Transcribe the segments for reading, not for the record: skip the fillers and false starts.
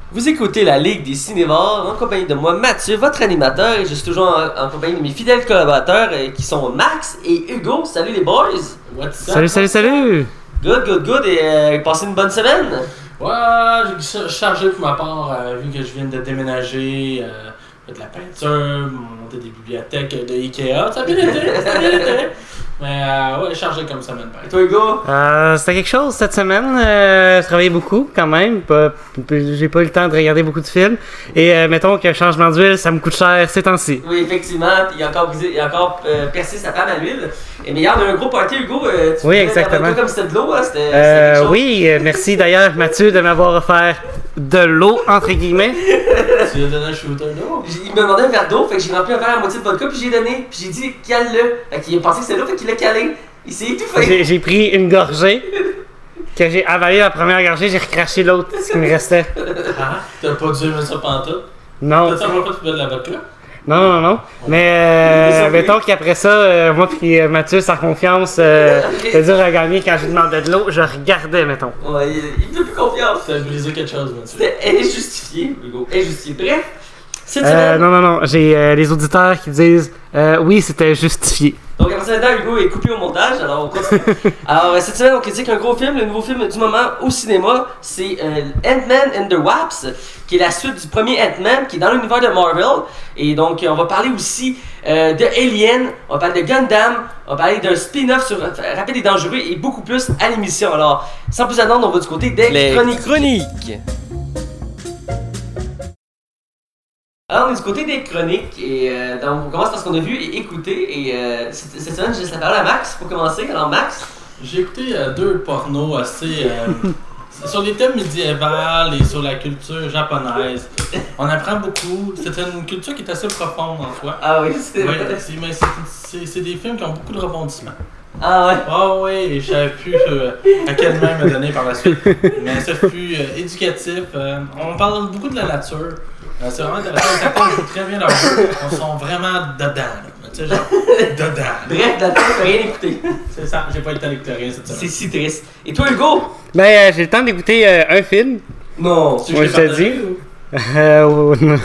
Vous écoutez la Ligue des Cinévores en compagnie de moi, Mathieu, votre animateur, et je suis toujours en compagnie de mes fidèles collaborateurs qui sont Max et Hugo. Salut les boys! What's up? Salut! Good, et passez une bonne semaine! Ouais, j'ai chargé pour ma part, vu que je viens de déménager, de la peinture, monter des bibliothèques de Ikea, ça a bien été. Mais ouais, chargé comme semaine, pareil. Et toi, Hugo? C'était quelque chose cette semaine. Je travaillais beaucoup quand même. J'ai pas eu le temps de regarder beaucoup de films. Et mettons qu'un changement d'huile, ça me coûte cher ces temps-ci. Oui, effectivement. Il a encore percé sa femme à l'huile. Et mais hier, on a eu un gros party, Hugo. Oui, exactement. Comme c'était de l'eau, hein? C'était oui, merci d'ailleurs, Mathieu, de m'avoir offert de l'eau, entre guillemets. Tu lui as donné un shooter d'eau? Il me demandait un verre d'eau, fait que j'ai rempli un verre à moitié de vodka, puis j'ai donné, puis j'ai dit cale-le. Fait qu'il a pensé que c'était l'eau, fait qu'il l'a calé. Il s'est étouffé. J'ai pris une gorgée, que j'ai avalé la première gorgée, j'ai recraché l'autre, ce qui me restait. Ah, t'as pas dû aimer ça pantoute? Non. T'as-tu la fois que tu bois de la vodka? Non. Mais mettons qu'après ça, moi puis Mathieu, sans confiance, c'est dur à gagner quand je lui demandais de l'eau, je regardais, mettons. Ouais, il me fait plus confiance. T'as brisé quelque chose, Mathieu. C'était injustifié, Hugo. Injustifié. Bref, cette semaine. Non. J'ai les auditeurs qui disent oui, c'était justifié. Donc, après ça, Hugo est coupé au montage, alors on continue. Alors, cette semaine, on critique un gros film, le nouveau film du moment au cinéma, c'est Ant-Man and the Wasp, qui est la suite du premier Ant-Man, qui est dans l'univers de Marvel. Et donc, on va parler aussi de Alien, on va parler de Gundam, on va parler d'un spin-off sur Rapide et Dangereux et beaucoup plus à l'émission. Alors, sans plus attendre, on va du côté des chroniques. Alors, on est du côté des chroniques, et donc on commence par ce qu'on a vu et écouté, et cette semaine, je laisse la parole à Max pour commencer. Alors, Max? J'ai écouté deux pornos assez... sur les thèmes médiévals et sur la culture japonaise. On apprend beaucoup. C'est une culture qui est assez profonde en soi. Ah oui, c'est des films qui ont beaucoup de rebondissements. Ah ouais? Ah oui, et je savais plus à quelle main me donner par la suite. Mais ça fut éducatif. On parle beaucoup de la nature. C'est vraiment intéressant. Les acteurs jouent très bien leur jeu. On sont vraiment dedans. Tu sais, genre, dedans. Bref, là-dedans, je peux rien écouter. C'est ça, j'ai pas eu le temps d'écouter rien cette semaine. C'est si triste. Et toi, Hugo? Ben, j'ai le temps d'écouter un film. Non. Tu Moi, je te dis. Non.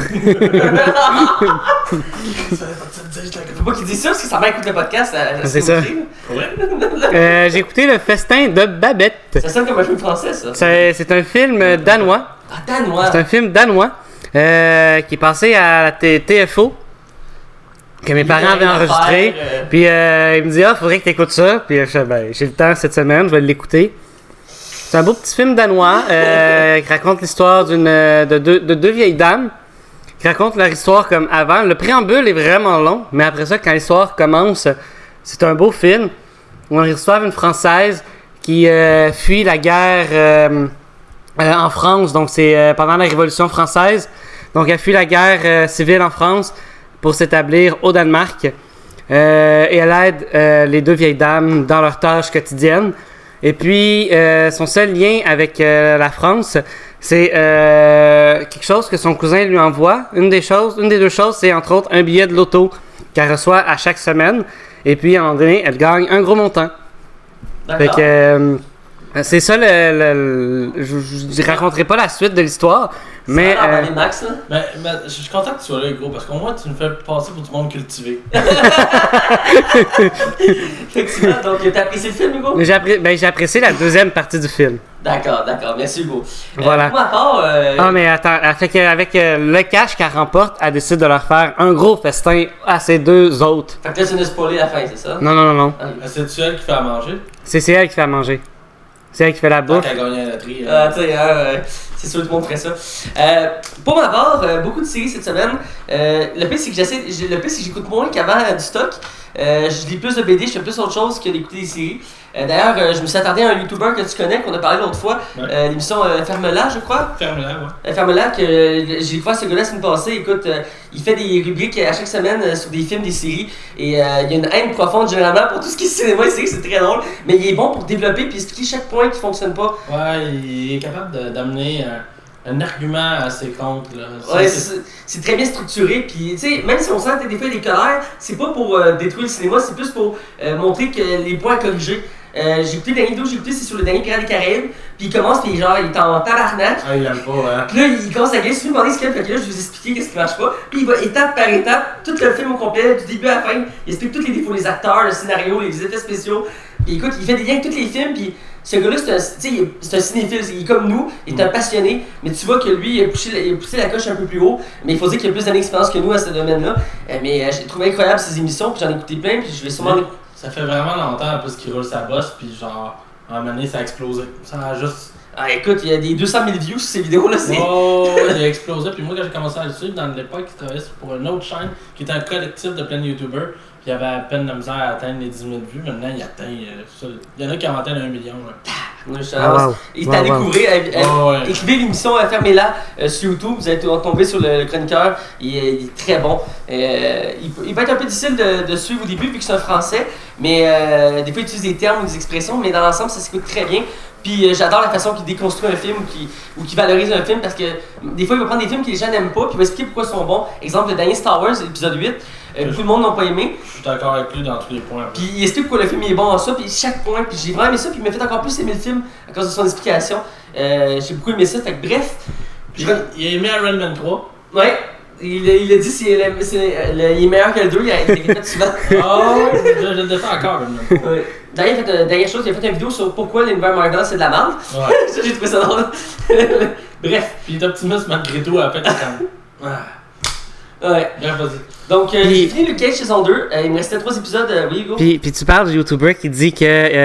Faut pas qu'il dise ça parce que sa mère écoute le podcast. C'est ça. Ouais. J'ai écouté Le Festin de Babette. Ça sonne comme un film français, ça. C'est un film danois. Ah, danois. C'est un film danois qui est passé à la TFO. Que mes parents avaient enregistré. Puis il me dit faudrait que t'écoutes ça. Puis j'ai le temps cette semaine, je vais l'écouter. C'est un beau petit film danois qui raconte l'histoire de deux vieilles dames qui racontent leur histoire comme avant. Le préambule est vraiment long, mais après ça, quand l'histoire commence, c'est un beau film où ils reçoivent une Française qui fuit la guerre en France. Donc c'est pendant la Révolution française. Donc elle fuit la guerre civile en France pour s'établir au Danemark. Et elle aide les deux vieilles dames dans leurs tâches quotidiennes. Et puis, son seul lien avec la France, c'est quelque chose que son cousin lui envoie. Une des deux choses, c'est entre autres un billet de loto qu'elle reçoit à chaque semaine. Et puis, à un moment donné, elle gagne un gros montant. Fait que c'est ça je raconterai pas la suite de l'histoire, mais Max, là. Mais je suis content que tu sois là, gros, parce qu'au moins tu nous fais passer pour du monde cultivé. Effectivement, donc t'as apprécié le film, Hugo? J'ai apprécié la deuxième partie du film. D'accord, merci, Hugo. Voilà. Pour ma part, Ah, mais attends, avec le cash qu'elle remporte, elle décide de leur faire un gros festin à ses deux autres. Fait que là, tu nous spoiler la fin, c'est ça? Non. C'est-tu elle qui fait à manger? C'est elle qui fait à manger. C'est elle qui fait la bouffe. Tant qu'elle a gagné à la loterie. Tu sais, c'est sûr que tout le monde ferait ça. Pour ma part, beaucoup de séries cette semaine. Le pire, c'est que j'écoute moins qu'avant du stock. Je lis plus de BD, je fais plus autre chose que d'écouter des séries. D'ailleurs, je me suis attardé à un YouTuber que tu connais, qu'on a parlé l'autre fois, l'émission Ferme-la, je crois. Ferme-la, ouais. Ferme-la, que j'ai découvert ce gars-là la semaine passée. Écoute, il fait des rubriques à chaque semaine sur des films, des séries. Et il y a une haine profonde généralement pour tout ce qui est cinéma et séries, c'est très drôle. Mais il est bon pour développer puis expliquer chaque point qui fonctionne pas. Ouais, il est capable d'amener un argument à ses comptes, là. Ouais, c'est très bien structuré, puis tu sais, même si on sent des fois des colères, c'est pas pour détruire le cinéma, c'est plus pour montrer que les points à corriger. J'ai écouté le dernier vidéo, c'est sur le dernier Pirate des Caraïbes. Puis il commence, puis genre, il est en tabarnak. Ah, il aime pas, hein. Puis là, il commence à gueuler, je me demandais ce qu'il y a, fait que là, je vais vous expliquer qu'est-ce qui marche pas. Puis il va étape par étape, tout le film au complet, du début à la fin. Il explique tous les défauts des acteurs, le scénario, les effets spéciaux. Puis écoute, il fait des liens avec tous les films, puis ce gars-là, c'est un cinéphile, il est comme nous, il est un passionné, mais tu vois que lui, il a poussé la coche un peu plus haut, mais il faut dire qu'il a plus d'expérience que nous à ce domaine-là. Mais j'ai trouvé incroyable ces émissions, puis j'en ai écouté plein, puis je vais sûrement... Ça fait vraiment longtemps, en plus, qu'il roule sa bosse, puis genre, à un moment donné, ça a explosé. Ça a juste... Ah écoute, il y a des 200 000 views sur ces vidéos-là, c'est... Oh, il a explosé, puis moi, quand j'ai commencé à le suivre, dans l'époque, il travaillait pour une autre chaîne, qui était un collectif de plein de youtubeurs. Puis il avait à peine de misère à atteindre les 10 000 vues. Maintenant, il atteint ça. Il y en a qui ont atteint 1 million. Là. Il t'a découvert. Écrivez l'émission, fermez-la sur YouTube. Vous allez tomber sur le chroniqueur. Il est très bon. Il peut être un peu difficile de suivre au début vu que c'est un français. Mais des fois, il utilise des termes ou des expressions. Mais dans l'ensemble, ça s'écoute très bien. Puis j'adore la façon qu'il déconstruit un film ou qu'il valorise un film parce que des fois il va prendre des films que les gens n'aiment pas puis il va expliquer pourquoi ils sont bons. Exemple, le dernier Star Wars, l'épisode 8, beaucoup de monde n'ont pas aimé. Je suis d'accord avec lui dans tous les points. Puis il explique pourquoi le film est bon en ça, puis chaque point, puis j'ai vraiment aimé ça, puis il m'a fait encore plus aimer le film à cause de son explication. J'ai beaucoup aimé ça, fait que bref. Il a aimé Iron Man 3. Ouais. Il a dit il est meilleur que le 2, il a fait souvent. Oh, je le défends encore. Ouais. D'ailleurs, dernière chose, il a fait une vidéo sur pourquoi l'univers Marvel c'est de la merde. Ouais. Ça, j'ai trouvé ça drôle. Bref. Puis il est optimiste malgré tout, après comme. Ouais. Bref, vas-y. Donc, j'ai fini Luke Cage saison 2. Il me restait 3 épisodes. Oui, go. Puis tu parles du YouTuber qui dit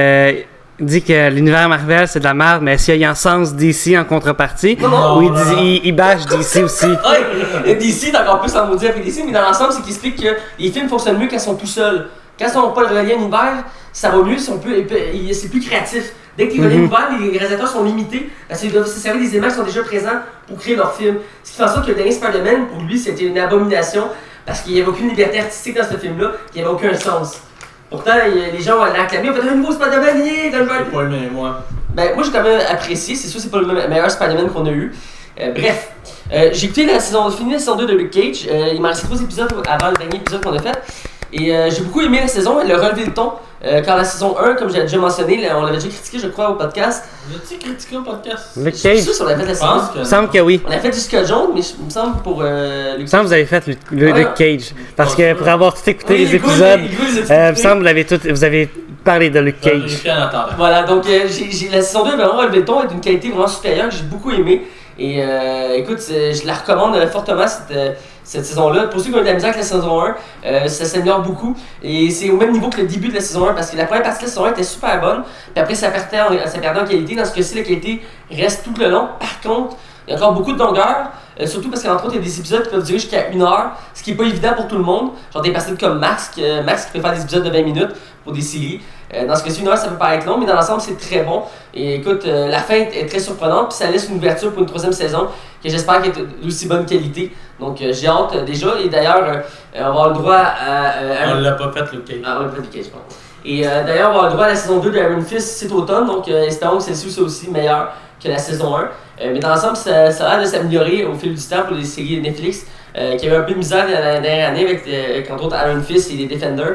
que l'univers Marvel c'est de la merde, mais s'il y a un sens DC en contrepartie, Non. ou il bâche DC aussi. Ouais, DC, t'as encore plus en maudit avec DC, mais dans l'ensemble, c'est qu'il explique que les films fonctionnent mieux quand ils sont tout seuls. Quand ils n'ont pas le relié à l'univers, ça va mieux, c'est plus créatif. Dès que les reliés à l'univers, les réalisateurs sont limités, parce qu'ils doivent se servir des images qui sont déjà présentes pour créer leur film. Ce qui fait en sorte que le dernier Spider-Man, pour lui, c'était une abomination, parce qu'il n'y avait aucune liberté artistique dans ce film-là, qui n'avait aucun sens. Pourtant, les gens l'ont acclamé, on fait un nouveau Spider-Man, j'ai pas aimé, moi. Ben, moi j'ai quand même apprécié, c'est sûr que c'est pas le meilleur Spider-Man qu'on a eu. Bref, j'ai écouté fini la saison 2 de Luke Cage, il m'a resté 3 épisodes avant le dernier épisode qu'on a fait. Et j'ai beaucoup aimé la saison, elle a relevé le ton. Quand la saison 1, comme j'ai déjà mentionné, on l'avait déjà critiqué, je crois, au podcast. L'as-tu critiqué au podcast? Luke Cage? Je suis sûr si on avait fait la saison. Il me semble que oui. On a fait Jessica Jones, mais il me semble pour Luke Cage. Il me semble que vous avez fait Luke Cage. Parce que pour avoir tout écouté les épisodes, il me semble que vous avez parlé de Luke Cage. Voilà, donc la saison 2 a vraiment relevé le ton et d'une qualité vraiment supérieure que j'ai beaucoup aimé. Et écoute, je la recommande fortement cette saison-là. Pour ceux qui ont eu de la misère avec la saison 1, ça s'améliore beaucoup. Et c'est au même niveau que le début de la saison 1 parce que la première partie de la saison 1 était super bonne. Puis après, ça perdait en qualité. Dans ce cas-ci, la qualité reste tout le long. Par contre, il y a encore beaucoup de longueur. Surtout parce qu'entre autres, il y a des épisodes qui peuvent durer jusqu'à 1 heure. Ce qui n'est pas évident pour tout le monde. Genre des personnes comme Max qui peut faire des épisodes de 20 minutes pour des séries. Dans ce cas-ci, 1 heure, ça peut paraître long, mais dans l'ensemble, c'est très bon. Et écoute, la fin est très surprenante, puis ça laisse une ouverture pour une 3e saison que j'espère qu'elle est d'aussi bonne qualité. Donc j'ai hâte déjà, et d'ailleurs, on va avoir le droit à on l'a pas fait, le Cage. Ah, on l'a pas fait, le Cage, pardon. Et d'ailleurs, on va avoir le droit à la saison 2 de Iron Fist cet automne, donc espérons que celle-ci soit aussi meilleure que la saison 1. Mais dans l'ensemble, ça a l'air de s'améliorer au fil du temps pour les séries Netflix qui avaient un peu de misère la dernière année avec entre autres Iron Fist et les Defenders.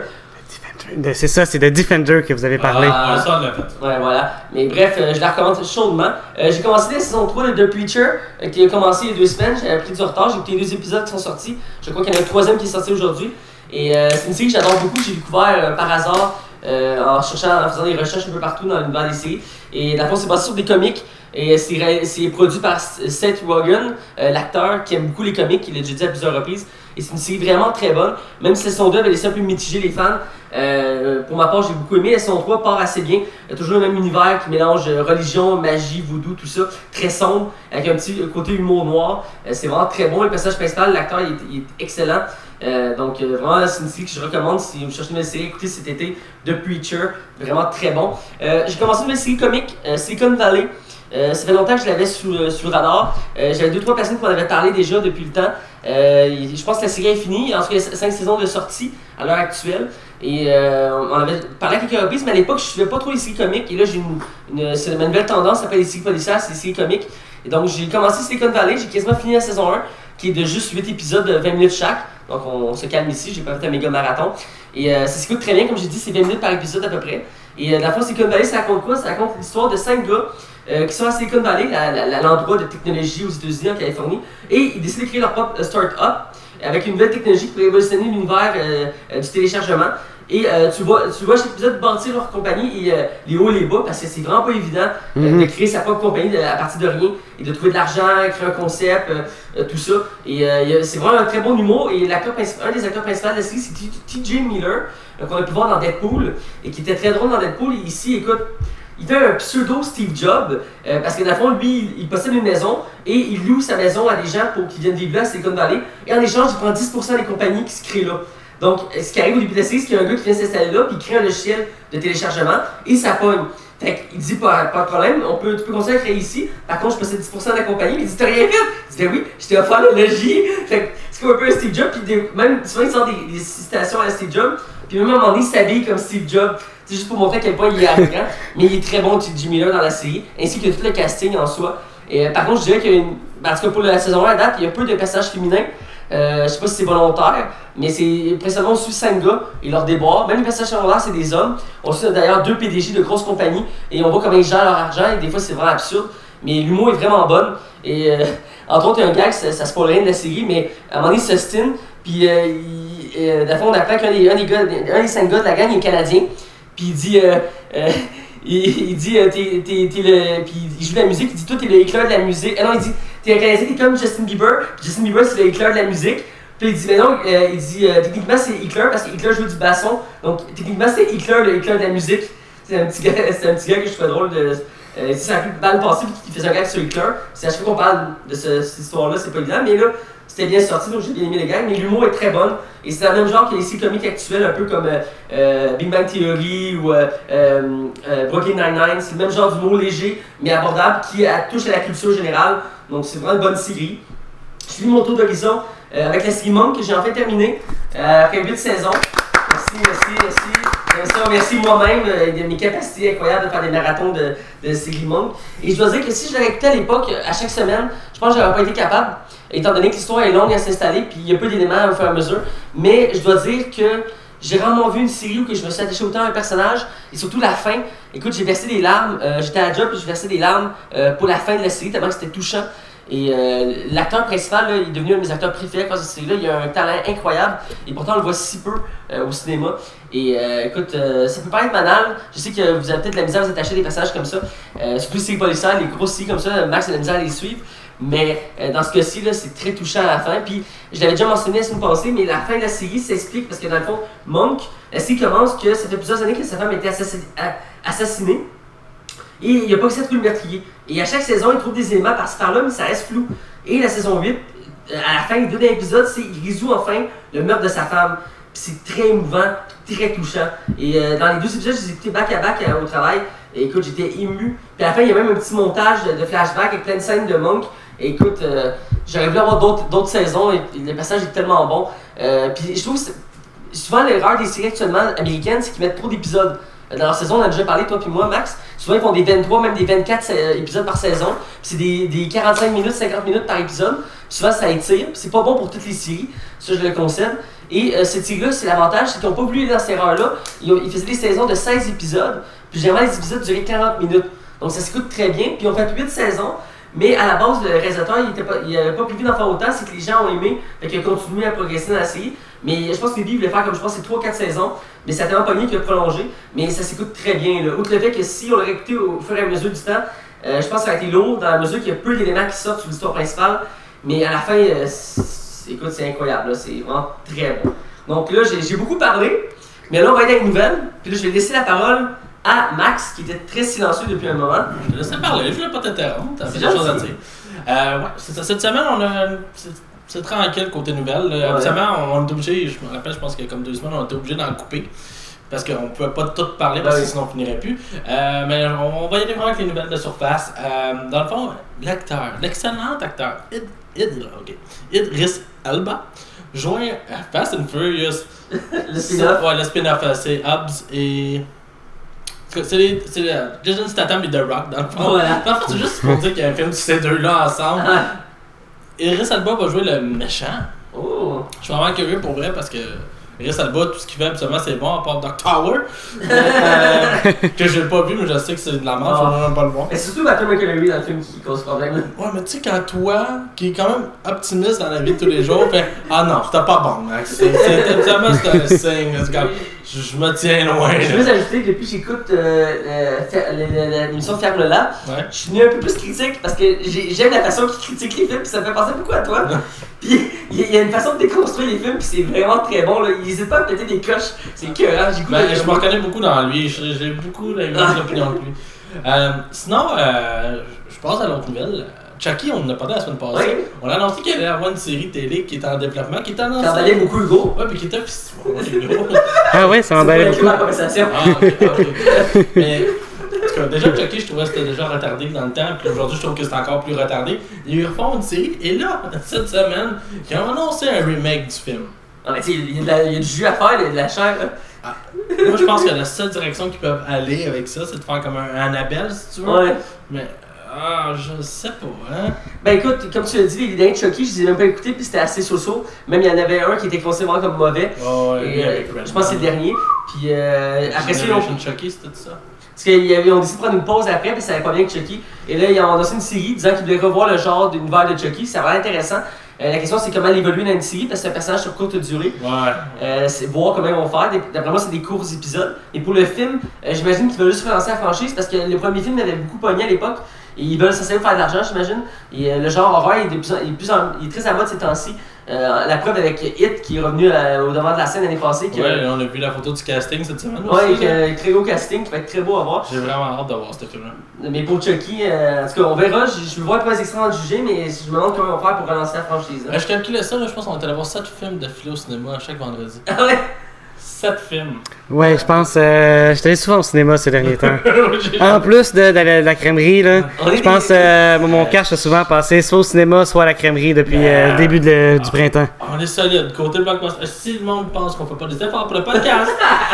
C'est ça, c'est de Defender que vous avez parlé. Ça, on l'a fait. Ouais, voilà. Mais bref, je la recommande chaudement. J'ai commencé la saison 3 de The Preacher, qui a commencé il y a 2 semaines. J'avais pris du retard, j'ai écouté 2 épisodes qui sont sortis. Je crois qu'il y en a un 3e qui est sorti aujourd'hui. Et c'est une série que j'adore beaucoup, j'ai découvert par hasard en faisant des recherches un peu partout dans l'univers des séries. Et dans le fond, c'est basé sur des comics. Et c'est produit par Seth Rogen, l'acteur qui aime beaucoup les comics, il l'a déjà dit à plusieurs reprises. Et c'est une série vraiment très bonne, même si la saison 2 avait laissé un peu mitiger les fans. Pour ma part, j'ai beaucoup aimé. La saison 3 part assez bien. Il y a toujours le même univers qui mélange religion, magie, voodoo, tout ça. Très sombre, avec un petit côté humour noir. C'est vraiment très bon. Le personnage principal, l'acteur, il est excellent. Donc vraiment, c'est une série que je recommande si vous cherchez une nouvelle série, écoutez cet été, The Preacher. Vraiment très bon. J'ai commencé une nouvelle série comique, Silicon Valley. Ça fait longtemps que je l'avais sous le radar. J'avais 2-3 personnes qui m'en avaient parlé déjà depuis le temps. Je pense que la série est finie. En tout cas, il y a 5 saisons de sortie à l'heure actuelle. Et on avait parlé à quelques reprises, mais à l'époque, je ne suivais pas trop les séries comiques. Et là, c'est ma nouvelle tendance, ça s'appelle les séries policières, c'est les séries comiques. Et donc, j'ai commencé Silicon Valley, j'ai quasiment fini la saison 1, qui est de juste 8 épisodes de 20 minutes chaque. Donc, on se calme ici, j'ai pas fait un méga marathon. Et ça s'écoute très bien, comme j'ai dit, c'est 20 minutes par épisode à peu près. Et la fois, Silicon Valley, ça raconte quoi? Ça raconte l'histoire de 5 gars qui sont à Silicon Valley, l'endroit de technologie aux États-Unis, en Californie, et ils décident de créer leur propre start-up avec une nouvelle technologie qui pourrait révolutionner l'univers du téléchargement. Et tu vois chaque épisode bâtir leur compagnie et les hauts et les bas parce que c'est vraiment pas évident de créer sa propre compagnie à partir de rien et de trouver de l'argent, créer un concept, tout ça. Et c'est vraiment un très bon humour. Et un des acteurs principaux de la série, c'est T.J. Miller, qu'on a pu voir dans Deadpool et qui était très drôle dans Deadpool. Et ici, écoute, il fait un pseudo Steve Jobs parce que dans le fond, lui, il possède une maison et il loue sa maison à des gens pour qu'ils viennent vivre là à Silicon Valley. Et en échange, il prend 10% des compagnies qui se créent là. Donc, ce qui arrive au début de la série, c'est qu'il y a un gars qui vient s'installer là, puis il crée un logiciel de téléchargement, et ça pogne. Fait qu'il dit pas de problème, tu peux continuer à créer ici, par contre je possède 10% de la compagnie, mais il dit t'as rien fait! Il dit ben oui, je t'ai offert le logis! Fait que c'est comme un peu un Steve Jobs, puis même souvent il sort des citations à Steve Jobs, puis même à un moment donné il s'habille comme Steve Jobs. C'est juste pour montrer à quel point il est arrogant, mais il est très bon, T.J. Miller dans la série, ainsi que tout le casting en soi. Et par contre, je dirais qu'il y a en tout cas pour la saison 1 à date, il y a peu de personnages féminins. Je sais pas si c'est volontaire, mais c'est précédemment on suit 5 gars et leur déboire. Même les personnages secondaires, c'est des hommes. On suit d'ailleurs 2 PDG de grosses compagnies et on voit comment ils gèrent leur argent et des fois c'est vraiment absurde. Mais l'humour est vraiment bon. Et entre autres, il y a un gag, ça spoil rien de la série, mais à un moment donné, il s'ostine. Puis dans le fond, on apprend qu'un des 5 gars de la gang est canadien. Puis il dit. Il dit, puis il joue de la musique, il dit, toi t'es le éclair de la musique. Non, il dit, t'es un Canadien, t'es comme Justin Bieber. Puis Justin Bieber, c'est le éclair de la musique. Puis il dit, mais non, il dit, techniquement c'est Hitler parce que Hitler joue du basson. Donc techniquement c'est Hitler, le éclair de la musique. C'est un petit gars que je trouvais drôle de. C'est un peu mal passé, puis qui faisait un gag sur Hitler. C'est à chaque fois qu'on parle de cette histoire-là, c'est pas évident, mais là, c'était bien sorti, donc j'ai bien aimé les gags, mais l'humour est très bon. Et c'est le même genre que les séries comiques actuelles, un peu comme Big Bang Theory ou Brooklyn Nine-Nine. C'est le même genre d'humour léger, mais abordable, qui touche à la culture générale. Donc c'est vraiment une bonne série. Je finis mon tour d'horizon avec la série Monk que j'ai enfin terminée après 8 saisons. Merci. Merci moi-même de mes capacités incroyables de faire des marathons de série Monk. Et je dois dire que si je l'avais écouté à l'époque, à chaque semaine, je pense que j'aurais pas été capable, étant donné que l'histoire est longue à s'installer, puis il y a peu d'éléments au fur et à mesure. Mais je dois dire que j'ai rarement vu une série où que je me suis attaché autant à un personnage, et surtout la fin. Écoute, j'ai versé des larmes, j'étais à la job, puis j'ai versé des larmes pour la fin de la série, tellement que c'était touchant. Et l'acteur principal, là, il est devenu un de mes acteurs préférés à cause de cette série-là. Il a un talent incroyable et pourtant on le voit si peu au cinéma. Et écoute, ça peut paraître banal. Je sais que vous avez peut-être de la misère à vous attacher à des passages comme ça. Surtout les séries policières, les grosses séries comme ça, Max a de la misère à les suivre. Mais dans ce cas-ci, là, c'est très touchant à la fin. Puis je l'avais déjà mentionné la semaine passée, mais la fin de la série s'explique parce que dans le fond, Monk, la série commence que ça fait plusieurs années que sa femme a été assassinée. Et il n'y a pas que ça de le meurtrier. Et à chaque saison, il trouve des éléments par-ci par-là, mais ça reste flou. Et la saison 8, à la fin des 2 épisodes, il résout enfin le meurtre de sa femme. Puis c'est très émouvant, très touchant. Et dans les 2 épisodes, je les ai écoutés back-à-back au travail. Et écoute, j'étais ému. Puis à la fin, il y a même un petit montage de flashback avec plein de scènes de Monk. Et écoute, j'aurais voulu avoir d'autres saisons et le passage est tellement bon. Puis je trouve que souvent l'erreur des séries actuellement américaines, c'est qu'ils mettent trop d'épisodes. Dans leur saison, on a déjà parlé, toi puis moi, Max. Souvent, ils font des 23, même des 24 épisodes par saison. Puis c'est des 45 minutes, 50 minutes par épisode. Puis souvent, ça étire. Puis c'est pas bon pour toutes les séries. Ça, je le concède. Et cette série-là, c'est l'avantage, c'est qu'ils n'ont pas voulu aller dans cette erreur-là. Ils faisaient des saisons de 16 épisodes. Puis généralement, les épisodes duraient 40 minutes. Donc ça s'écoute très bien. Puis ils ont fait 8 saisons. Mais à la base, le réalisateur, il n'avait pas prévu d'en faire autant. C'est que les gens ont aimé. Fait qu'il a continué à progresser dans la série. Mais je pense que lui, il voulait faire comme je pense, c'est 3-4 saisons. Mais ça a tellement pogné qu'il a prolongé. Mais ça s'écoute très bien. Là. Outre le fait que si on l'aurait écouté au fur et à mesure du temps, je pense que ça a été lourd dans la mesure qu'il y a peu d'éléments qui sortent sur l'histoire principale. Mais à la fin, écoute, c'est incroyable. Là. C'est vraiment très bon. Donc là, j'ai beaucoup parlé. Mais là, on va aller dans les nouvelles. Puis là, je vais laisser la parole à Max, qui était très silencieux depuis un moment. Je te laisse parler, je ne voulais pas t'interrompre. T'avais des choses à dire. Ouais, c'est ça. Cette semaine, on a. C'est tranquille côté nouvelles. Ouais. Habituellement, on est obligé, je me rappelle, je pense qu'il y a comme 2 semaines, on était obligé d'en couper. Parce qu'on ne pouvait pas tout parler, parce que sinon on finirait plus. Mais on va y aller vraiment avec les nouvelles de surface. Dans le fond, l'acteur, l'excellent acteur Idris Elba, joint Fast and Furious. Le spin-off. Ouais, le spin-off, c'est Hobbs et. C'est Jason Statham et The Rock, dans le fond. Voilà. Dans le fond, c'est juste pour dire qu'il y a un film de ces deux-là ensemble. Idris Elba va jouer le méchant. Oh. Je suis vraiment curieux pour vrai parce que Chris Elba, tout ce qu'il fait, absolument, c'est bon, à part Dark Tower. Que j'ai pas vu, mais je sais que c'est de la merde, je vais même pas le voir. Et surtout Matthew McConaughey dans le film qui cause problème. Ouais, mais tu sais, quand toi, qui est quand même optimiste dans la vie de tous les jours, fait ah non, c'était pas bon, Max. C'était un signe. Je me tiens loin. Je veux juste ajouter que depuis que j'écoute l'émission Ferme le Lab, je suis devenu un peu plus critique parce que j'aime la façon qu'il critique les films, puis ça me fait penser beaucoup à toi. Puis il y a une façon de déconstruire les films, puis c'est vraiment très bon. Là. Il n'hésite pas à péter des coches, c'est écœurant. Je me reconnais beaucoup dans lui, j'ai beaucoup la même opinion que lui. Sinon, je passe à l'autre nouvelle. Chucky, on en a parlé la semaine passée. Oui. On a annoncé qu'il allait avoir une série télé qui est en développement, qui est annoncée. Ça emballait beaucoup Hugo. Ouais, puis qui était. Ah ouais, ça emballait beaucoup. La conversation. Ah, ok. Mais. Parce que déjà, Chucky, je trouvais que c'était déjà retardé dans le temps, puis aujourd'hui, je trouve que c'est encore plus retardé. Ils refont une série, et là, cette semaine, ils ont annoncé un remake du film. Non, mais tu sais, il y a du jus à faire, il y a de la chair. Ah. Moi, je pense que la seule direction qu'ils peuvent aller avec ça, c'est de faire comme un Annabelle, si tu veux. Ouais. Mais. Ah, je sais pas, hein. Ben écoute, comme tu l'as dit, les derniers Chucky, je les ai même pas écoutés, puis c'était assez so-so. Même il y en avait un qui était considéré comme mauvais. Oh, ouais, et, je pense que c'est le dernier. Puis après ça, Chucky, c'était tout ça. Parce qu'ils ont décidé de prendre une pause après, puis ça allait pas bien que Chucky. Et là, ils ont lancé une série disant qu'ils voulaient revoir le genre d'univers de Chucky. C'est vraiment intéressant. La question, c'est comment évoluer dans une série, parce que c'est un personnage sur courte durée. Ouais. C'est voir comment ils vont faire. D'après moi, c'est des courts épisodes. Et pour le film, j'imagine qu'ils veulent juste relancer la franchise, parce que le premier film avait beaucoup pogné à l'époque. Et ils veulent s'essayer de faire de l'argent, j'imagine. Et le genre horreur il est très à mode ces temps-ci. La preuve avec Hit qui est revenu au devant de la scène l'année passée. Ouais, on a vu la photo du casting cette semaine. Ouais, très beau casting qui va être très beau à voir. J'ai vraiment hâte de voir ce film-là. Mais pour Chucky, en tout cas, on verra. Je veux voir un peu les extraits en juger, mais je me demande comment ils vont faire pour relancer la franchise. Je calculais ça, là, je pense qu'on est allé voir 7 films d'affilée au cinéma chaque vendredi. Ah ouais? 7 films. Ouais, je pense. J'étais allé souvent au cinéma ces derniers temps. En plus de la crèmerie, là. Je pense mon cash a souvent passé soit au cinéma, soit à la crèmerie depuis le début du printemps. On est solide. Côté Blockbuster, si le monde pense qu'on fait pas des efforts pour le podcast,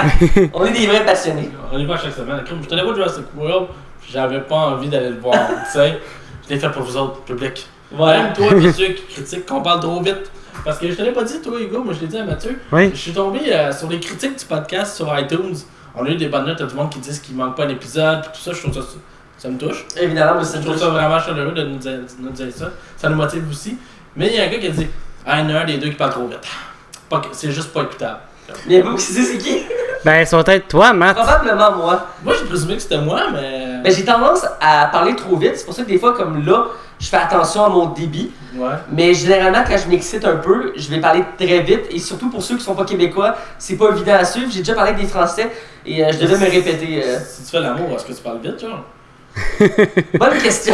on est des vrais passionnés. On y va chaque semaine. Je te l'ai vu Jurassic World, j'avais pas envie d'aller le voir. Tu sais, je l'ai fait pour vous autres, public. Voilà. Même toi, puis ceux qui critiquent qu'on parle trop vite. Parce que je te l'ai pas dit, toi, Hugo, moi je l'ai dit à Mathieu. Oui. Je suis tombé sur les critiques du podcast sur iTunes. On a eu des bonnes notes, il y a du monde qui disent qu'il manque pas un épisode, puis tout ça, je trouve ça me touche. Évidemment, je trouve ça vraiment chaleureux de nous dire ça. Ça nous motive aussi. Mais il y a un gars qui a dit ah, il y en a un des deux qui parle trop vite. C'est juste pas écoutable. Il y a beaucoup qui sait c'est qui? Ben, ça va être toi, Matt. Probablement moi. Moi, j'ai présumé que c'était moi, mais. Ben, j'ai tendance à parler trop vite. C'est pour ça que des fois, comme là, je fais attention à mon débit. Ouais. Mais généralement, quand je m'excite un peu, je vais parler très vite. Et surtout pour ceux qui sont pas québécois, c'est pas évident à suivre. J'ai déjà parlé avec des Français et je devais me répéter. Si tu fais l'amour, est-ce que tu parles vite, genre? Bonne question.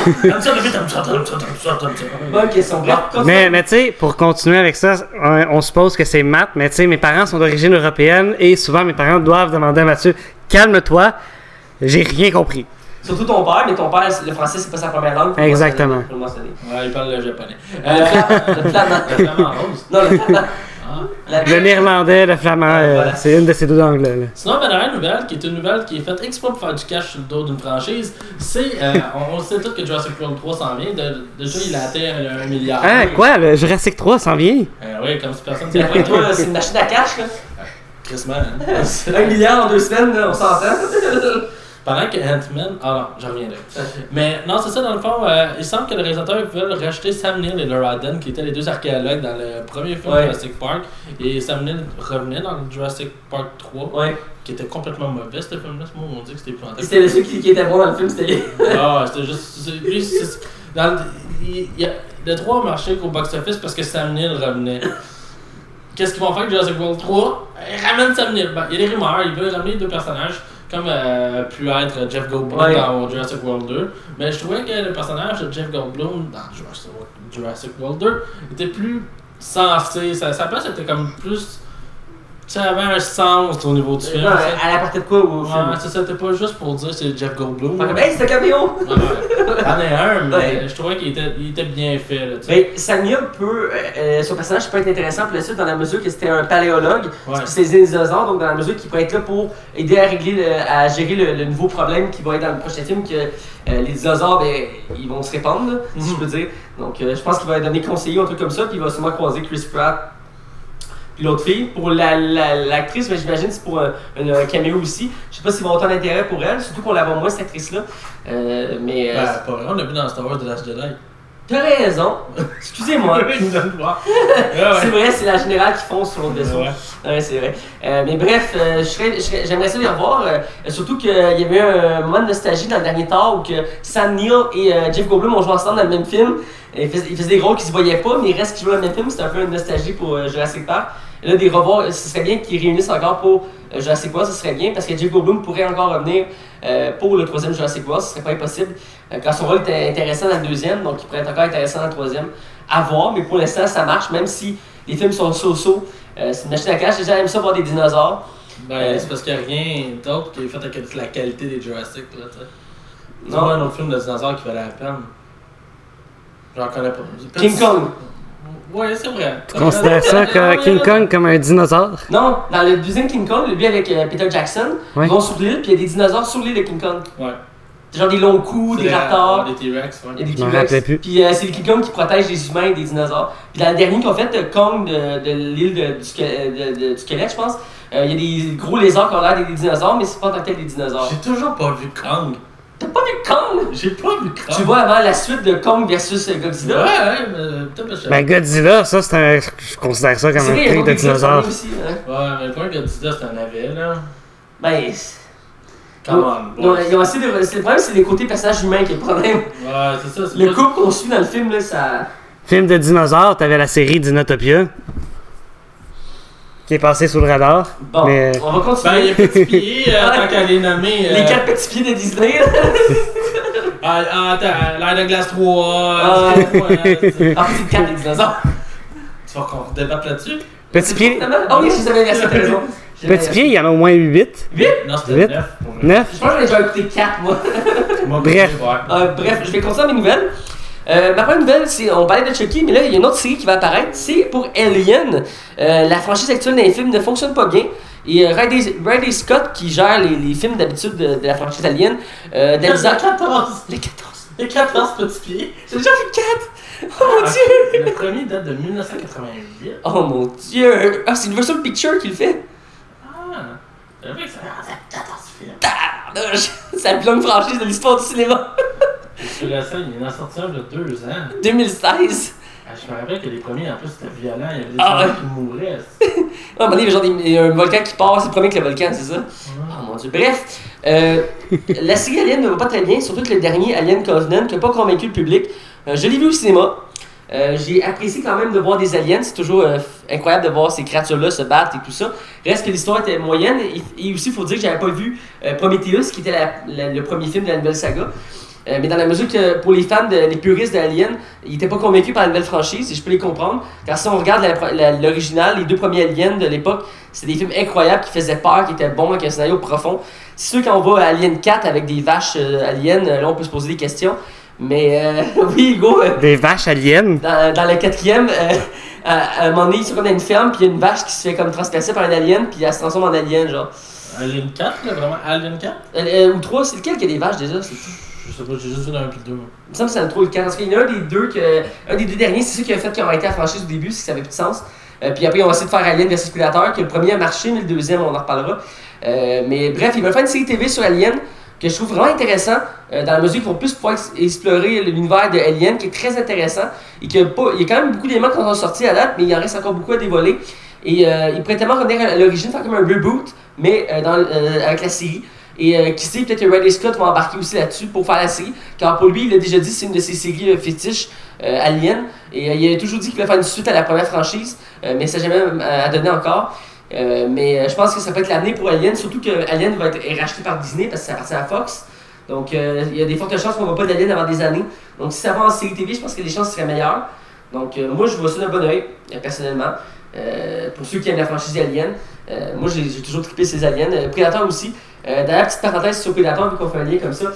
Bonne question. Mais tu sais, pour continuer avec ça, on suppose que c'est Matt, mais tu sais, mes parents sont d'origine européenne et souvent mes parents doivent demander à Mathieu calme-toi, j'ai rien compris. Surtout ton père, mais ton père, le français, c'est pas sa première langue. Exactement. Ouais, il parle le japonais. Le flamand. Le flamand rose. Non, le flamand. Le néerlandais, le flamand, voilà. C'est une de ces deux langues-là. Sinon, ma dernière nouvelle, qui est une nouvelle qui est faite exprès pour faire du cash sur le dos d'une franchise, c'est, on sait tous que Jurassic World 3 s'en vient, déjà il a atteint 1 milliard. Ah, quoi, le Jurassic 3 s'en vient? Oui, comme si personne ne savait. Toi, c'est une machine à cash, là. Crissement, 1 milliard en 2 semaines, là, on s'entend. Pendant que Ant-Man... Ah non, j'en reviendrai. Mais non, c'est ça, dans le fond, il semble que les réalisateurs veulent racheter Sam Neill et Laura Dern, qui étaient les deux archéologues dans le premier film Jurassic Park. Et Sam Neill revenait dans Jurassic Park 3, qui était complètement mauvais, ce film-là. Moi, on dit que c'était épouvantable. C'était celui qui était bon dans le film, c'était... Ah, c'était juste... Le 3 a marché qu'au box-office parce que Sam Neill revenait. Qu'est-ce qu'ils vont faire avec Jurassic World 3? Ils ramènent Sam Neill. Il y a des rumeurs, ils veulent ramener deux personnages. Comme pu être Jeff Goldblum dans Jurassic World 2. Mais je trouvais que le personnage de Jeff Goldblum dans Jurassic World 2 était plus sensé. Sa place était comme plus... Tu sais, avait un sens au niveau du film. Elle apportait de quoi au film? C'est ça, c'était pas juste pour dire c'est Jeff Goldblum. Hey, c'est un caméo! T'en es un, mais je trouvais qu'il était bien fait. Là, ben, Samia son personnage peut être intéressant pour la suite dans la mesure que c'était un paléologue, c'est des dinosaures, donc dans la mesure qu'il pourrait être là pour aider à gérer le nouveau problème qui va être dans le prochain film, que les dinosaures, ben, ils vont se répandre, là, si je peux dire. Donc je pense qu'il va donner conseiller ou un truc comme ça, puis il va sûrement croiser Chris Pratt. puis l'autre fille. Pour l'actrice, ben, j'imagine que c'est pour un caméo aussi. Je sais pas s'il va y avoir autant d'intérêt pour elle, surtout qu'on la voit moins cette actrice-là. Mais. Pas vrai, on l'a vu dans Star Wars de Last Jedi. T'as raison. Excusez-moi. C'est vrai, c'est la générale qui fonce sur l'autre vaisseau. Ouais, c'est vrai. Mais bref, j'aimerais ça les revoir. Surtout qu'il y avait un moment de nostalgie dans le dernier Thor où que Sam Neill et Jeff Goldblum ont joué ensemble dans le même film. Ils faisaient des rôles qui se voyaient pas, mais il reste qu'ils jouent dans le même film. C'était un peu une nostalgie pour Jurassic Park. Et là, des revoirs, ce serait bien qu'ils réunissent encore pour Jurassic World, ce serait bien parce que Jeff Goldblum pourrait encore revenir pour le troisième Jurassic World, ce serait pas impossible. Quand son rôle était intéressant dans le deuxième, donc il pourrait être encore intéressant dans le troisième. À voir, mais pour l'instant, ça marche, même si les films sont so-so. C'est une machine à cash, les gens aiment ça voir des dinosaures. C'est parce qu'il n'y a rien d'autre qui est fait avec la qualité des Jurassic, là, tu sais. Non. C'est pas un autre film de dinosaures qui valait la peine. J'en connais pas. King Kong. Ouais, c'est vrai. Tu considères ça King Kong comme un dinosaure? Non, dans le deuxième King Kong, lui avec Peter Jackson, ils vont sur l'île, puis il y a des dinosaures sur l'île de King Kong. Ouais. C'est genre des longs coups, des raptors. Des T-Rex, ouais. Il y a des Je m'en rappelais T-Rex. plus. Puis c'est le King Kong qui protège les humains et des dinosaures. Puis dans le dernier qu'ils ont fait, Kong de l'île du squelette, je pense, il y a des gros lézards qui ont l'air des dinosaures, mais c'est pas en tant que tel des dinosaures. J'ai toujours pas vu Kong. T'as pas vu Kong? J'ai pas vu Kong. Tu vois avant la suite de Kong versus Godzilla? Ouais, mais peut-être Ben Godzilla, ça c'est je considère ça comme un vrai, truc de dinosaure. Aussi, hein? Ouais, mais le point Godzilla c'est un navet là. Ben. Come on, boys. Ils ont essayé de. Le problème, c'est les côtés personnages humains qui est le problème. Ouais, c'est ça. Le couple qu'on suit dans le film, là, ça. Film de dinosaures, t'avais la série Dinotopia. Qui est passée sous le radar. Bon, mais... on va continuer. Ben, il y a Petit Pied, tant qu'elle est nommée. Les 4 petits pieds de Disney. Attends, L'air de glace 3. C'est 4 des dinosaures. Tu vas qu'on débatte là-dessus? Petit Pied. Ah oui, je savais inversé, t'as raison. Petit Pied, il y en a au moins 8. 8? Non, c'était 9. 9? Je pense que j'en ai déjà écouté 4, moi. Bref. Bref, je vais continuer à mes nouvelles. Ma première nouvelle, c'est, on parlait de Chucky, mais là, il y a une autre série qui va apparaître. C'est pour Alien. La franchise actuelle des films ne fonctionne pas bien. Et Ridley Scott, qui gère les films d'habitude de la franchise Alien, d'Elsa. Le 14. Le 14. Les 14 petits pieds. J'ai déjà vu 4. Oh mon dieu. Le premier date de 1988. Oh mon dieu. Ah, c'est Universal Pictures qui le fait. Ah, c'est vrai que ça a 14 films. C'est la plus longue franchise de l'histoire du cinéma. C'est récent, il en a sorti un de 2 ans. 2016. Je me rappelle que les premiers, en plus, c'était violent. Il y avait des Ah, gens qui mouraient. Ah, il y a un volcan qui part, c'est le premier que le volcan, c'est ça? Oh mon dieu. Bref, la série Alien ne va pas très bien, surtout que le dernier, Alien Covenant, qui n'a pas convaincu le public. Je l'ai vu au cinéma. J'ai apprécié quand même de voir des aliens. C'est toujours incroyable de voir ces créatures-là se battre et tout ça. Reste que l'histoire était moyenne. Et aussi, il faut dire que j'avais pas vu Prometheus, qui était le premier film de la nouvelle saga. Mais dans la mesure que pour les fans, les puristes d'Alien, ils n'étaient pas convaincus par la nouvelle franchise, et je peux les comprendre. Car si on regarde l'original, les 2 premiers Aliens de l'époque, c'est des films incroyables qui faisaient peur, qui étaient bons, avec un scénario profond. C'est sûr quand on va à Alien 4 avec des vaches aliens, là on peut se poser des questions. Mais oui, Hugo. Des vaches aliens? Dans le 4e, à un moment donné, ils sont comme dans une ferme, puis il y a une vache qui se fait comme transpercer par un alien, puis elle se transforme en alien, genre. Alien 4, là, vraiment? Alien 4? Ou 3, c'est lequel qui a des vaches déjà? Je sais pas, j'ai juste vu dans un puis 2. Il me semble que c'est le 3 ou le 4. Parce qu'il y en a un des deux derniers, c'est ceux qui a fait qui ont arrêté la franchise au début, c'est que ça avait plus de sens. Puis après, ils ont essayé de faire Alien vs Predator, que le premier a marché, mais le deuxième, on en reparlera. Mais bref, ils veulent faire une série TV sur Alien, que je trouve vraiment intéressant, dans la mesure qu'ils vont plus pouvoir explorer l'univers de Alien, qui est très intéressant, et qu'il y a quand même beaucoup d'éléments qui sont sortis à date, mais il en reste encore beaucoup à dévoiler. Et il pourrait tellement revenir à l'origine, faire comme un reboot, mais avec la série. Et qui sait, peut-être que Ridley Scott va embarquer aussi là-dessus pour faire la série. Car pour lui, il a déjà dit que c'est une de ses séries fétiches, Alien. Et il a toujours dit qu'il voulait faire une suite à la première franchise, mais ça n'a jamais donné encore. Mais je pense que ça peut être l'avenir pour Alien, surtout que Alien va être racheté par Disney parce que ça appartient à Fox. Donc il y a des fortes chances qu'on ne voit pas d'Alien avant des années. Donc si ça va en série TV, je pense que les chances seraient meilleures. Donc moi, je vois ça d'un bon oeil, personnellement. Pour ceux qui aiment la franchise Alien, moi j'ai toujours trippé ces aliens. Predator aussi. D'ailleurs, petite parenthèse sur Predator, vu qu'on fait un lien comme ça.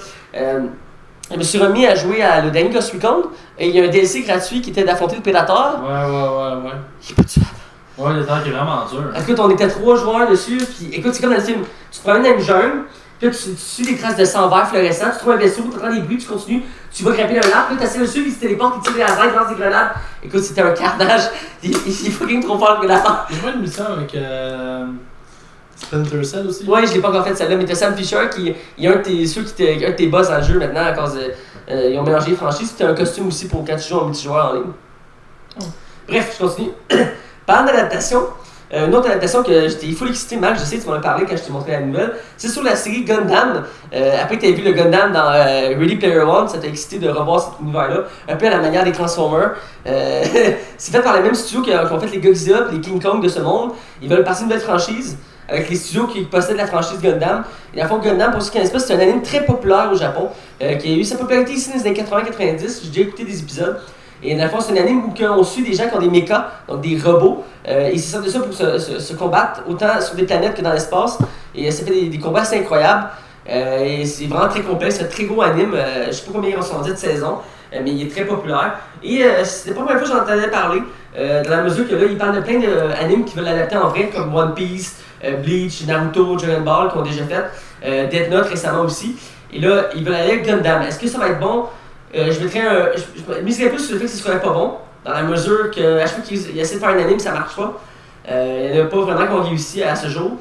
Je me suis remis à jouer à le dernier Ghost Recon et il y a un DLC gratuit qui était d'affronter le Predator. Ouais. Il est pas tuable. Ouais, le temps qui est vraiment dur. Écoute, on était 3 joueurs dessus, puis écoute, c'est comme dans le film. Tu te promènes dans une jungle, Puis là, tu suis des traces de sang vert fluorescent, tu trouves un vaisseau, tu entends des bruits, tu continues, tu vas grimper un arbre, puis là, tu essaies de le suivre, il se téléporte, il tire des lasers, il lance des grenades. Écoute, c'était un carnage. Il est fucking trop fort le grenade. J'ai joué une mission avec Splinter Cell aussi. Ouais, je l'ai pas encore fait celle-là, mais t'as Sam Fisher qui est un de tes boss dans le jeu maintenant à cause de. Ils ont mélangé les franchises, puis t'as un costume aussi pour quand tu joues en multijoueur en ligne. Bref, je continue. Parlant d'adaptation, une autre adaptation que j'étais full excité, Marc, je sais, tu m'en as parlé quand je t'ai montré la nouvelle, c'est sur la série Gundam. Après que tu vu le Gundam dans Ready Player One, ça t'a excité de revoir cet univers-là, un peu à la manière des Transformers. C'est fait par les mêmes studios qui ont fait les Godzilla et les King Kong de ce monde. Ils veulent passer une nouvelle franchise avec les studios qui possèdent la franchise Gundam. Et à fond, Gundam, pour ceux qui ne connaissent pas, c'est un anime très populaire au Japon, qui a eu sa popularité ici dans les années 80-90. J'ai déjà écouté des épisodes. Et dans le fond, c'est un anime où on suit des gens qui ont des mechas, donc des robots. Et c'est ça de ça pour se combattre autant sur des planètes que dans l'espace. Et ça fait des combats assez incroyables. Et c'est vraiment très complexe, c'est un très gros anime. Je sais pas combien ils ont sorti de saison, mais il est très populaire. Et c'était pas la première fois que j'en entendais parler, dans la mesure que là, ils parlent de plein d'animes qui veulent l'adapter en vrai, comme One Piece, Bleach, Naruto, Dragon Ball, qui ont déjà fait, Death Note récemment aussi. Et là, ils veulent aller avec Gundam. Est-ce que ça va être bon? Je miserais plus sur le fait que ce serait pas bon, dans la mesure que à chaque fois qu'ils essaient de faire un anime, ça marche pas. Il n'y en a pas vraiment qui ont réussi à ce jour.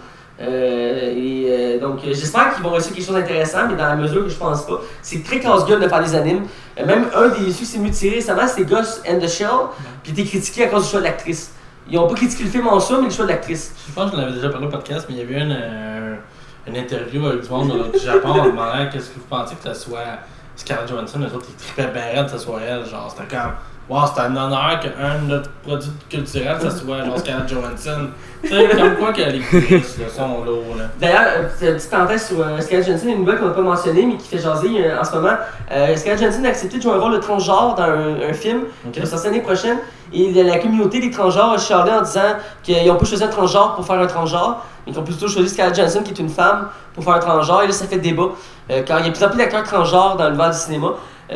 Donc j'espère qu'ils vont réussir quelque chose d'intéressant, mais dans la mesure que je pense pas. C'est très casse-gueule de faire des animes. Même un des succès mutilés récemment, c'est Ghost in the Shell, puis il était critiqué à cause du choix de l'actrice. Ils ont pas critiqué le film en soi, mais le choix de l'actrice. Je pense que je l'avais déjà parlé au podcast, mais il y avait une interview avec du monde du Japon en demandant qu'est-ce que vous pensez que ça soit Scarlett Johansson, eux autres, ils trippaient bien raide que ça soit elle. Genre, c'était comme, wow, c'est un honneur qu'un de notre produit culturel, ça soit genre Scarlett Johansson. Tu sais, comme quoi que les coulisses sont lourds, là. D'ailleurs, petite parenthèse sur Scarlett Johansson, une nouvelle qu'on n'a pas mentionnée, mais qui fait jaser en ce moment. Scarlett Johansson a accepté de jouer un rôle de transgenre dans un film qui va sortir l'année prochaine. Et la communauté des transgenres a chialé en disant qu'ils n'ont pas choisi un transgenre pour faire un transgenre, mais qu'ils ont plutôt choisi Scarlett Johansson, qui est une femme, pour faire un transgenre. Et là, ça fait débat. Car il y a plus en plus d'acteurs transgenres dans l'univers du cinéma.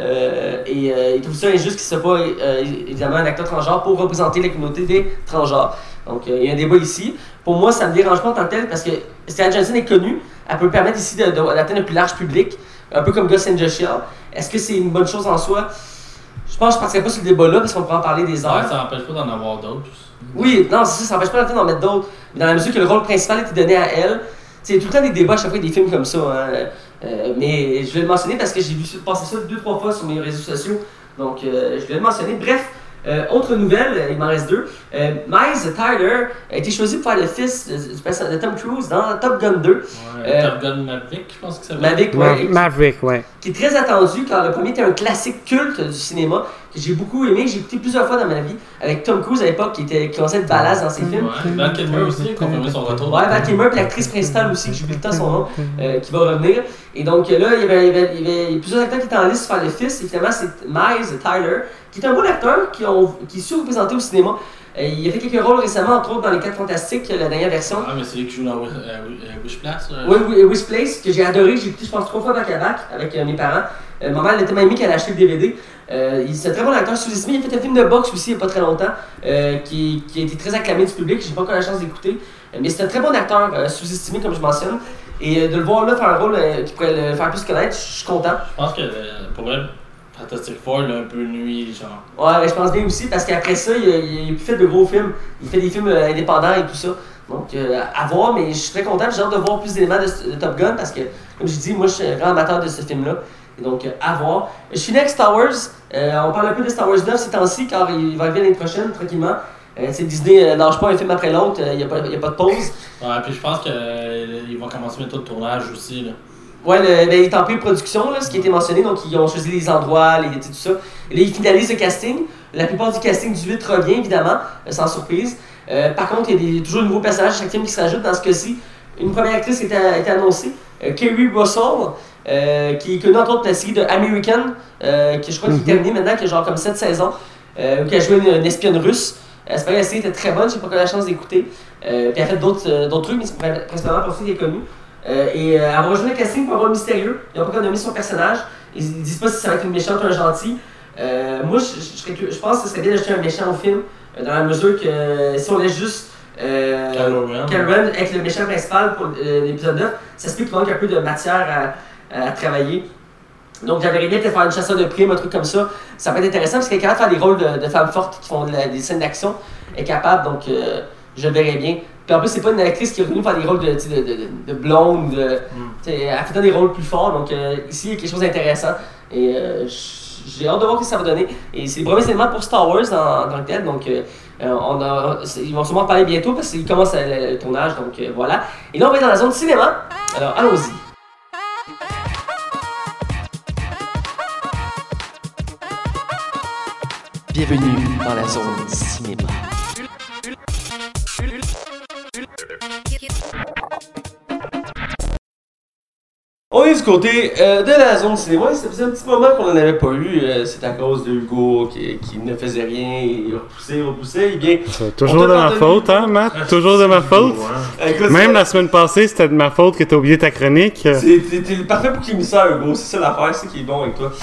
Ils trouvent ça injuste qu'il ne soit pas évidemment un acteur transgenre pour représenter la communauté des transgenres. Donc il y a un débat ici. Pour moi, ça ne me dérange pas en tant que tel parce que Scarlett Johansson est connue. Elle peut permettre ici d'atteindre un plus large public, un peu comme Ghost in the Shell. Est-ce que c'est une bonne chose en soi? Je pense que je ne partirai pas sur le débat là parce qu'on pourrait en parler des heures. Ouais, ça n'empêche pas d'en avoir d'autres. Oui, non, c'est ça, ça n'empêche pas d'en mettre d'autres. Mais dans la mesure que le rôle principal était donné à elle, il y a tout le temps des débats à chaque fois des films comme ça. Hein. Mais je vais le mentionner parce que j'ai vu passer ça 2-3 fois sur mes réseaux sociaux. Donc je vais le mentionner. Bref, autre nouvelle, il m'en reste deux. Miles Tyler a été choisi pour faire le fils de Tom Cruise dans Top Gun 2. Ouais, Top Gun Maverick, je pense que ça va. Maverick, ouais. Qui est très attendu car le premier était un classique culte du cinéma que j'ai beaucoup aimé, j'ai écouté plusieurs fois dans ma vie avec Tom Cruise à l'époque qui commençait à être badass dans ses films. Ouais, Val Kilmer aussi a confirmé son retour. Ouais, Val Kilmer, puis l'actrice principale aussi, que j'ai oublié le temps son nom, qui va revenir. Et donc là, il y avait plusieurs acteurs qui étaient en liste pour faire le fils, et finalement c'est Miles Tyler, qui est un bon acteur, qui est surreprésenté au cinéma. Il a fait quelques rôles récemment, entre autres dans Les 4 Fantastiques, la dernière version. Ah, mais c'est lui qui joue dans Wish Place. Oui, Wish Place, que j'ai adoré, j'ai écouté je pense 3 fois back-à-back avec mes parents. Ma mère était même aimée qu'elle a acheté le DVD. C'est un très bon acteur sous-estimé. Il a fait un film de boxe aussi il n'y a pas très longtemps, qui a été très acclamé du public. J'ai pas encore la chance d'écouter. Mais c'est un très bon acteur sous-estimé, comme je mentionne. Et de le voir là faire un rôle qui pourrait le faire plus connaître, je suis content. Je pense que pour elle, Fantastic Four l'a un peu nuit, genre. Ouais, je pense bien aussi, parce qu'après ça, il a plus fait de gros films. Il fait des films indépendants et tout ça. Donc, à voir, mais je suis très content. J'ai hâte de voir plus d'éléments de Top Gun, parce que, comme je dis, moi, je suis vraiment amateur de ce film-là. Et donc, à voir. Je finis avec Star Wars. On parle un peu de Star Wars 9 ces temps-ci, car il va arriver l'année prochaine, tranquillement. Disney lâche pas un film après l'autre, il n'y a pas de pause. Ouais, puis je pense qu'ils vont commencer bientôt le tournage aussi, là. Ouais, il est en pré-production, là, ce qui a été mentionné, donc ils ont choisi les endroits, tout ça. Et là, ils finalisent le casting. La plupart du casting du 8 revient, évidemment, sans surprise. Par contre, il y a toujours de nouveaux personnages, chaque film qui se rajoute. Dans ce cas-ci, une première actrice qui a été annoncée, Kerry Russell, qui est connue entre autres de la série de American, qui je crois qu'il est terminée maintenant, qui a genre comme 7 saisons, qui a joué une espionne russe. C'est pas la série était très bonne, j'ai pas eu la chance d'écouter. Puis elle a fait d'autres trucs, mais c'est principalement pour ça qu'elle est connue. Et elle va rejoindre le casting pour un rôle mystérieux. Ils n'ont pas encore nommé son personnage. Ils disent pas si ça va être une méchante ou un gentil. Moi, je pense que ce serait bien d'ajouter un méchant au film, dans la mesure que si on laisse juste Kylo Ren avec le méchant principal pour l'épisode 9. Ça se peut qu'il manque un peu de matière à travailler. Donc j'aimerais bien peut-être faire une chasseur de primes, un truc comme ça. Ça peut être intéressant parce qu'elle est capable de faire des rôles de femmes fortes qui font des scènes d'action. Elle est capable, donc je le verrais bien. Puis en plus, c'est pas une actrice qui est revenue faire des rôles de blonde. Elle fait des rôles plus forts, donc ici il y a quelque chose d'intéressant. Et j'ai hâte de voir ce que ça va donner. Et c'est le premier événement pour Star Wars dans le tel, donc ils vont sûrement en parler bientôt parce qu'ils commencent le tournage, donc voilà. Et là on va être dans la zone cinéma, alors allons-y. Bienvenue dans la zone cinéma. On est du côté de la zone cinéma. Ça faisait un petit moment qu'on n'en avait pas eu. C'est à cause de Hugo qui ne faisait rien. Il repoussait. Et bien, c'est toujours de ma faute, hein, Matt? Toujours de ma faute. Écoute, même la semaine passée, c'était de ma faute que t'as oublié ta chronique. T'es parfait pour qu'il ça, Hugo. C'est ça l'affaire, c'est qui est bon avec toi.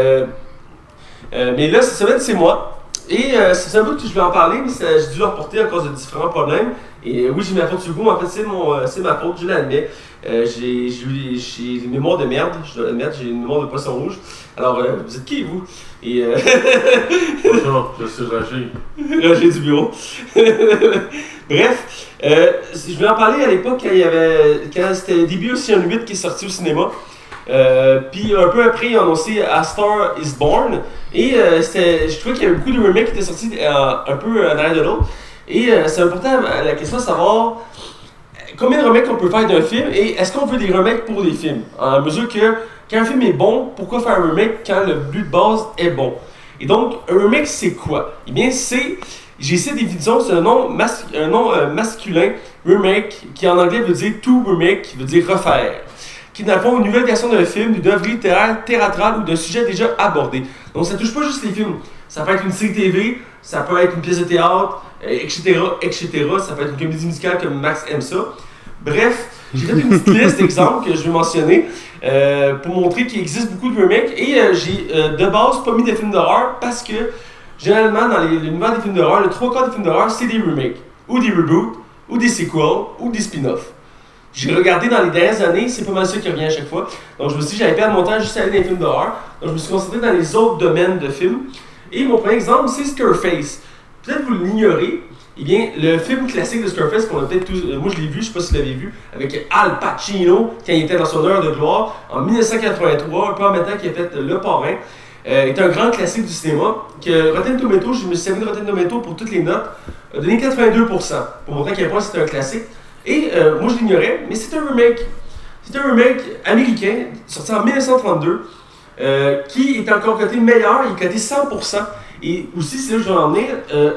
Mais là, cette semaine, c'est moi. Et c'est un bout que je vais en parler, mais j'ai dû le reporter à cause de différents problèmes. Et oui, j'ai mis la faute sur Hugo, mais en fait, c'est ma faute, je l'admets. J'ai une mémoire de merde, je dois l'admettre, j'ai une mémoire de poisson rouge. Alors, vous êtes qui, vous? Et Bonjour, je suis Roger. Roger du bureau. Bref, je vais en parler à l'époque quand c'était début Ocean 8 qui est sorti au cinéma. Puis un peu après, ils ont annoncé A Star Is Born. Et je trouvais qu'il y avait beaucoup de remakes qui étaient sortis un peu en arrière de l'autre. Et c'est important la question de savoir combien de remakes on peut faire d'un film et est-ce qu'on veut des remakes pour des films? En mesure que quand un film est bon, pourquoi faire un remake quand le but de base est bon? Et donc, un remake, c'est quoi? Eh bien, j'ai essayé des définitions, c'est un nom masculin, remake, qui en anglais veut dire to remake, qui veut dire refaire. Qui dans le fond une nouvelle version d'un film, d'une œuvre littéraire, théâtrale ou d'un sujet déjà abordé. Donc ça touche pas juste les films. Ça peut être une série TV, ça peut être une pièce de théâtre, etc., etc. Ça peut être une comédie musicale comme Max aime ça. Bref, j'ai fait une petite liste d'exemples que je vais mentionner pour montrer qu'il existe beaucoup de remakes. Et j'ai de base pas mis des films d'horreur parce que généralement dans l'univers des films d'horreur, le 3/4 des films d'horreur c'est des remakes, ou des reboots, ou des sequels, ou des spin-offs. J'ai regardé dans les dernières années, c'est pas mal ça qui revient à chaque fois. Donc je me suis dit, j'avais perdre mon temps juste à aller dans les films d'horreur. Donc je me suis concentré dans les autres domaines de films. Et mon premier exemple, c'est Scarface. Peut-être vous l'ignorez. Eh bien, le film classique de Scarface, qu'on a peut-être tous... moi je l'ai vu, je sais pas si vous l'avez vu, avec Al Pacino, quand il était dans son heure de gloire, en 1983, un peu en même temps qu'il a fait Le Parrain. Est un grand classique du cinéma. Que Rotten Tomatoes, je me suis servi de Rotten Tomatoes pour toutes les notes, a donné 82%. Pour montrer à quel point c'était un classique. Et moi je l'ignorais, mais c'est un remake. C'est un remake américain, sorti en 1932, qui est encore coté meilleur, il est coté 100%. Et aussi, c'est là que je vais en venir,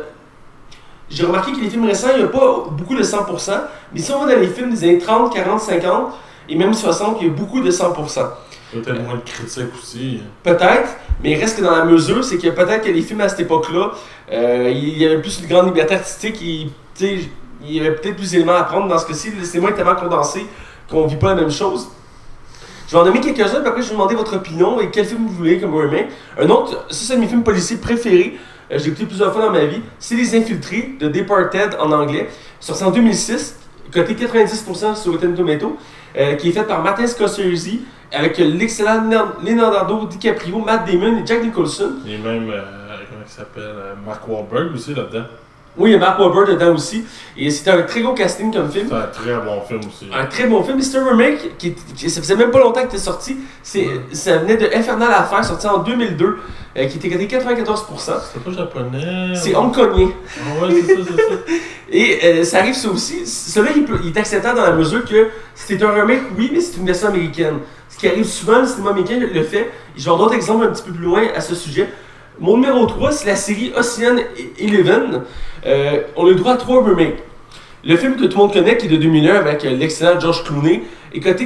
j'ai remarqué que les films récents, il n'y a pas beaucoup de 100%, mais si on va dans les films des années 30, 40, 50, et même 60, il y a beaucoup de 100%. Peut-être moins de critiques aussi. Peut-être, mais il reste que dans la mesure, c'est que peut-être que les films à cette époque-là, il y avait plus une grande liberté artistique, il y avait peut-être plus d'éléments à prendre. Dans ce cas-ci, le cinéma est tellement condensé qu'on ne vit pas la même chose. Je vais en nommer quelques-uns, puis après je vais vous demander votre opinion et quel film vous voulez comme remake. Un autre, ça c'est un de mes films policiers préférés, j'ai écouté plusieurs fois dans ma vie, c'est Les Infiltrés, de Departed en anglais, sorti en 2006, coté 90% sur Rotten Tomatoes, qui est fait par Martin Scorsese, avec l'excellent Leonardo DiCaprio, Matt Damon et Jack Nicholson. Et même, comment il s'appelle, Mark Wahlberg aussi là-dedans. Oui, il y a Mark Wahlberg dedans aussi. Et c'était un très gros casting comme film. C'est un très bon film aussi. Un très bon film. Et c'est un remake ça faisait même pas longtemps qu'il était sorti. Ça venait de Infernal Affair, sorti en 2002, qui était coté 94%. C'est pas japonais. C'est hongkonien. Ah ouais, c'est ça. Et ça arrive ça aussi. Celui-là, il est acceptable dans la mesure que c'est un remake, oui, mais c'est une version américaine. Ce qui arrive souvent, le cinéma américain le fait. Et je vais avoir d'autres exemples un petit peu plus loin à ce sujet. Mon numéro 3, c'est la série Ocean 11. On a le droit à 3 remakes. Le film que tout le monde connaît, qui est de 2001 avec l'excellent George Clooney, est coté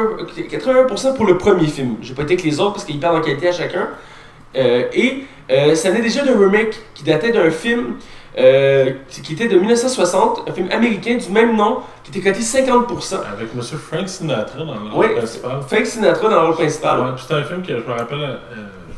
81% pour le premier film. Je vais pas été avec les autres parce qu'ils perdent en qualité à chacun. Ça venait déjà d'un remake qui datait d'un film qui était de 1960, un film américain du même nom, qui était coté 50%. Avec M. Frank Sinatra dans le rôle principal. Frank Sinatra dans le rôle principal. Ouais, c'est un film que je me rappelle, je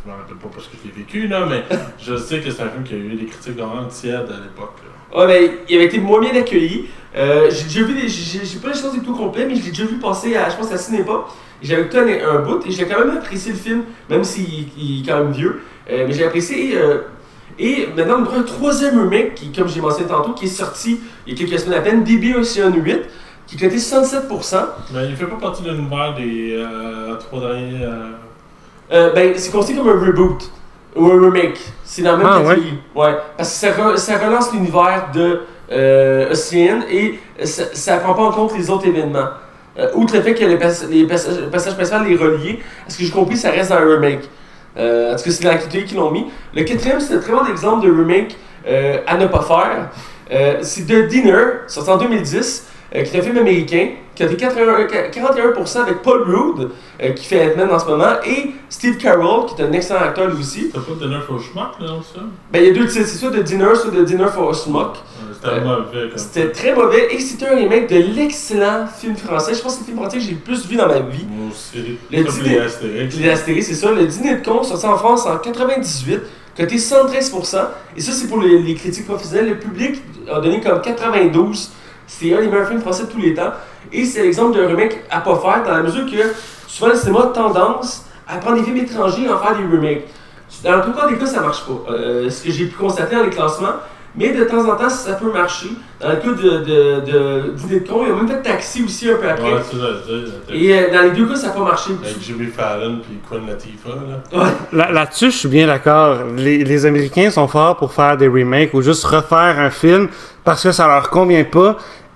je m'en rappelle pas parce que je l'ai vécu, là, mais je sais que c'est un film qui a eu des critiques vraiment tièdes à l'époque. Ouais, ben, il avait été moins bien accueilli. J'ai déjà vu j'ai pas la chance du tout complet, mais je l'ai déjà vu passer à, je pense, à Cinépa. J'avais écouté un bout et j'ai quand même apprécié le film, même s'il est quand même vieux. Mais j'ai apprécié. Et maintenant, on a un troisième remake, qui, comme j'ai mentionné tantôt, qui est sorti il y a quelques semaines à peine, DB Ocean 8, qui cotait 67%. Mais il fait pas partie de l'univers des 3 derniers. Ben, c'est considéré comme un reboot. Ou un remake. C'est dans la même catégorie. Ouais. Parce que ça relance l'univers de Ocean et ça prend pas en compte les autres événements. Outre le fait que le passage principal est relié, à ce que j'ai compris, ça reste dans un remake. En tout cas, c'est dans la catégorie qu'ils l'ont mis. Le quatrième, c'est un très bon exemple de remake à ne pas faire. C'est The Dinner, sorti en 2010, qui est un film américain, qui a fait 41% avec Paul Rudd, qui fait Ant-Man en ce moment, et Steve Carell, qui est un excellent acteur lui aussi. T'as pas Dinner for Schmuck, là, ça? Ben, il y a deux titres, c'est soit The Dinner, soit The Dinner for Schmuck. C'était mauvais, comme C'était très mauvais, et c'était un remake de l'excellent film français. Je pense que c'est le film français que j'ai le plus vu dans ma vie. Moi aussi. Comme les Astérix. Les Astérix, c'est ça. Le Dîner de con, sorti en France en 98, coté 113%. Et ça, c'est pour les critiques professionnelles. Le public a donné comme 92. C'est un des meilleurs films français de tous les temps. Et c'est l'exemple d'un remake à pas faire, dans la mesure que souvent le cinéma a tendance à prendre des films étrangers et en faire des remakes. Dans la plupart des cas, ça marche pas. Ce que j'ai pu constater dans les classements. Mais de temps en temps, ça peut marcher. Dans le cas de Dîner de con, ils ont même fait Taxi aussi un peu après. Ouais, c'est ça. Et dans les deux cas, ça n'a pas marché. Avec Jimmy Fallon puis Queen Latifah, là. Ouais. Là-dessus, je suis bien d'accord. Les Américains sont forts pour faire des remakes ou juste refaire un film parce que ça leur convient pas.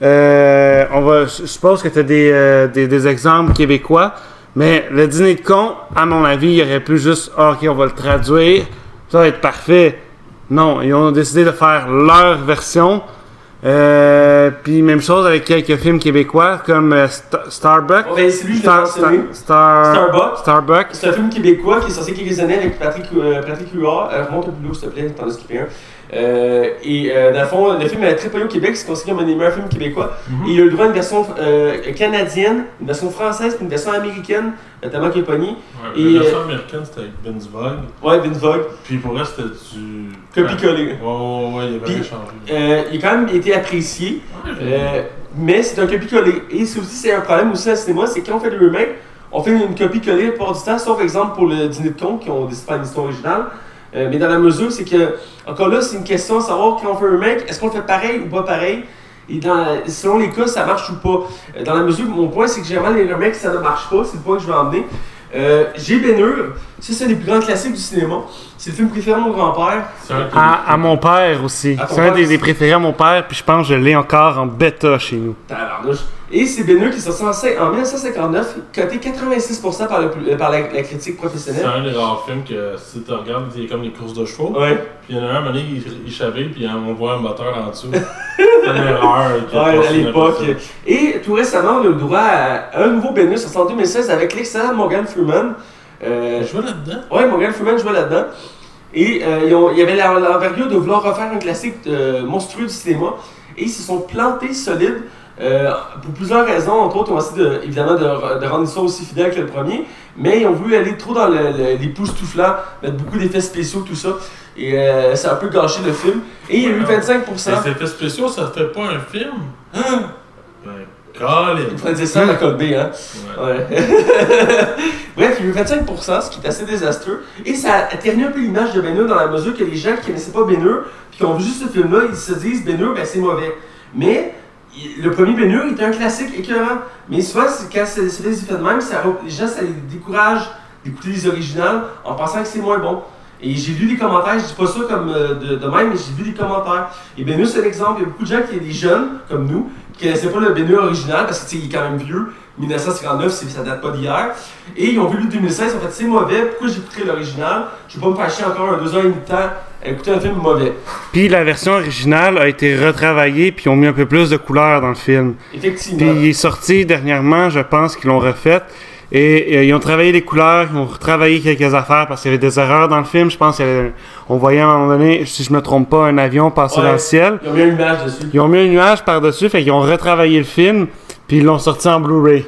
Je suppose que tu as des exemples québécois, mais le Dîner de con, à mon avis, il aurait pu juste, ok, on va le traduire, ça va être parfait. Non, ils ont décidé de faire leur version. Puis même chose avec quelques films québécois comme Starbuck. Ouais, c'est lui qui l'a mentionné. Starbuck. C'est un film québécois qui est sorti quelques années avec Patrick Huard. Remonte au plus haut, s'il te plaît, t'en as skippé un. Dans le fond, le film est très connu au Québec, c'est considéré comme un des meilleurs films québécois. Et il a eu le droit à une version canadienne, une version française, puis une version américaine, notamment qui est pogné. Ouais, la version américaine, c'était avec Vince Vogue. Ouais, Vince Vogue. Puis pour elle, c'était du. Copie-collé. Ouais, il avait rien changé. Il a quand même été apprécié, mais c'est un copie-collé. Et c'est un problème aussi à cinéma, c'est quand on fait des remakes, on fait une copie-collée la plupart du temps, sauf exemple pour le Dîner de con, qui ont décidé de faire une histoire originale. Mais dans la mesure, c'est que, encore là, c'est une question de savoir quand on fait un remake, est-ce qu'on le fait pareil ou pas pareil? Et selon les cas, ça marche ou pas. Dans la mesure, mon point, c'est que généralement, les remakes, ça ne marche pas, c'est le point que je veux emmener. J'ai Ben-Hur, ça c'est un des plus grands classiques du cinéma. C'est le film préféré de mon grand-père. À mon père aussi. C'est un des préférés à mon père, puis je pense que je l'ai encore en bêta chez nous. Et c'est Ben-Hur qui est sorti en 1959, coté 86% par la critique professionnelle. C'est un des rares films que si tu regardes, il y a comme les courses de chevaux. Ouais. Puis il y en a un moment donné, il chavait, puis on voit un moteur en dessous. C'est une erreur. Ouais, à l'époque. Et tout récemment, on a eu le droit à un nouveau Ben-Hur sorti en 2016 avec l'excellent Morgan Freeman. Il jouait là-dedans? Ouais, Morgan Freeman jouait là-dedans. Et il y avait l'envergure de vouloir refaire un classique monstrueux du cinéma. Et ils se sont plantés solides pour plusieurs raisons. Entre autres, ils ont essayé évidemment de rendre l'histoire aussi fidèle que le premier. Mais ils ont voulu aller trop dans les pouces-toufflants, mettre beaucoup d'effets spéciaux, tout ça. Et ça a un peu gâché le film. Et il y a eu 25%. Les effets spéciaux, ça fait pas un film? Colin! Il faudrait dire ça à la Colbé, hein? Ouais. Bref, il y a eu 25%, ce qui est assez désastreux. Et ça a terni un peu l'image de Ben-Hur dans la mesure que les gens qui connaissaient pas Ben-Hur, puis qui ont vu juste ce film-là, ils se disent Ben-Hur, ben c'est mauvais. Mais le premier Ben-Hur était un classique écœurant. Mais souvent, quand c'est des effets de même, les gens, ça les décourage d'écouter les originales en pensant que c'est moins bon. Et j'ai lu des commentaires, je dis pas ça comme de même, mais j'ai lu des commentaires. Et Ben-Hur, c'est l'exemple. Il y a beaucoup de gens des jeunes, comme nous, qui ne connaissaient pas le Ben-Hur original, parce qu'il est quand même vieux. 1959, ça date pas d'hier. Et ils ont vu le 2016, ils ont fait c'est mauvais, pourquoi j'écouterais l'original? Je vais pas me faire chier encore 2 heures et demie de temps à écouter un film mauvais. Puis la version originale a été retravaillée, puis ils ont mis un peu plus de couleurs dans le film. Effectivement. Puis il est sorti dernièrement, je pense qu'ils l'ont refait. Et ils ont travaillé les couleurs, ils ont retravaillé quelques affaires parce qu'il y avait des erreurs dans le film. Je pense qu'on voyait à un moment donné, si je me trompe pas, un avion passer dans le ciel. Ils ont mis un nuage dessus. Ils ont mis un nuage par-dessus, fait qu'ils ont retravaillé le film, puis ils l'ont sorti en Blu-ray.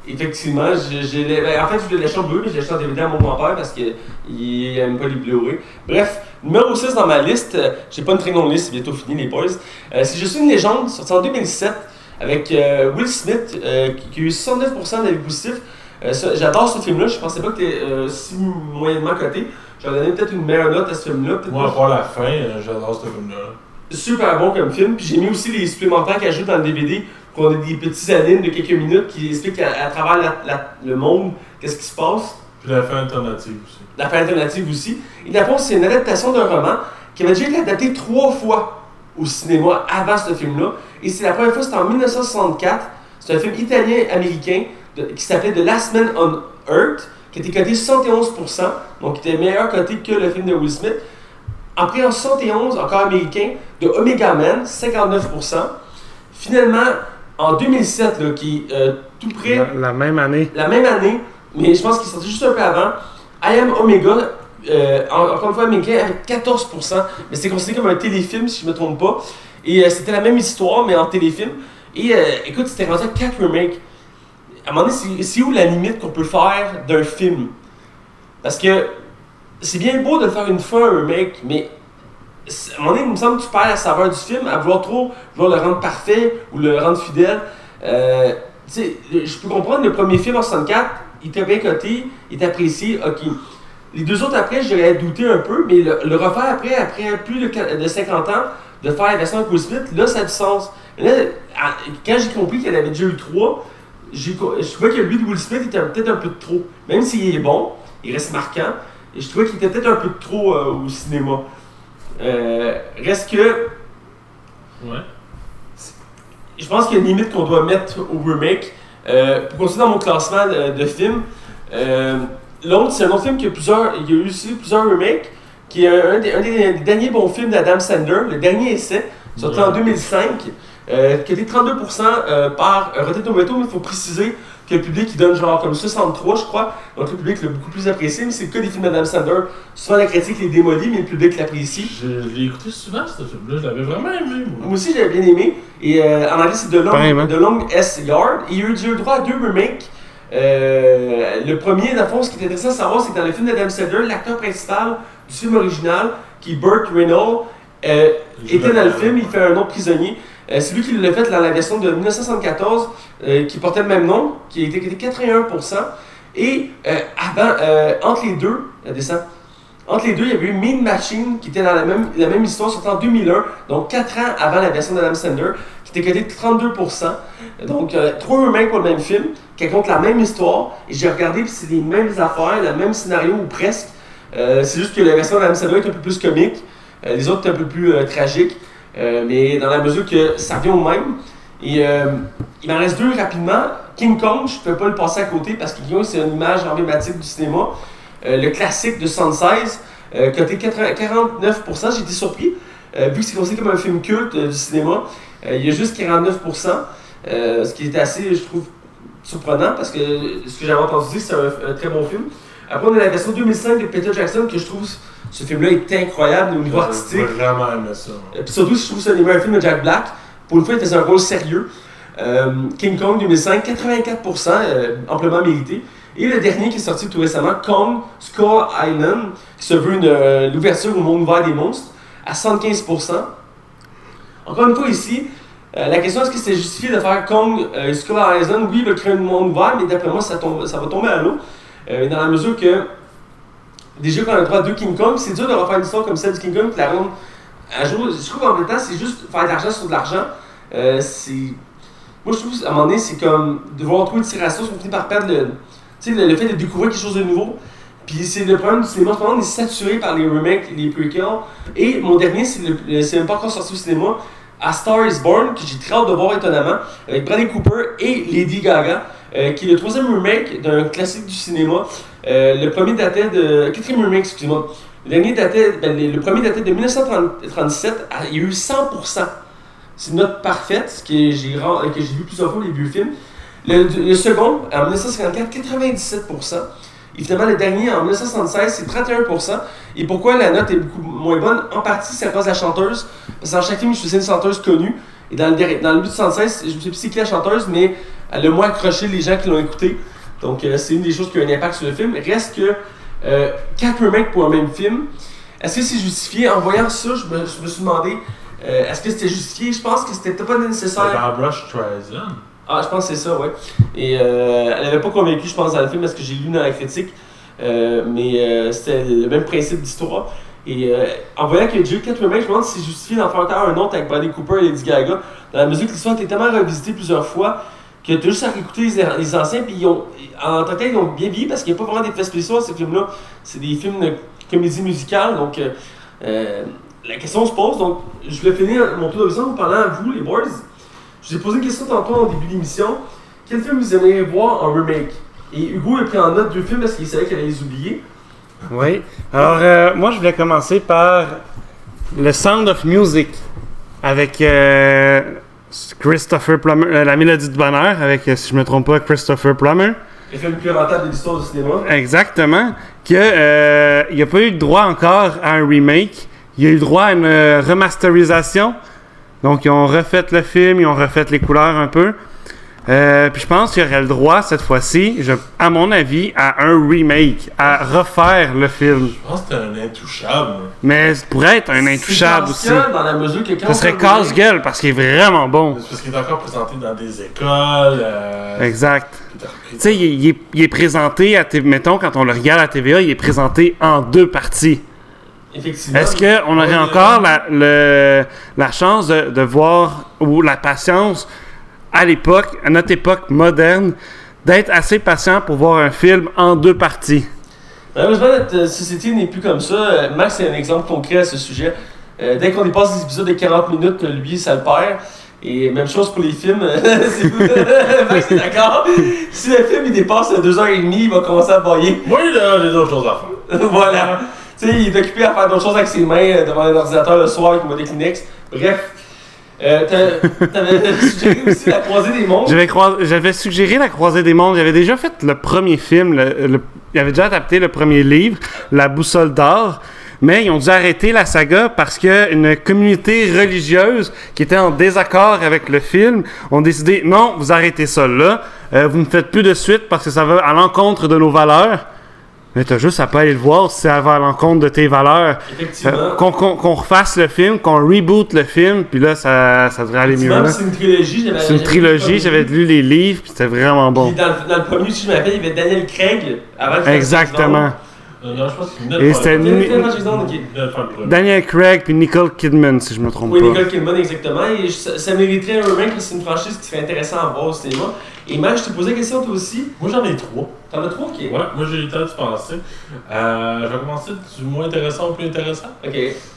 Effectivement, en fait, je voulais l'acheter en Blu-ray, mais je l'ai acheté en DVD à mon grand-père parce qu'il n'aime pas les Blu-ray. Bref, numéro 6 dans ma liste, j'ai pas une très longue liste, c'est bientôt fini les boys. C'est Je suis une légende, sorti en 2007, avec Will Smith, qui a eu 69% d'avis positifs. J'adore ce film-là, je pensais pas que t'es si moyennement coté. J'aurais donné peut-être une meilleure note à ce film-là. Moi, à part la fin, j'adore ce film-là. Super bon comme film, puis j'ai mis aussi les supplémentaires qu'elle ajoute dans le DVD. On a des petits animes de quelques minutes qui expliquent à travers le monde qu'est-ce qui se passe. Puis la fin alternative aussi. La fin alternative aussi. Et dans le fond, c'est une adaptation d'un roman qui avait déjà été adapté 3 fois au cinéma avant ce film-là. Et c'est la première fois, c'était en 1964. C'est un film italien-américain qui s'appelait The Last Man on Earth, qui était coté 71%, donc qui était meilleur coté que le film de Will Smith. Après, en 71, encore américain, de Omega Man, 59%. Finalement, en 2007, là, qui est tout près... La même année. La même année, mais je pense qu'il est sorti juste un peu avant. I Am Omega, encore une fois américain, avec 14%. Mais c'est considéré comme un téléfilm, si je ne me trompe pas. Et c'était la même histoire, mais en téléfilm. Et écoute, c'était rendu à 4 remakes. À un moment donné, c'est où la limite qu'on peut faire d'un film? Parce que c'est bien beau de faire une fois un remake, mais à un moment donné, il me semble que tu perds la saveur du film à vouloir le rendre parfait ou le rendre fidèle. Je peux comprendre le premier film en 64, il était bien coté, il était apprécié, ok. Les deux autres après, j'aurais douté un peu, mais le refaire après plus de 50 ans, de faire la version avec Will Smith, là ça a du sens. Là, quand j'ai compris qu'il y en avait déjà eu 3, je trouvais que lui de Will Smith était peut-être un peu de trop. Même s'il est bon, il reste marquant, et je trouvais qu'il était peut-être un peu de trop au cinéma. Reste que. Ouais. Je pense qu'il y a une limite qu'on doit mettre au remake. Pour continuer dans mon classement de films, l'autre, c'est un autre film il y a eu aussi plusieurs remakes, qui est un des derniers bons films d'Adam Sandler, le dernier essai, sorti en 2005, qui a été 32% par Rotten Tomatoes, mais il faut préciser que le public il donne genre comme 63, je crois. Donc le public l'a beaucoup plus apprécié, mais c'est que des films d'Adam Sandler. Souvent la critique les démolit, mais le public l'apprécie. Je l'ai écouté souvent ce film-là, je l'avais vraiment aimé. Moi aussi j'avais bien aimé. Et en anglais c'est The Long S Yard. Et il a eu le droit à 2 remakes. Le premier, dans le fond, ce qui est intéressant à savoir, c'est que dans le film d'Adam Sandler, l'acteur principal du film original, qui est Burt Reynolds, était dans le film, il fait un autre prisonnier. C'est lui qui l'a fait dans la version de 1974, qui portait le même nom, qui était 81%. Et entre les deux, il y avait eu Mean Machine, qui était dans la même histoire, sorti en 2001, donc 4 ans avant la version d'Adam Sandler, qui était coté 32%. Donc, 3 remakes pour le même film, qui racontent la même histoire. Et j'ai regardé, puis c'est les mêmes affaires, le même scénario, ou presque. C'est juste que la version d'Adam Sandler est un peu plus comique, les autres sont un peu plus tragiques. Mais dans la mesure que ça vient au même. Et il m'en reste 2 rapidement. King Kong, je ne peux pas le passer à côté parce que King Kong, c'est une image emblématique du cinéma. Le classique de 76, coté 49%, j'ai été surpris. Vu que c'est considéré comme un film culte du cinéma, il y a juste 49%. Ce qui était assez, je trouve, surprenant parce que ce que j'avais entendu dire, c'est un très bon film. Après, on a la version 2005 de Peter Jackson que je trouve. Ce film-là est incroyable au niveau artistique. J'ai vraiment aimé ça. Puis surtout, je trouve que c'est un des meilleurs films de Jack Black. Pour une fois, il faisait un rôle sérieux. King Kong 2005, 84%, amplement mérité. Et le dernier qui est sorti tout récemment, Kong Skull Island, qui se veut l'ouverture au monde ouvert des monstres, à 75%. Encore une fois ici, la question est-ce que c'est justifié de faire Kong Skull Island? Oui, il va créer un monde ouvert, mais d'après moi, ça va tomber à l'eau. Dans la mesure que déjà qu'on a le droit à 2 King Kong, c'est dur de refaire une histoire comme celle du King Kong qui la rend à jour. Je trouve qu'en même temps, c'est juste faire de l'argent sur de l'argent. Moi, je trouve qu'à un moment donné, c'est comme devoir trouver une ration, on finit par perdre le fait de découvrir quelque chose de nouveau. Puis c'est le problème du cinéma, on est saturé par les remakes, les prequels. Et mon dernier, c'est même pas encore sorti au cinéma, A Star is Born, que j'ai très hâte de voir étonnamment, avec Bradley Cooper et Lady Gaga. Qui est le 3e remake d'un classique du cinéma. Le premier datait de... 4e remake, excusez-moi. Le premier datait de 1937. Il y a eu 100%. C'est une note parfaite, que j'ai vu plusieurs fois les vieux films. Le second, en 1954, 97%. Et finalement, le dernier, en 1976, c'est 31%. Et pourquoi la note est beaucoup moins bonne? En partie, c'est à cause de la chanteuse. Parce que dans chaque film, je faisais une chanteuse connue. Et dans le but de 76, je ne sais plus c'est qui la chanteuse, mais elle a moins accroché les gens qui l'ont écouté. Donc, c'est une des choses qui a un impact sur le film. Reste que 4 remakes pour un même film. Est-ce que c'est justifié? En voyant ça, je me suis demandé, est-ce que c'était justifié? Je pense que c'était pas nécessaire. C'est Barbra Streisand. Ah, je pense que c'est ça, ouais. Et elle avait pas convaincu, je pense, dans le film, parce que j'ai lu dans la critique. Mais c'était le même principe d'histoire. Et en voyant qu'il y a déjà eu 4 remakes, je me demande si c'est justifié d'en faire encore un autre avec Bradley Cooper et Lady Gaga. Dans la mesure que l'histoire a été tellement revisitée plusieurs fois que tu as juste à réécouter les anciens, puis en tant que tel, ils ont bien vieilli parce qu'il n'y a pas vraiment d'effets spéciaux, ces films-là. C'est des films de comédie musicale, donc la question se pose. Donc, je voulais finir mon tour d'horizon en parlant à vous, les boys. Je vous ai posé une question tantôt en début d'émission. Quel film vous aimeriez voir en remake? Et Hugo a pris en note 2 films parce qu'il savait qu'il allait les oublier. Oui. Alors, moi, je voulais commencer par le Sound of Music avec Christopher Plummer, La Mélodie du Bonheur, avec, si je ne me trompe pas, Christopher Plummer. Le film le plus rentable de l'histoire du cinéma. Exactement. Il n'y a pas eu le droit encore à un remake. Il y a eu le droit à une remasterisation. Donc, ils ont refait le film, ils ont refait les couleurs un peu. Puis je pense qu'il y aurait le droit, cette fois-ci, à mon avis, à un remake, à refaire le film. Je pense que c'est un intouchable. Mais ça pourrait être un intouchable aussi. Dans la mesure que quand ça serait casse-gueule parce qu'il est vraiment bon. C'est parce qu'il est encore présenté dans des écoles. Exact. Tu sais, il est présenté, mettons, quand on le regarde à TVA, il est présenté en 2 parties. Effectivement. Est-ce qu'on aurait encore la chance de voir, ou la patience, à notre époque moderne, d'être assez patient pour voir un film en 2 parties? Malheureusement, notre société n'est plus comme ça. Max est un exemple concret à ce sujet. Dès qu'on dépasse des épisodes de 40 minutes, lui, ça le perd. Et même chose pour les films. Max est d'accord. Si le film il dépasse 2h30, il va commencer à bailler. Moi, j'ai d'autres choses à faire. Voilà. Tu sais, il est occupé à faire d'autres choses avec ses mains devant un ordinateur le soir avec des Kleenex. Bref. T'avais suggéré aussi La Croisée des Mondes. J'avais suggéré La Croisée des Mondes. J'avais déjà fait le premier film. Il avait déjà adapté le premier livre, La Boussole d'or. Mais ils ont dû arrêter la saga parce qu'une communauté religieuse qui était en désaccord avec le film ont décidé non, vous arrêtez ça là. Vous ne faites plus de suite parce que ça va à l'encontre de nos valeurs. Mais t'as juste à pas aller le voir si ça va à l'encontre de tes valeurs. Effectivement. Qu'on refasse le film, qu'on reboot le film, puis là, ça devrait aller mieux. C'est une trilogie. C'est une trilogie, j'avais lu les livres, puis c'était vraiment bon. Puis dans le premier, si je me rappelle, il y avait Daniel Craig avant de Exactement. Non, je pense que Et c'était Daniel Craig puis Nicole Kidman, si je me trompe pas. Oui, Nicole Kidman, exactement. Et ça mériterait un remake, c'est une franchise qui serait intéressante à voir au cinéma. Et Max, je te posais la question toi aussi. Moi, j'en ai 3. T'en as 3, ok? Ouais, moi j'ai eu le temps de penser. Je vais commencer du moins intéressant au plus intéressant. Ok.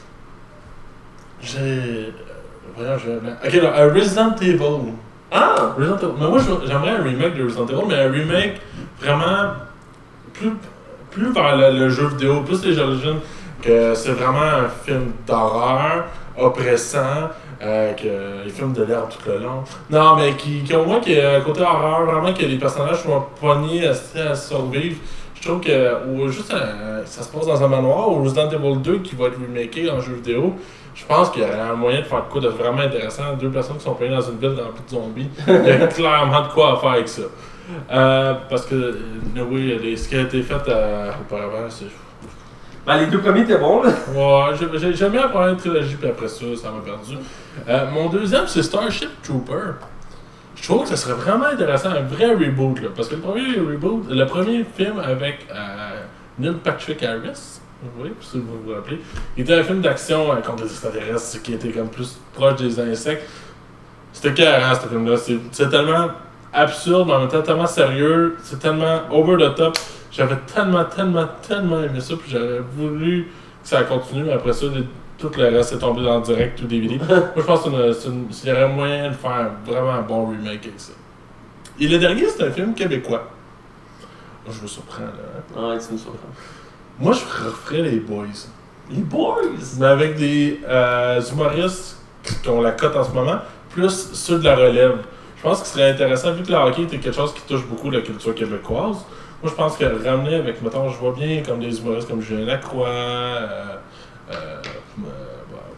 Ok, là, Resident Evil. Ah! Resident Evil. Mais moi, j'aimerais un remake de Resident Evil, mais un remake vraiment plus vers le jeu vidéo, plus les origines, que c'est vraiment un film d'horreur, oppressant, que les films de l'herbe tout le long. Non, mais qui au moins qui a un côté horreur, vraiment que les personnages sont poignés à survivre. Je trouve que ça se passe dans un manoir, ou Resident Evil 2 qui va être remaké en jeu vidéo. Je pense qu'il y aurait un moyen de faire quoi de vraiment intéressant. 2 personnes qui sont poignées dans une ville remplie de zombies. Il y a clairement de quoi à faire avec ça. Parce que, oui, ce qui a été fait auparavant, c'est. Ben, les 2 premiers étaient bons, là. Ouais, j'aime bien la première trilogie, puis après ça m'a perdu. Mon deuxième, c'est Starship Trooper. Je trouve que ça serait vraiment intéressant, un vrai reboot, là. Parce que le premier film avec Neil Patrick Harris, oui, si vous vous rappelez, il était un film d'action contre les extraterrestres qui était comme plus proche des insectes. C'était carré, ce film-là. C'est tellement absurde, mais en même temps tellement sérieux, c'est tellement over the top. J'avais tellement aimé ça, puis j'aurais voulu que ça continue, mais après ça, tout le reste est tombé dans le direct ou DVD. Moi, je pense qu'il y aurait moyen de faire vraiment un bon remake avec ça. Et le dernier, c'est un film québécois. Moi, je me surprends, là. Ouais, tu me surprends. Moi, je referais les Boys. Les Boys? Mais avec des humoristes qui ont la cote en ce moment, plus ceux de la relève. Je pense que ce serait intéressant, vu que le hockey était quelque chose qui touche beaucoup la culture québécoise. Moi, je pense que ramener avec, mettons, je vois bien comme des humoristes comme Julien Lacroix, je vais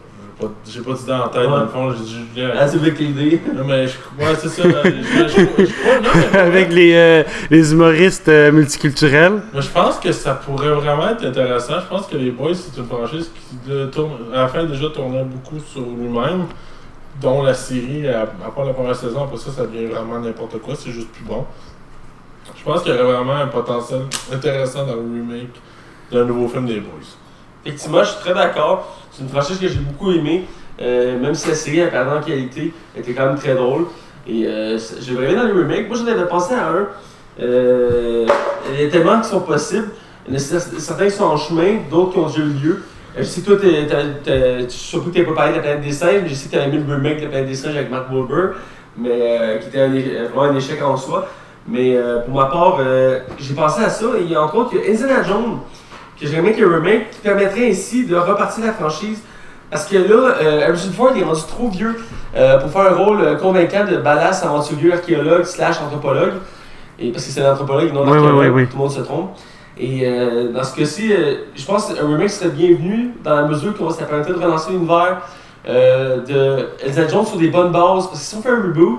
j'ai pas d'idée en tête, dans le fond, j'ai dit Julien. Ah, c'est avec l'idée. Non, mais ouais, c'est ça. Non, Avec les humoristes multiculturels. mais je pense que ça pourrait vraiment être intéressant. Je pense que les Boys, c'est une franchise qui à la fin déjà tournait beaucoup sur lui-même, dont la série, à part la première saison, après ça devient vraiment n'importe quoi, c'est juste plus bon. Je pense qu'il y aurait vraiment un potentiel intéressant dans le remake d'un nouveau film des Boys. Effectivement, je suis très d'accord. C'est une franchise que j'ai beaucoup aimée. Même si la série a perdu en qualité, elle était quand même très drôle. Et j'ai vraiment dans les remakes. Moi, j'en avais pensé à un. Il y a tellement qui sont possibles. Il y en a certains qui sont en chemin, d'autres qui ont déjà eu lieu. Je sais que toi, surtout que tu n'as pas parlé de la planète des singes, mais je sais que tu avais aimé le remake de la planète des singes avec Mark Wahlberg, mais qui était vraiment un échec en soi. Mais pour ma part, j'ai pensé à ça. Et il y a entre autres Indiana Jones, que j'aimerais qu'il y ait un remake qui permettrait ainsi de repartir la franchise. Parce que là, Harrison Ford est rendu trop vieux pour faire un rôle convaincant de badass aventurier, archéologue / anthropologue. Et parce que c'est un anthropologue et non un archéologue, tout le monde se trompe. Et dans ce cas-ci, je pense qu'un remake serait bienvenu dans la mesure que ça permettrait de relancer l'univers de Indiana Jones sur des bonnes bases. Parce que si on fait un reboot,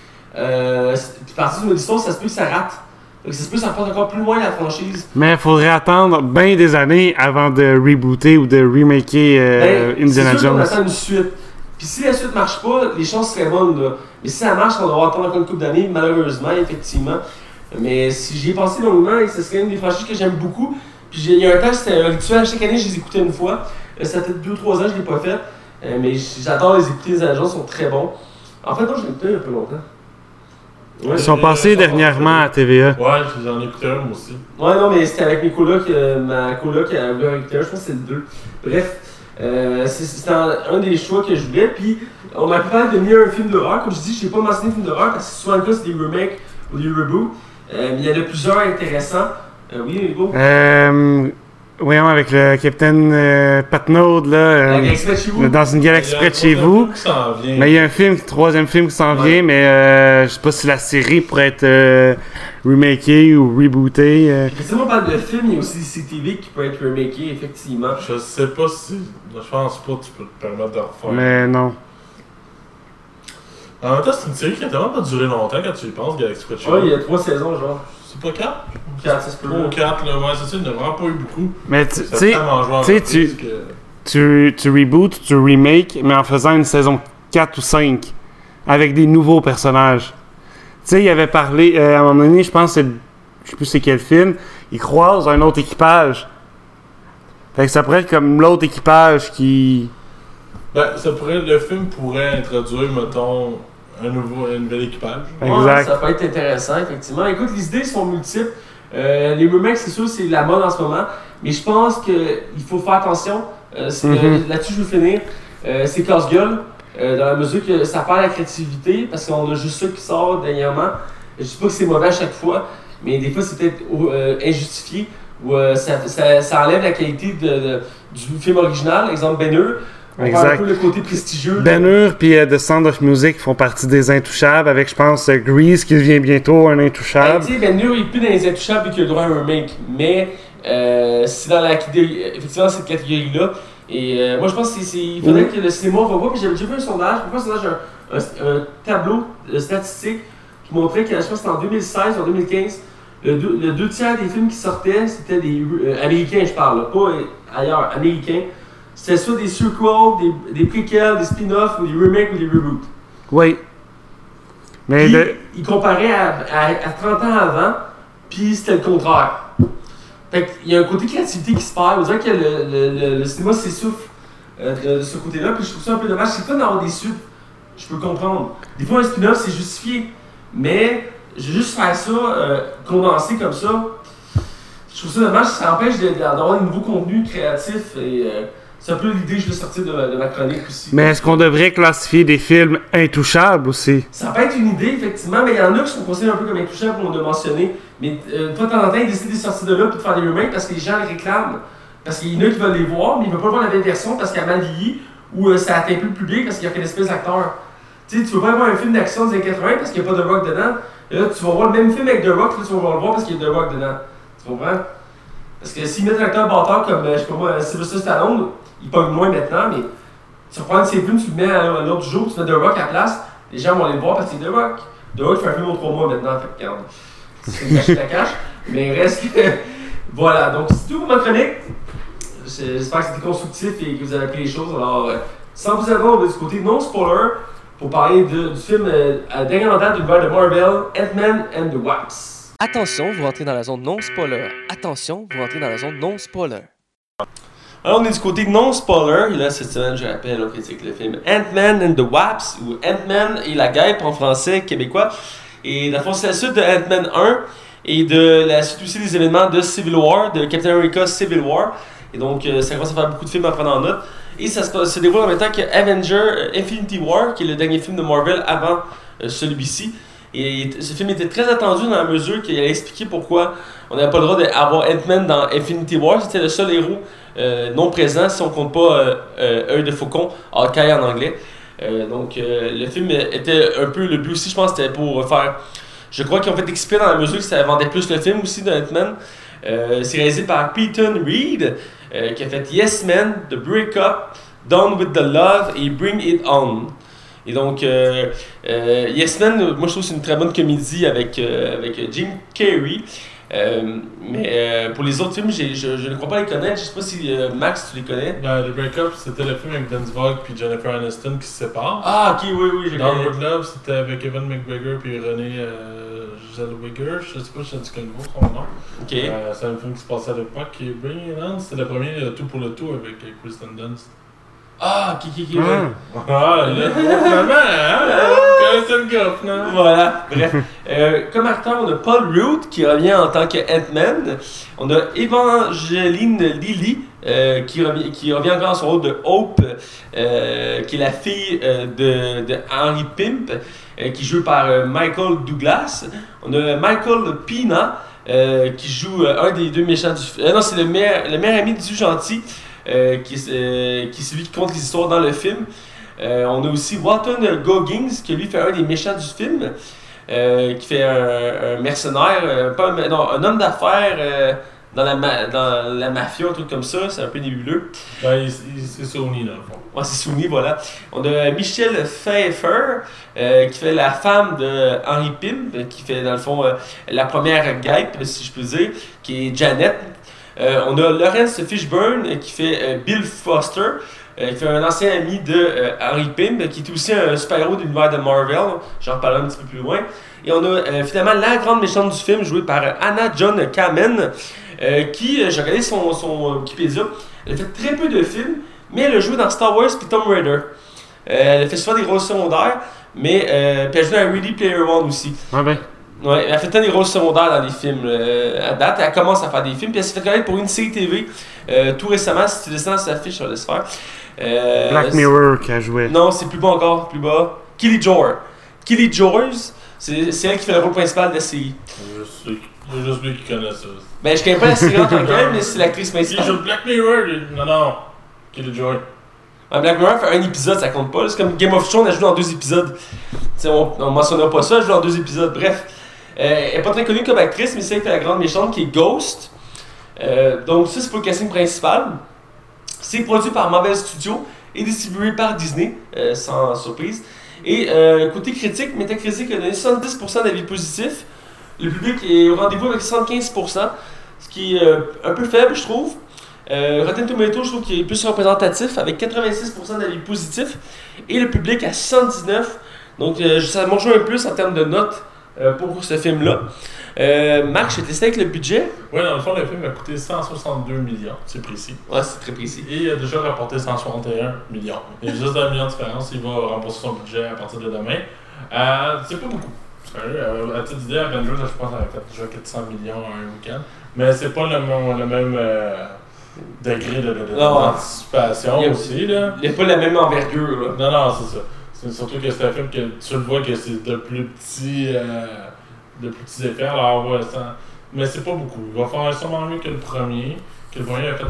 partir d'une histoire, ça se peut que ça rate. Donc ça se peut que ça porte encore plus loin la franchise. Mais il faudrait attendre bien des années avant de rebooter ou de remaker Indiana Jones. On attend une suite. Puis si la suite marche pas, les chances seraient bonnes. Là. Mais si ça marche, on doit attendre encore une couple d'années, malheureusement, effectivement. Mais si j'y ai pensé longuement, et ce serait une des franchises que j'aime beaucoup. Puis il y a un temps, c'était un rituel. Chaque année, je les écoutais une fois. Ça fait 2 ou 3 ans que je ne l'ai pas fait. Mais j'adore les écouter, les agents sont très bons. En fait, non, je l'ai écouté un peu longtemps. Ouais, ils sont passés dernièrement à TVA. Ouais, j'en ai écouté un moi aussi. Ouais, non, mais c'était avec mes colocs, ma coloc a voulu un je pense que c'est le 2. Bref, c'est un des choix que je voulais. Puis, on m'a parlé de mieux un film d'horreur. Comme je dis, je n'ai pas mentionné film d'horreur parce que souvent le cas, c'est des remakes ou des reboots. Mais il y en a plusieurs intéressants. Oui, Hugo? Voyons, avec le Capitaine Patnaud, là. La galaxie près de chez vous? Dans une galaxie près de chez vous. Mais il y a un troisième film qui s'en vient, mais je sais pas si la série pourrait être remakée ou rebootée. Effectivement, on parle de film, il y a aussi des CTV qui peuvent être remakés, effectivement. Je sais pas si. Je pense pas que tu peux te permettre de refaire. Mais non. En même temps, c'est une série qui a tellement pas duré longtemps quand tu y penses, Galaxy Près de chez vous. Ouais, il y a 3 saisons, genre. C'est pas 4? 4, ça se peut. 3 ou 4, là, ouais, c'est ça, il n'y en a vraiment pas eu beaucoup. Mais tu sais, que... tu rebootes, tu remakes, mais en faisant une saison 4 ou 5 avec des nouveaux personnages. Tu sais, il avait parlé, à un moment donné, je pense, je sais plus c'est quel film, il croise un autre équipage. Fait que ça pourrait être comme l'autre équipage qui... Ben, le film pourrait introduire, mettons, un nouvel équipage. Exact. Ouais, ça peut être intéressant, effectivement. Écoute, les idées sont multiples. Les remakes, c'est sûr, c'est la mode en ce moment. Mais je pense qu'il faut faire attention. Là-dessus, je veux finir. C'est casse-gueule. Dans la mesure que ça perd la créativité. Parce qu'on a juste ça qui sort dernièrement. Je dis pas que c'est mauvais à chaque fois. Mais des fois, c'est peut-être injustifié. Ou ça enlève la qualité du film original. Exemple, Ben-Hur. On parle un peu le côté prestigieux. Ben-Hur puis The Sound of Music font partie des Intouchables avec, je pense, Grease qui devient bientôt un Intouchable. Tu sais, Ben-Hur il est plus dans les Intouchables vu qu'il a le droit à un remake. Mais c'est dans effectivement cette catégorie-là. Et moi, je pense qu'il faudrait que le cinéma revoie. Puis j'ai vu un sondage. Un tableau statistique qui montrait que, je pense que c'était en 2016 ou en 2015, le 2 tiers des films qui sortaient, c'était des américains, je parle, pas ailleurs, américains. C'était soit des sequels, des prequels, des spin-offs, ou des remakes ou des reboots. Oui. Mais il comparait à 30 ans avant, puis c'était le contraire. Fait qu'il y a un côté créativité qui se perd. On dirait que le cinéma s'essouffle de ce côté-là, puis je trouve ça un peu dommage. C'est pas d'avoir des suites, je peux comprendre. Des fois, un spin-off, c'est justifié. Mais, juste faire ça, condensé comme ça, je trouve ça dommage. Ça empêche d'avoir de nouveaux contenus créatifs et... c'est un peu l'idée que je veux sortir de ma chronique aussi. Mais est-ce qu'on devrait classifier des films intouchables aussi? Ça peut être une idée, effectivement, mais il y en a qui sont considérés un peu comme intouchables, comme on a mentionné. Mais de temps en temps, ils décident de sortir de là et de faire des remakes parce que les gens les réclament. Parce qu'il y en a qui veulent les voir, mais ils ne veulent pas voir la belle version parce qu'elle a mal vieilli ou ça atteint plus le public parce qu'il y a qu'une espèce d'acteur. Tu sais, tu veux pas voir un film d'action des années 80 parce qu'il n'y a pas de Rock dedans. Et là, tu vas voir le même film avec The Rock, là, tu vas le voir parce qu'il y a The Rock dedans. Tu comprends? Parce que s'ils mettent un acteur bâtard comme, je sais pas moi, Sylvester Stallone, il pogne moins maintenant, mais Tu reprends ses films, tu le mets à l'autre jour, tu mets The Rock à la place, les gens vont aller le voir parce que c'est The Rock. The Rock fait un film aux 3 mois maintenant, fait que regarde. C'est une cache la cache. Mais reste que. Voilà, donc c'est tout pour ma chronique. J'espère que c'était constructif et que vous avez appris les choses. Alors, sans vous attendre, on va du côté non-spoiler pour parler du film à dernière en date de l'univers de Marvel, Ant-Man and the Wasp. Attention, vous rentrez dans la zone non-spoiler. Attention, vous rentrez dans la zone non-spoiler. Alors, on est du côté non-spoiler. Et là, cette semaine, je rappelle, on critique le film Ant-Man and the Wasp, ou Ant-Man et la guêpe en français québécois. Et dans le fond, c'est la suite de Ant-Man 1 et de la suite aussi des événements de Civil War, de Captain America Civil War. Et donc, ça commence à faire beaucoup de films à prendre en note. Et ça se déroule en même temps que Avengers Infinity War, qui est le dernier film de Marvel avant celui-ci. Et ce film était très attendu dans la mesure qu'il allait expliquer pourquoi on n'avait pas le droit d'avoir Ant-Man dans Infinity War. C'était le seul héros non présent, si on compte pas Œil de Faucon, Hawkeye en anglais. Donc, le film était un peu le but aussi, je pense, c'était pour faire. Je crois qu'ils ont fait exprès dans la mesure que ça vendait plus le film aussi de Ant-Man. C'est réalisé par Peyton Reed, qui a fait Yes Man, The Breakup, Down with the Love et Bring It On. Et donc, Yes Man, moi je trouve que c'est une très bonne comédie avec Jim Carrey. Mais pour les autres films, je ne crois pas les connaître. Je sais pas si Max, tu les connais. The Breakup, c'était le film avec Vince Vaughn puis Jennifer Aniston qui se séparent. Ah, ok, oui, j'ai Down with Love, c'était avec Evan McGregor puis Renée Zellweger. Je sais pas si tu connais son nom. Ok. C'est un film qui se passait à l'époque. Et Bring It On, c'était le premier Tout pour le Tout avec Kristen Dunst. Ah, ok. Ah, là, finalement, c'est le gars, finalement. Voilà, bref. Comme acteur, on a Paul Rudd qui revient en tant que Ant-Man. On a Evangeline Lilly qui revient encore dans son rôle de Hope, qui est la fille de Henry Pym, qui joue par Michael Douglas. On a Michael Pena qui joue un des deux méchants du film. Non, c'est le meilleur ami du gentil. Qui est celui qui compte les histoires dans le film. On a aussi Walton Goggins, qui lui fait un des méchants du film, qui fait un mercenaire, un homme d'affaires dans la mafia, un truc comme ça, c'est un peu nébuleux. C'est Sony dans le fond. Ouais, c'est Sony, voilà. On a Michelle Pfeiffer, qui fait la femme de Henry Pym, qui fait dans le fond la première guêpe, si je peux dire, qui est Janet. On a Lawrence Fishburne qui fait Bill Foster, qui fait un ancien ami de Henry Pym, qui est aussi un super-héros de l'univers de Marvel. J'en reparlerai un petit peu plus loin. Et on a finalement la grande méchante du film, jouée par Anna John Kamen, qui, j'ai regardé son Wikipédia, elle a fait très peu de films, mais elle a joué dans Star Wars et Tomb Raider. Elle a fait souvent des rôles secondaires, mais puis elle a joué dans Ready Player One aussi. Ah ben. Ouais, elle a fait tant des rôles secondaires dans des films à date. Elle commence à faire des films, puis elle s'est fait connaître pour une série TV tout récemment. Si tu descends dans sa fiche, on va laisser faire. Black Mirror qui a joué. Non, c'est plus bas encore, plus bas. Kelly Joers, c'est elle qui fait le rôle principal de la série. Il y a juste lui qui connaît ça. Ben, je connais pas la série en tant qu'elle, mais c'est l'actrice Il principale. joue Black Mirror, non. Kelly Joer. Ouais, Black Mirror fait un épisode, ça compte pas. C'est comme Game of Thrones, elle joue dans 2 épisodes. T'sais, on mentionnera pas ça, elle joue dans 2 épisodes. Bref. Elle est pas très connue comme actrice, mais c'est elle qui fait la grande méchante qui est Ghost. Donc ça, c'est pour le casting principal. C'est produit par Marvel Studios et distribué par Disney, sans surprise. Et côté critique, Metacritic a donné 70% d'avis positifs. Le public est au rendez-vous avec 75%, ce qui est un peu faible, je trouve. Rotten Tomatoes, je trouve qu'il est plus représentatif, avec 86% d'avis positifs. Et le public à 79%. Donc ça m'a rejoint un plus en termes de notes pour ce film-là. Marc, je t'ai testé avec le budget. Ouais, dans le fond, le film a coûté 162 millions, c'est précis. Ouais, c'est très précis. Et il a déjà rapporté 161 millions. Il y a juste 1 million de différence, il va rembourser son budget à partir de demain. C'est pas beaucoup. À toute idée, Avengers, je pense qu'il a fait déjà 400 millions en un week-end. Mais c'est pas le même degré d'anticipation aussi. Là. Il n'y a pas la même envergure. Là. Non, c'est ça. C'est surtout que c'est un film que tu le vois que c'est de plus petits effets. Alors, ouais, mais c'est pas beaucoup. Il va faire sûrement mieux que le premier. Que le premier a fait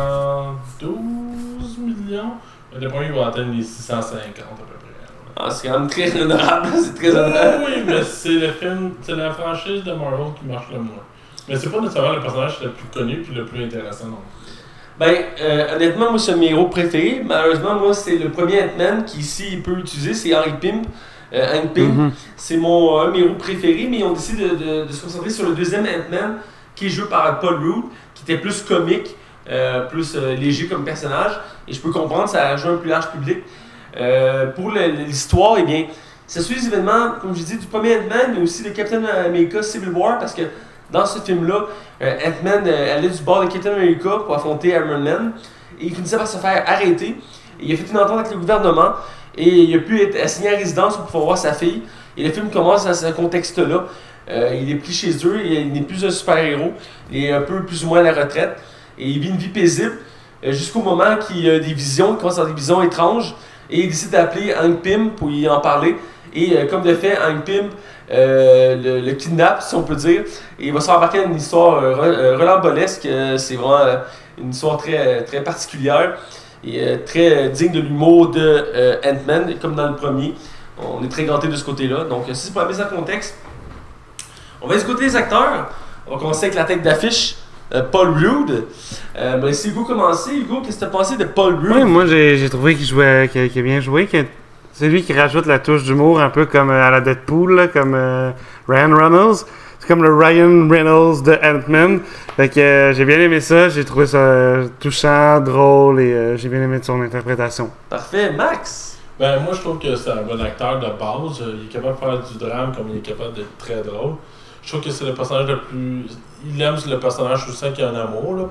512 millions. Mais le premier, il va atteindre les 650 à peu près. Ah, c'est quand même très honorable. C'est très honorable. Oui, mais c'est le film, c'est la franchise de Marvel qui marche le moins. Mais c'est pas nécessairement le personnage le plus connu et le plus intéressant non plus. Honnêtement, moi, c'est un de mes héros préférés. Malheureusement, moi, c'est le premier Ant-Man qui, ici, peut utiliser, c'est Hank Pym. Hank Pym, c'est un de mes héros préférés, mais ils ont décidé de se concentrer sur le deuxième Ant-Man, qui est joué par Paul Rudd, qui était plus comique, plus léger comme personnage. Et je peux comprendre, ça a joué un plus large public. Pour l'histoire, eh bien, ça suit les événements, comme je dis, du premier Ant-Man, mais aussi de Captain America Civil War, parce que dans ce film-là, Ant-Man allait du bord de Captain America pour affronter Iron Man, et il finissait par se faire arrêter. Il a fait une entente avec le gouvernement, et il a pu être assigné à résidence pour pouvoir voir sa fille. Et le film commence dans ce contexte-là. Il est pris chez eux, il n'est plus un super-héros, il est un peu plus ou moins à la retraite, et il vit une vie paisible, jusqu'au moment qu'il a des visions, il commence à avoir des visions étranges, et il décide d'appeler Hank Pym pour y en parler. Et comme de fait, Hank Pym le kidnappe, si on peut dire, et il va se faire embarquer dans une histoire rocambolesque. C'est vraiment une histoire très, très particulière et très digne de l'humour de Ant-Man, comme dans le premier. On est très ganté de ce côté-là. Donc, si c'est pour la mise en contexte, on va écouter les acteurs. On va commencer avec la tête d'affiche. Paul Rudd. Si Hugo commencer, Hugo, qu'est-ce que tu as pensé de Paul Rudd? Oui, moi j'ai trouvé qu'il a bien joué. C'est lui qui rajoute la touche d'humour un peu comme à la Deadpool, là, comme Ryan Reynolds. C'est comme le Ryan Reynolds de Ant-Man. Fait que j'ai bien aimé ça, j'ai trouvé ça touchant, drôle et j'ai bien aimé son interprétation. Parfait, Max? Moi je trouve que c'est un bon acteur de base. Il est capable de faire du drame comme il est capable d'être très drôle. Je trouve que c'est le personnage le plus... Il aime le personnage, je sens qu'il y a un amour là,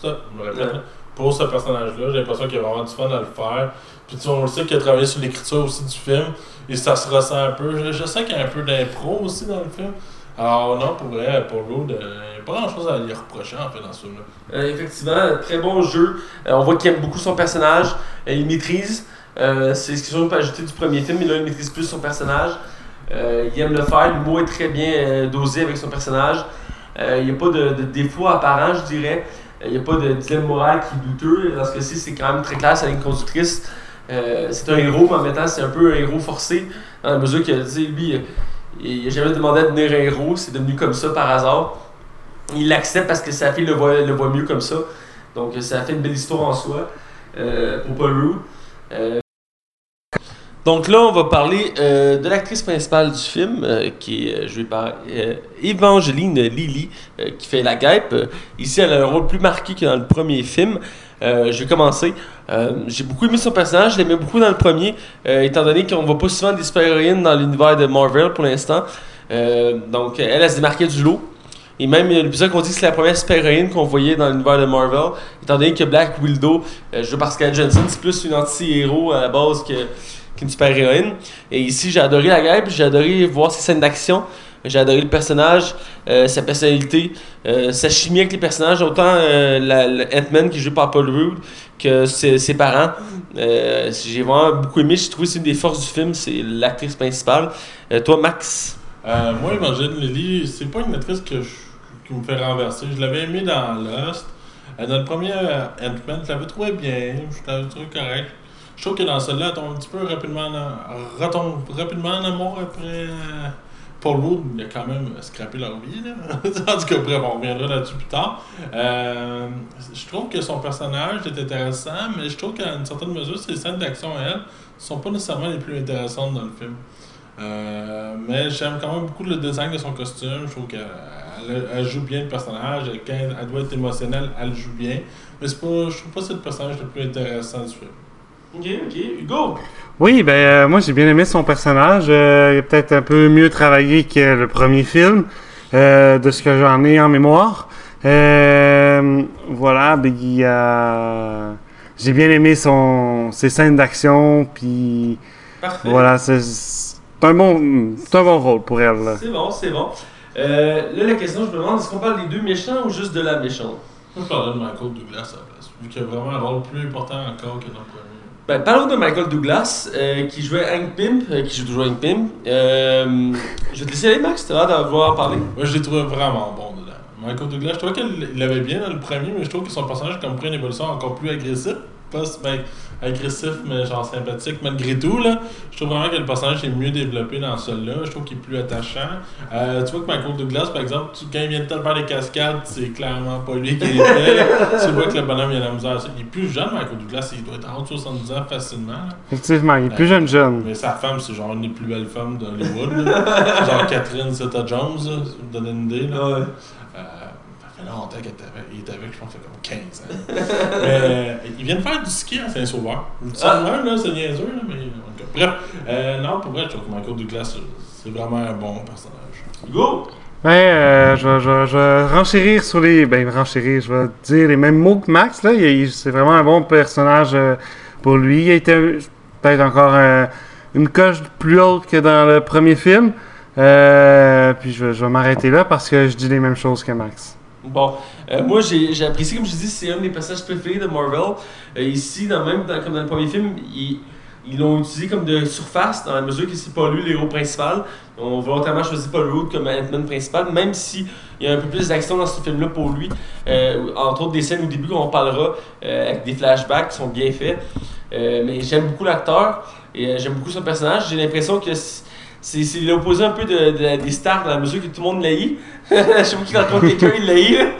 pour ce personnage-là. J'ai l'impression qu'il y a vraiment du fun à le faire. Puis on le sait qu'il a travaillé sur l'écriture aussi du film. Et ça se ressent un peu. Je sais qu'il y a un peu d'impro aussi dans le film. Alors non, pour vrai, pour Rudd, il n'y a pas grand-chose à lui reprocher en fait dans ce film-là. Effectivement, très bon jeu. On voit qu'il aime beaucoup son personnage. Il maîtrise. C'est ce qu'on peut ajouter du premier film, mais là il maîtrise plus son personnage. Il aime le faire. L'humour est très bien dosé avec son personnage. Il n'y a pas de défaut apparent, je dirais. Il n'y a pas de dilemme moral qui est douteux. Dans ce cas-ci, c'est quand même très clair, sa ligne conductrice. C'est un héros, mais en même temps, c'est un peu un héros forcé. Dans la mesure que, lui, il n'a jamais demandé à devenir un héros. C'est devenu comme ça par hasard. Il l'accepte parce que sa fille le voit mieux comme ça. Donc, ça a fait une belle histoire en soi pour Paul Rudd. Donc là, on va parler de l'actrice principale du film, qui est jouée par Evangeline Lilly, qui fait la guêpe. Ici, elle a un rôle plus marqué que dans le premier film. Je vais commencer. J'ai beaucoup aimé son personnage, je l'aimais beaucoup dans le premier, étant donné qu'on ne voit pas souvent des super-héroïnes dans l'univers de Marvel pour l'instant. Donc, elle se démarquait du lot. Et même, il y a l'épisode qu'on dit que c'est la première super-héroïne qu'on voyait dans l'univers de Marvel, étant donné que Black Widow, jouée par Scarlett Johansson, c'est plus une anti-héros à la base qu'une super-héroïne. Et ici, j'ai adoré la guêpe, j'ai adoré voir ses scènes d'action, j'ai adoré le personnage, sa personnalité, sa chimie avec les personnages, autant Ant-Man qui est joué par Paul Rudd que ses parents. J'ai vraiment beaucoup aimé, j'ai trouvé que c'est une des forces du film, c'est l'actrice principale. Toi, Max? Moi, Evangeline Lilly, c'est pas une actrice qui me fait renverser. Je l'avais aimée dans Lost. Dans le premier Ant-Man, je l'avais trouvé bien, je l'avais trouvé correct. Je trouve que dans celle-là, elle tombe un petit peu retombe rapidement en amour après Paul Rudd. Il a quand même scrappé leur vie, là. En tout cas, bref, on reviendra là-dessus plus tard. Je trouve que son personnage est intéressant, mais je trouve qu'à une certaine mesure, ses scènes d'action, elles, sont pas nécessairement les plus intéressantes dans le film. Mais j'aime quand même beaucoup le design de son costume. Je trouve qu'elle joue bien le personnage. Quand elle doit être émotionnelle, elle joue bien. Mais je trouve pas que c'est le personnage le plus intéressant du film. Ok, Hugo! Oui, moi j'ai bien aimé son personnage. Il est peut-être un peu mieux travaillé que le premier film, de ce que j'en ai en mémoire. Voilà, j'ai bien aimé ses scènes d'action, puis voilà, c'est un bon rôle pour elle. Là. C'est bon. Là, la question, je me demande, est-ce qu'on parle des deux méchants ou juste de la méchante? Moi, je parlerais de Michael Douglas à la place, vu qu'il a vraiment un rôle plus important encore que dans le premier. Parlons de Michael Douglas, qui jouait Hank Pym, qui joue toujours Hank Pym. Je vais te laisser aller, Max, tu as l'air de vouloir en parler. Moi, je l'ai trouvé vraiment bon dedans. Michael Douglas, je trouvais qu'il l'avait bien dans le premier, mais je trouve que son personnage a comme pris une évolution encore plus agressive. pas agressif, mais genre sympathique malgré tout. Là. Je trouve vraiment que le personnage est mieux développé dans celui-là. Je trouve qu'il est plus attachant. Tu vois que Michael Douglas, par exemple, quand il vient de te faire des cascades, c'est clairement pas lui qui les fait. Tu vois que le bonhomme, il a la misère. Il est plus jeune, Michael Douglas. Il doit être en haut de 70 ans facilement. Là. Effectivement, il est plus jeune. Mais sa femme, c'est genre une des plus belles femmes d'Hollywood. C'est genre Catherine Zeta-Jones, ça vous donne une idée. Là. Ouais. Ça fait longtemps qu'il était avec, je pense, ça fait comme 15 ans. Mais il vient de faire du ski à Saint-Sauveur. Je dis ça même, là, c'est niaiseux, là, mais bref. Non, pour vrai, je trouve que Michael Douglas, c'est vraiment un bon personnage. Go! Je vais renchérir sur les. Renchérir, je vais dire les mêmes mots que Max, là. C'est vraiment un bon personnage pour lui. Il a été peut-être encore une coche plus haute que dans le premier film. Puis je vais m'arrêter là parce que je dis les mêmes choses que Max. Bon, moi j'ai apprécié, comme je dis, c'est un de mes passages préférés de Marvel. Ici, comme dans le premier film, ils l'ont utilisé comme de surface dans la mesure que c'est pas lui le héros principal. On va volontairement choisir Paul Rudd comme Ant-Man principal, même s'il y a un peu plus d'action dans ce film-là pour lui. Entre autres des scènes au début qu'on parlera avec des flashbacks qui sont bien faits. Mais j'aime beaucoup l'acteur et j'aime beaucoup son personnage. J'ai l'impression que c'est l'opposé un peu des stars dans la mesure que tout le monde l'haït. Je sais pas qui rencontre quelqu'un, il l'haït.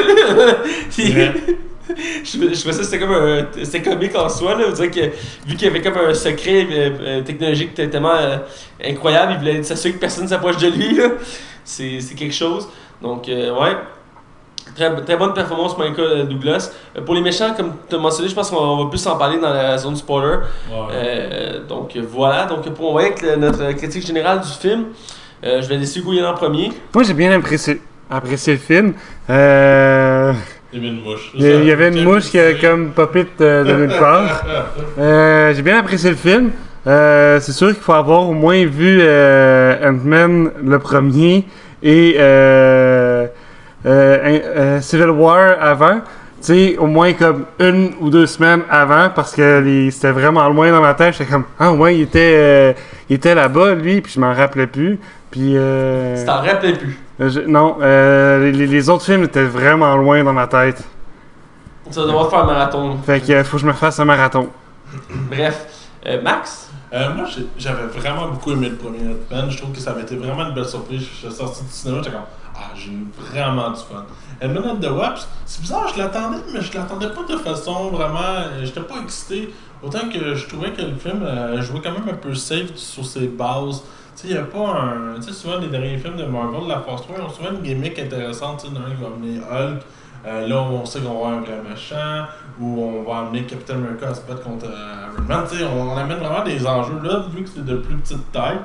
Je trouvais ça c'était comme c'était comique en soi là, dire que vu qu'il y avait comme un secret technologique tellement incroyable, il voulait s'assurer que personne ne s'approche de lui là. C'est quelque chose. Donc ouais. Très bonne performance Michael Douglas. Pour les méchants, comme tu as mentionné, je pense qu'on va plus en parler dans la zone spoiler. Ouais. Donc voilà. Donc pour on va avec notre critique générale du film, je vais laisser Hugo y aller en premier. Moi j'ai bien apprécié le film. Il y avait une mouche. Il y avait une mouche qui a comme popé de nulle part. J'ai bien apprécié le film. C'est sûr qu'il faut avoir au moins vu Ant-Man le premier et Civil War avant. Tu sais, au moins comme 1 ou 2 semaines avant parce que c'était vraiment loin dans ma tête. J'étais comme, ah ouais, il était là-bas lui, puis je m'en rappelais plus. Puis. Tu t'en rappelais plus? Non, les autres films étaient vraiment loin dans ma tête. Tu vas devoir faire un marathon. Fait que faut que je me fasse un marathon. Bref, Max? Moi, j'avais vraiment beaucoup aimé le premier Ant-Man. Je trouve que ça avait été vraiment une belle surprise. Je suis sorti du cinéma, j'étais comme, j'ai eu vraiment du fun. Ant-Man and the Wasp, c'est bizarre, je l'attendais, mais je l'attendais pas de façon vraiment. J'étais pas excité. Autant que je trouvais que le film jouait quand même un peu safe sur ses bases. Tu sais, il n'y a pas un. Tu sais, souvent, les derniers films de Marvel, de la Phase 3, ont souvent une gimmick intéressante. Tu sais, d'un qui va amener Hulk. Là, on sait qu'on va avoir un vrai méchant. Ou on va amener Captain America à se battre contre Iron Man. Tu sais, on amène vraiment des enjeux. Là, vu que c'est de plus petite taille.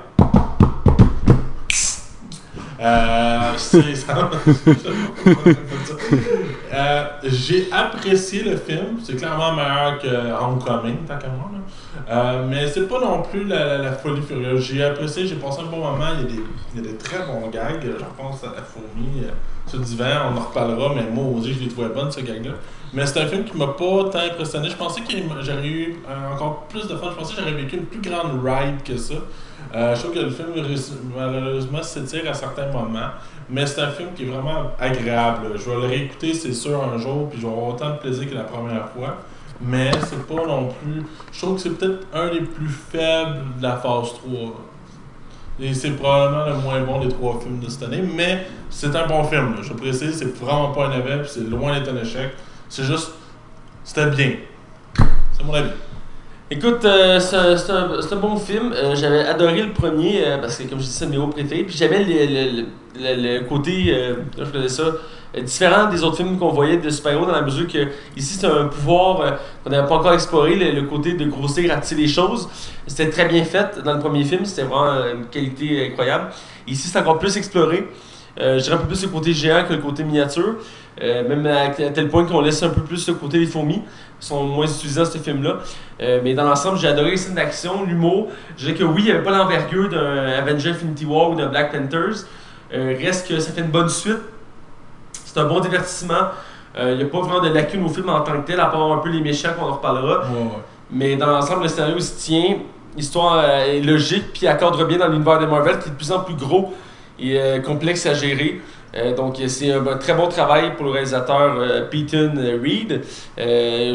J'ai apprécié le film, c'est clairement meilleur que Homecoming, tant qu'à moi. Mais c'est pas non plus la folie furieuse. J'ai apprécié, j'ai passé un bon moment. Il y a des très bons gags. J'en pense à la fourmi sur le divan, on en reparlera, mais moi aussi je les trouvais bonnes, ce gag-là. Mais c'est un film qui m'a pas tant impressionné. Je pensais que j'aurais eu encore plus de fun. Je pensais que j'aurais vécu une plus grande ride que ça. Je trouve que le film, malheureusement, s'étire à certains moments. Mais c'est un film qui est vraiment agréable. Je vais le réécouter, c'est sûr, un jour, puis je vais avoir autant de plaisir que la première fois. Mais c'est pas non plus. Je trouve que c'est peut-être un des plus faibles de la phase 3. Et c'est probablement le moins bon des 3 films de cette année. Mais c'est un bon film, là. Je précise, c'est vraiment pas un navet, puis c'est loin d'être un échec. C'est juste. C'était bien. C'est mon avis. Écoute, c'est un bon film. J'avais adoré le premier parce que, comme je dis, c'est un de mes héros préférés. Puis j'aimais le côté, je faisais ça, différent des autres films qu'on voyait de super-héros dans la mesure que ici c'est un pouvoir qu'on n'avait pas encore exploré, le côté de grossir, ratisser les choses. C'était très bien fait dans le premier film, c'était vraiment une qualité incroyable. Ici c'est encore plus exploré. Je dirais un peu plus le côté géant que le côté miniature. Même à tel point qu'on laisse un peu plus le côté des fourmis. Ils sont moins utilisés dans ce film-là. Mais dans l'ensemble, j'ai adoré les scènes d'action, l'humour. Je dirais que oui, il n'y avait pas l'envergure d'un Avengers Infinity War ou d'un Black Panthers. Reste que ça fait une bonne suite. C'est un bon divertissement. Il n'y a pas vraiment de lacune au film en tant que tel, à part un peu les méchants qu'on en reparlera. Ouais. Mais dans l'ensemble, le scénario se tient. L'histoire est logique, puis accorde bien dans l'univers de Marvel, qui est de plus en plus gros et complexe à gérer. Donc c'est un très bon travail pour le réalisateur Peyton Reed.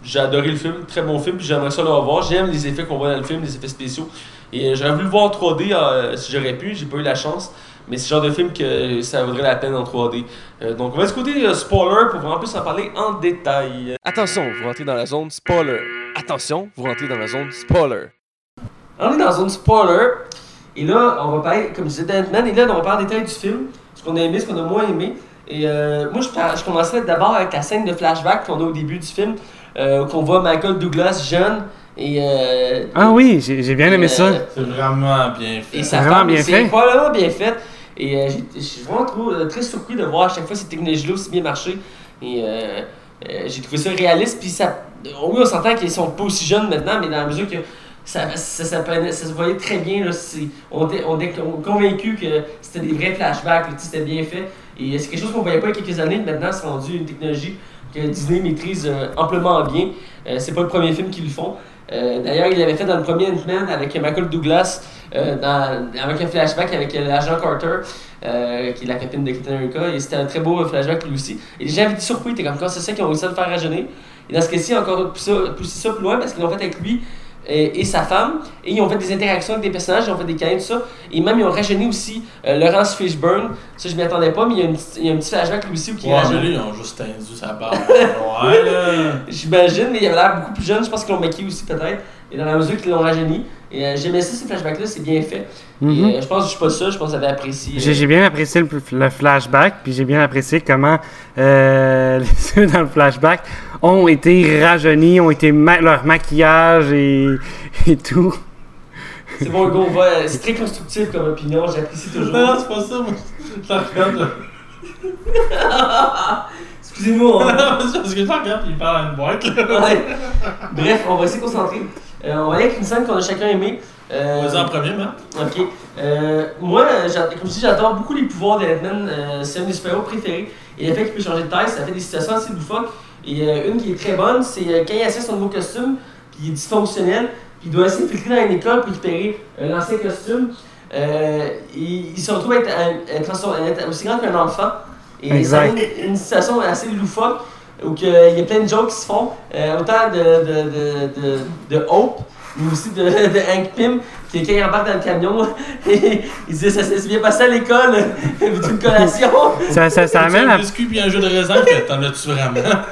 j'ai adoré le film, très bon film, puis j'aimerais ça le revoir. J'aime les effets qu'on voit dans le film, les effets spéciaux. Et j'aurais voulu le voir en 3D si j'aurais pu, j'ai pas eu la chance. Mais c'est le genre de film que ça vaudrait la peine en 3D. Donc on va discuter spoiler pour vraiment plus en parler en détail. Attention, vous rentrez dans la zone spoiler. Attention, vous rentrez dans la zone spoiler. On est dans la zone spoiler. Et là, on va parler, comme je disais, d'Ant-Man. Et là, on va parler en détail du film. Ce qu'on a aimé, ce qu'on a moins aimé. Et moi, je commencerai d'abord avec la scène de flashback qu'on a au début du film. Qu'on voit Michael Douglas jeune. Et, ah oui, j'ai bien aimé ça. C'est vraiment bien fait. Et sa femme, c'est probablement bien fait. Et je suis vraiment très surpris de voir à chaque fois cette technologie-là aussi bien marcher. Et j'ai trouvé ça réaliste. Puis oui, on s'entend qu'ils sont pas aussi jeunes maintenant, mais dans la mesure que ça se voyait très bien. Là, on était convaincus que c'était des vrais flashbacks, que c'était bien fait. Et c'est quelque chose qu'on voyait pas il y a quelques années. Maintenant, c'est rendu une technologie que Disney maîtrise amplement bien. C'est pas le premier film qu'ils le font. D'ailleurs, il l'avait fait dans le premier Ant-Man avec Michael Douglas, avec un flashback avec l'agent Carter, qui est la copine de Captain America. Et c'était un très beau flashback lui aussi. Et les gens avaient été surpris, t'es comme quand c'est ça qu'ils ont réussi à le faire rajeunir. Et dans ce cas-ci, encore pousser ça plus loin parce qu'ils l'ont fait avec lui et sa femme. Et ils ont fait des interactions avec des personnages, ils ont fait des câlins, tout ça. Et même, ils ont rajeuni aussi Laurence Fishburne. Ça, je m'y attendais pas, mais il y a un petit flashback lui aussi où il rajeunit. Lui, ils ont juste tendu sa barbe. Ouais, là. J'imagine, mais il avait l'air beaucoup plus jeune. Je pense qu'ils l'ont maquillé aussi, peut-être. Et dans la mesure qu'ils l'ont rajeuni. Et j'aimais ça, ces flashbacks-là, c'est bien fait. Et je pense que je suis pas ça, je pense que j'avais apprécié. J'ai bien apprécié le flashback, puis j'ai bien apprécié comment ceux dans le flashback ont été rajeunis, ont été leur maquillage et tout. C'est bon, Hugo, c'est très constructif comme opinion, j'apprécie toujours. Non, c'est pas ça, moi. Je la regarde. Excusez-moi. Parce que je la regarde et il parle à une boîte. Là. Ouais. Bref, on va essayer de concentrer. On va aller avec une scène qu'on a chacun aimé. Vas-y en premier, man. Ok. Moi, comme je dis, j'adore beaucoup les pouvoirs d'Ant-Man. C'est un de mes super-héros préférés. Et le fait qu'il peut changer de taille, ça fait des situations assez loufoques. Et une qui est très bonne, c'est quand il assiste son nouveau costume, qui est dysfonctionnel, puis il doit s'infiltrer dans une école pour récupérer l'ancien costume. Il se retrouve à être aussi grand qu'un enfant. Et c'est une situation assez loufoque où il y a plein de jokes qui se font, autant de Hope, mais aussi de Hank Pym, qui quand il embarque dans le camion, il dit ça s'est bien passé à l'école, veux-tu une collation? Ça amène un biscuit puis un jeu de raisin, t'en as-tu vraiment?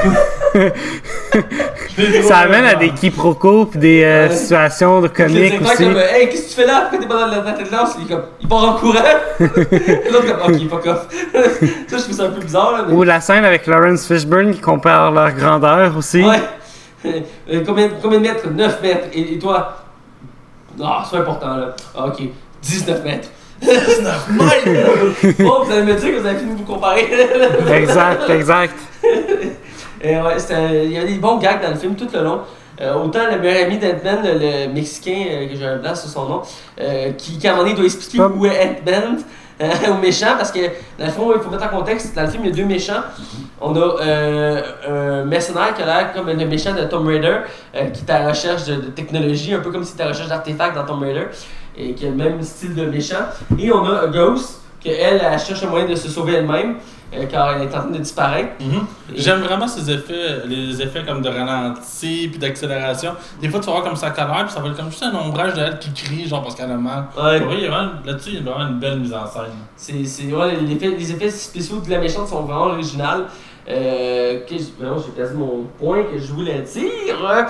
Ça amène à des quiproquos pis des situations de comiques aussi. Comme, hey, qu'est-ce que tu fais là? Pourquoi t'es pas dans la tête de lance? Il part en courant. L'autre comme, ok, fuck off. Ça, je trouve ça un peu bizarre. Là, mais... Ou la scène avec Laurence Fishburne qui compare leur grandeur aussi. Ouais. Combien de mètres? 9 mètres. Et toi? Ah, c'est important là. Ah, ok. 19 mètres. 19 mètres! Bon, vous allez me dire que vous avez fini de vous comparer. Exact. Ouais, il y a des bons gags dans le film tout le long. Autant le meilleur ami d'Ant-Man, le Mexicain, que j'ai un blanc sur son nom, qui à un moment donné doit expliquer où est Ant-Man aux méchants, parce que dans le fond, il faut mettre en contexte, dans le film il y a deux méchants. On a un mercenaire qui a l'air comme le méchant de Tomb Raider, qui est à la recherche de technologie, un peu comme si c'était à la recherche d'artefacts dans Tomb Raider, et qui a le même style de méchant. Et on a Ghost, qu'elle cherche un moyen de se sauver elle-même. Car elle est en train de disparaître. J'aime vraiment ces effets, les effets comme de ralenti puis d'accélération. Des fois, tu vas voir comme ça colère puis ça va être comme juste un ombrage de elle qui crie, genre parce qu'elle a mal. Ouais. Oui, là-dessus, il y a vraiment une belle mise en scène. Ouais, les effets spéciaux de la méchante sont vraiment originaux. J'ai perdu mon point que je voulais dire.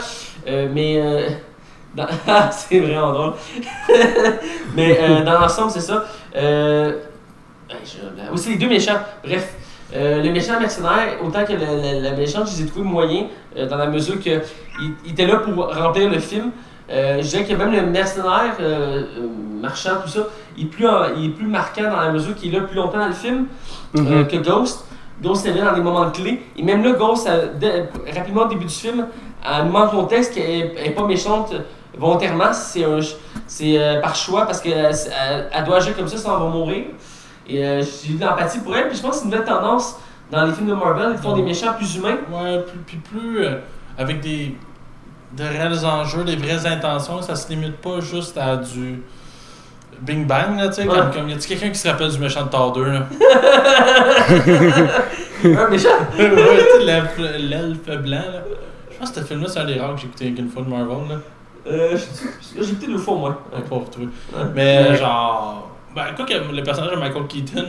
C'est vraiment drôle. Mais dans l'ensemble, c'est ça. Aussi les deux méchants, bref. Le méchant mercenaire, autant que la méchante, je les ai trouvés moyens, dans la mesure qu'ils étaient là pour remplir le film. Je dirais que même le mercenaire, marchand, tout ça, il est plus marquant dans la mesure qu'il est là plus longtemps dans le film que Ghost. Ghost est là dans des moments clés. Et même là, Ghost, rapidement au début du film, elle nous montre le contexte qu'elle n'est pas méchante volontairement, c'est par choix parce qu'elle doit agir comme ça, sinon elle va mourir. Et j'ai eu de l'empathie pour elle, puis je pense que c'est une nouvelle tendance dans les films de Marvel, ils font des méchants plus humains. Ouais, plus avec de réels enjeux, des vraies intentions, ça se limite pas juste à du Bing Bang, là, tu sais, comme y a-t-il quelqu'un qui se rappelle du méchant de Thor 2, là? Un méchant? Ouais, tu sais, l'elfe blanc, là. pense que ce film-là, c'est un des rares que j'ai écouté qu'une fois de Marvel. Là. J'ai écouté 2 fois, moi. Un pauvre truc. Mais genre. Ben, quoi que le personnage de Michael Keaton.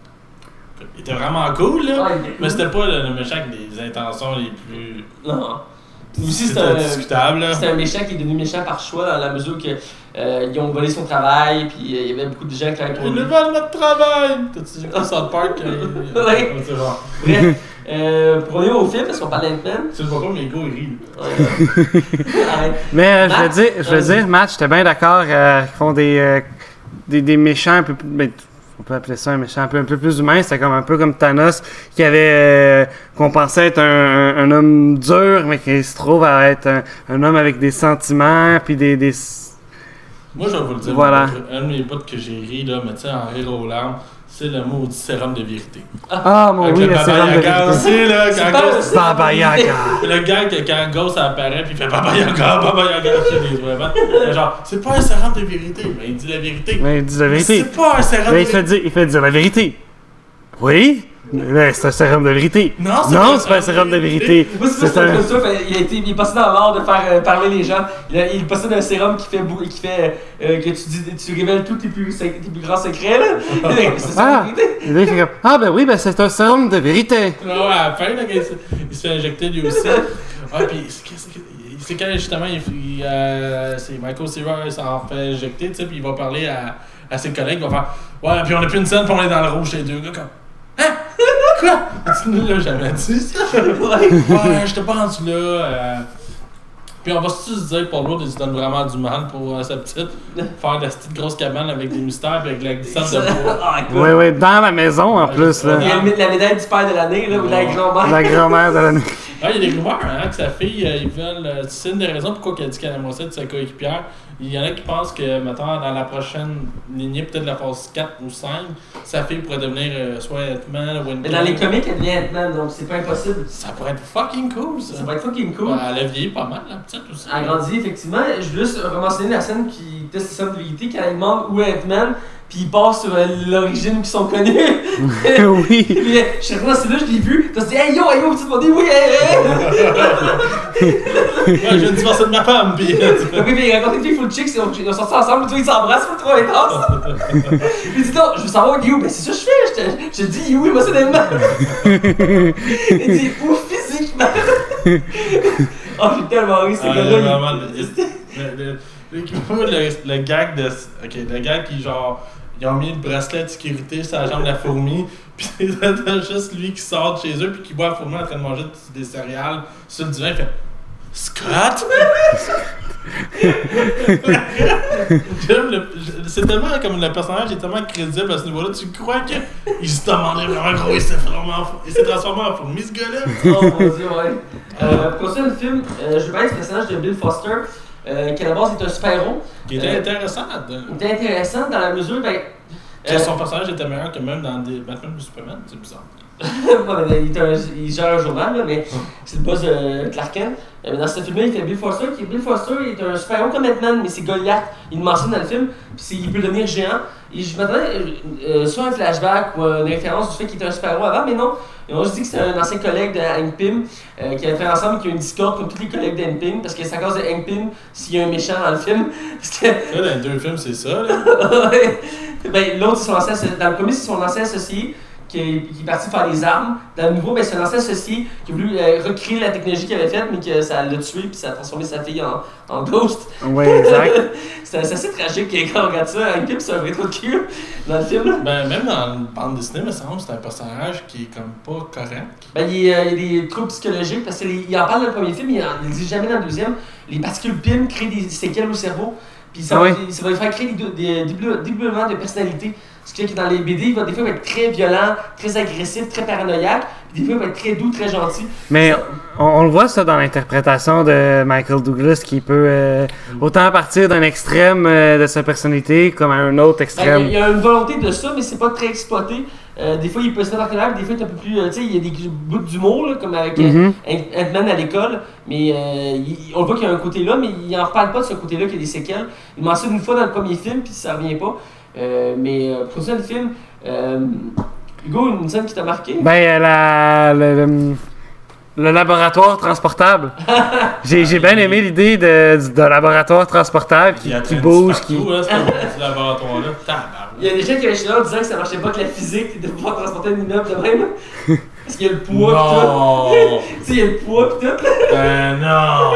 Il était vraiment cool, là. Ouais, mais c'était pas le méchant avec les intentions les plus. Non. Aussi, c'était discutable, là. C'était un méchant qui est devenu méchant par choix dans la mesure que ils ont volé son travail, puis il y avait beaucoup de gens qui avaient pour Ils lui. nous volent notre travail! T'as-tu écouté South Park? Ouais. C'est genre. Bref, pour revenir au film, parce qu'on parle d'Ant-Man. Tu le vois pas, mais les gars, ils rient. Ouais. Mais je veux dire, Matt, j'étais bien d'accord qu'ils font des méchants un peu plus. Ben, on peut appeler ça un méchant un peu plus humain. C'était comme un peu comme Thanos qui avait qu'on pensait être un homme dur, mais qui se trouve à être un homme avec des sentiments puis des Moi, je vais vous le dire. Voilà. Un de mes potes que j'ai ri, là, mais tu sais, en rire aux larmes, c'est le maudit sérum de vérité. Ah, mon oui, le sérum de vérité. vérité. Là, quand Ghost... Baba Yaga. Le gars, quand Ghost apparaît, puis il fait Baba Yaga, c'est des vraiment. Genre, c'est pas un sérum de vérité, mais il dit la vérité. Mais il dit la vérité. C'est pas un sérum de vérité. Il fait dire la vérité. Oui? Mais c'est un sérum de vérité. Non, c'est pas un sérum de vérité. Moi, c'est un... il est passé dans l'art de faire parler les gens. Il est passé d'un sérum qui fait que tu révèles tous tes plus grands secrets, là. C'est ça, la vérité. Et là, il fait comme, ah ben oui, ben c'est un sérum de vérité. Non, à la fin, là, il se fait injecter lui aussi. Ouais, puis c'est quand justement, c'est Michael Cera, il s'en fait injecter, tu sais, puis il va parler à ses collègues, il va faire ouais, puis on a plus une scène, puis on est dans le rouge, les deux gars, comme hein? Quoi? Tu nous l'as jamais dit, ça? Ouais, j'étais pas rendu là. Puis on va se dire, Paul Rudd, il se donne vraiment du mal pour sa petite. Faire de la petite grosse cabane avec des mystères et avec la glissade de bois. Oui, dans la maison en plus. Là. Il y a la médaille du père de l'année, là, ou la grand-mère. La grand-mère de l'année. Ouais, il y a des rumeurs hein, que sa fille, ils veulent. C'est une des raisons pourquoi elle dit qu'elle aimerait ça de sa coéquipière. Il y en a qui pensent que, mettons, dans la prochaine lignée, peut-être la phase 4 ou 5, sa fille pourrait devenir soit Ant-Man ou Ant-Man. Mais dans les comics, elle devient Ant-Man, donc c'est pas impossible. Ça pourrait être fucking cool, ça. Ça pourrait être fucking cool. Elle a vieilli pas mal, la petite aussi. Elle a grandi, effectivement. Je veux juste mentionner la scène qui teste le sérum de vérité quand il demande où est Ant-Man, puis il part sur l'origine où ils sont connus. Oui. Puis je suis rentré dans celui-là, je l'ai vu. T'as dit, hey yo, tu te dis oui, Ouais, je viens de divorcer de ma femme, puis. Oui, mais il raconte une fille full chick, ils ont sorti ensemble, ils s'embrassent, faut trop intense. Il dit, non, je veux savoir, You, ben c'est ça que je fais, je te dis, You, émotionnellement. Il dit, où physiquement. Oh, j'ai tellement ri, ce gars-là. Le gag de. Ok, le gag qui, genre. Ils ont mis le bracelet de sécurité sur la jambe de la fourmi, pis t'as juste lui qui sort de chez eux, puis qui voit la fourmi en train de manger des céréales sur le divan, il fait Scott! C'est tellement comme le personnage est tellement crédible à ce niveau-là, tu crois qu'il se demandait vraiment gros, il s'est transformé en fourmi ce gars-là? Oh mon dieu, ouais. Pour ça, le film, je parler du personnage de Bill Foster. Qui à la base est un super-héros. Qui était intéressant là-dedans. Il était intéressant dans la mesure, son personnage était meilleur que même dans des Batman vs Superman, c'est bizarre. Il gère un journal, là, mais c'est le boss de Clark Kent. Mais dans ce film-là, il fait Bill Foster. Bill Foster est un super-héros comme Ant-Man, mais c'est Goliath. Il le mentionne dans le film, puis il peut devenir géant. Et je m'attendais soit un flashback ou une référence du fait qu'il était un super-héros avant, mais non. Ils ont juste dit que c'était un ancien collègue de Hank Pym qui avait fait ensemble, qui a une discorde comme tous les collègues de Hank Pym, parce que c'est à cause de Hank Pym s'il y a un méchant dans le film. Parce que... Là, dans les deux films, c'est ça, là. Ben, l'autre, dans le premier, c'est son ancien associé qui est parti faire des armes. Dans le nouveau, ben, c'est un ancien associé qui a voulu recréer la technologie qu'il avait faite, mais que ça l'a tué puis ça a transformé sa fille en ghost. Oui, exact. C'est assez tragique quand on regarde ça. Hank Pym, c'est un vrai trou de cul dans le film. Là. Ben, même dans une bande dessinée, me semble, c'est un personnage qui est comme pas correct. Ben, il y a des troubles psychologiques parce qu'il en parle dans le premier film, il ne le dit jamais dans le deuxième. Les particules Pym créent des séquelles au cerveau, puis ça va lui faire créer des dédoublements de personnalité. Ce qui fait que dans les BD, il va des fois être très violent, très agressif, très paranoïaque, puis des fois il va être très doux, très gentil. Mais on le voit ça dans l'interprétation de Michael Douglas qui peut autant partir d'un extrême de sa personnalité comme à un autre extrême. Il y a une volonté de ça, mais c'est pas très exploité. Des fois il peut se mettre en colère, des fois il est un peu plus. Tu sais, il y a des bouts d'humour, là, comme avec Ant-Man à l'école, mais on voit qu'il y a un côté là, mais il en reparle pas de ce côté-là qu'il y a des séquelles. Il mentionne une fois dans le premier film, puis ça revient pas. Mais pour ça, le film, Hugo, une scène qui t'a marqué? Ben, Le laboratoire transportable. J'ai bien aimé l'idée de laboratoire transportable qui bouge, qui... Là, ce laboratoire-là. Il y a des gens qui avaient chialé en disant que ça marchait pas que la physique de pouvoir transporter un immeuble de même. Parce qu'il y a le poids pis tout. Tu sais, il y a le poids pis tout. Non!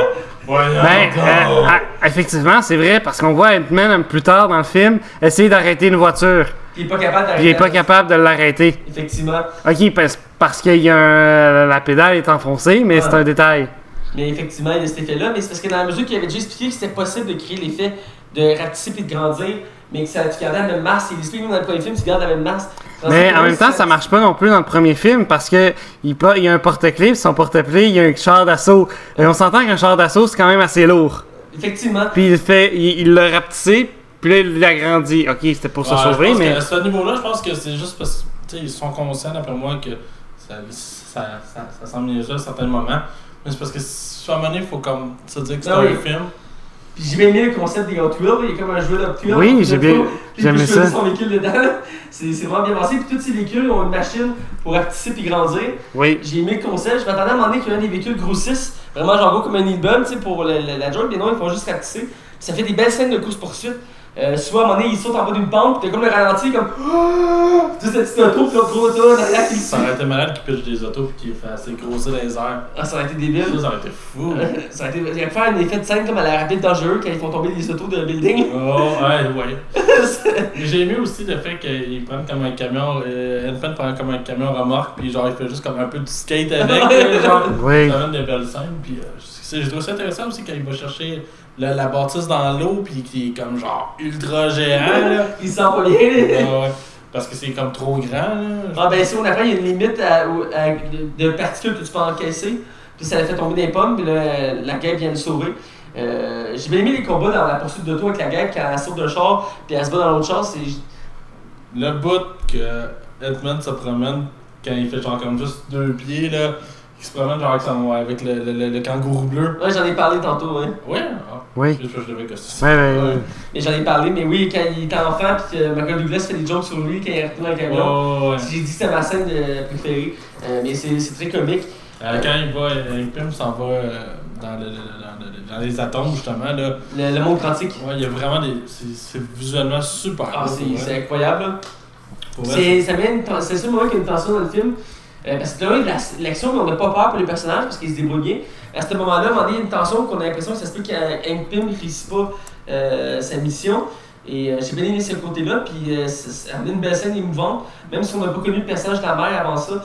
Ben, effectivement, c'est vrai, parce qu'on voit Ant-Man plus tard dans le film essayer d'arrêter une voiture. Il est pas capable d'arrêter. Il est pas capable de l'arrêter. Effectivement. Ok, parce que la pédale est enfoncée, mais c'est un détail. Mais effectivement, il y a cet effet-là. Mais c'est parce que dans la mesure qu'il avait déjà expliqué que c'était possible de créer l'effet de rapetisser et de grandir, mais que ça, tu gardais la même masse. Il explique même dans le premier film, tu gardes la même masse. Mais en même temps, ça marche pas non plus dans le premier film parce que il y a un porte-clés, puis son porte-clés, il y a un char d'assaut. Et on s'entend qu'un char d'assaut, c'est quand même assez lourd. Effectivement. Puis il l'a rapetissé, puis là, il l'a grandi. Ok, c'était pour se sauver, mais. À ce niveau-là, je pense que c'est juste parce qu'ils sont conscients, d'après moi, que ça semble niaiseux à certains moments. Mais c'est parce que à un moment donné, il faut comme se dire que c'est un film. Puis j'ai bien aimé le concept des Hot Wheels, il y a comme un jeu d'Hot Wheels. Oui, j'aimais ça. Son véhicule dedans, c'est vraiment bien pensé. Puis tous ces véhicules ont une machine pour rapetisser puis grandir. Oui. J'ai aimé le concept. Je m'attendais à un moment donné qu'un des véhicules grossisse, vraiment genre gros comme un Needbum, tu sais, pour la joke, mais non, ils font juste rapetisser. Puis ça fait des belles scènes de course-poursuite. Souvent, à un moment donné, ils sautent en bas d'une pente, puis t'as comme le ralenti, comme. Tu sais, cette petite auto, puis l'autre gros auto, derrière qui. Ça aurait été malade qui pitche des autos, puis qui fait assez grossir dans les airs. Ah, ça aurait été débile. Ça aurait été fou. Ça aurait été. Il aurait pu faire un effet de scène comme à la rapide dangereux quand ils font tomber des autos de building. Oh, ouais. J'ai aimé aussi le fait qu'ils prennent comme un camion, Ant-Man prend comme un camion remorque, puis genre il fait juste comme un peu du skate avec, genre. Oui. Ça donne des belles scènes, puis je trouve ça intéressant aussi quand il va chercher la bâtisse dans l'eau, puis qui est comme genre ultra géant, là. Il se sent pas bien. Ouais. Parce que c'est comme trop grand, là. Ah ben si on apprend, il y a une limite de particules que tu peux encaisser. Puis ça l'a fait tomber des pommes, puis là, la guêpe vient le sauver. J'ai bien aimé les combats dans la poursuite d'auto avec la guêpe quand elle saute d'un char, puis elle se bat dans l'autre char. C'est... Le bout que Ant-Man se promène quand il fait genre comme juste 2 pieds, là. Il se promène genre avec le kangourou bleu. Ouais, j'en ai parlé tantôt, ouais. Ouais? Oui. Je devais que c'est Ouais. Mais j'en ai parlé, mais oui, quand il était enfant, puis que Michael Douglas fait des jokes sur lui quand il est retourné dans le camion. Ouais. J'ai dit que c'était ma scène préférée, mais c'est très comique. Quand il va, Pym s'en va dans les atomes, justement, là. Le monde quantique. Ouais, il y a vraiment des. C'est visuellement super. Ah, c'est incroyable, là. Pour C'est le seul moment qu'il y a une tension dans le film. Parce que là, l'action, on n'a pas peur pour les personnages parce qu'ils se débrouillent bien. À ce moment-là, à un moment donné, il y a une tension qu'on a l'impression que ça se peut qu'Hank Pym ne réussit pas sa mission. Et j'ai bien aimé ce côté-là, puis ça a une belle scène émouvante. Même si on n'a pas connu le personnage de la mère avant ça,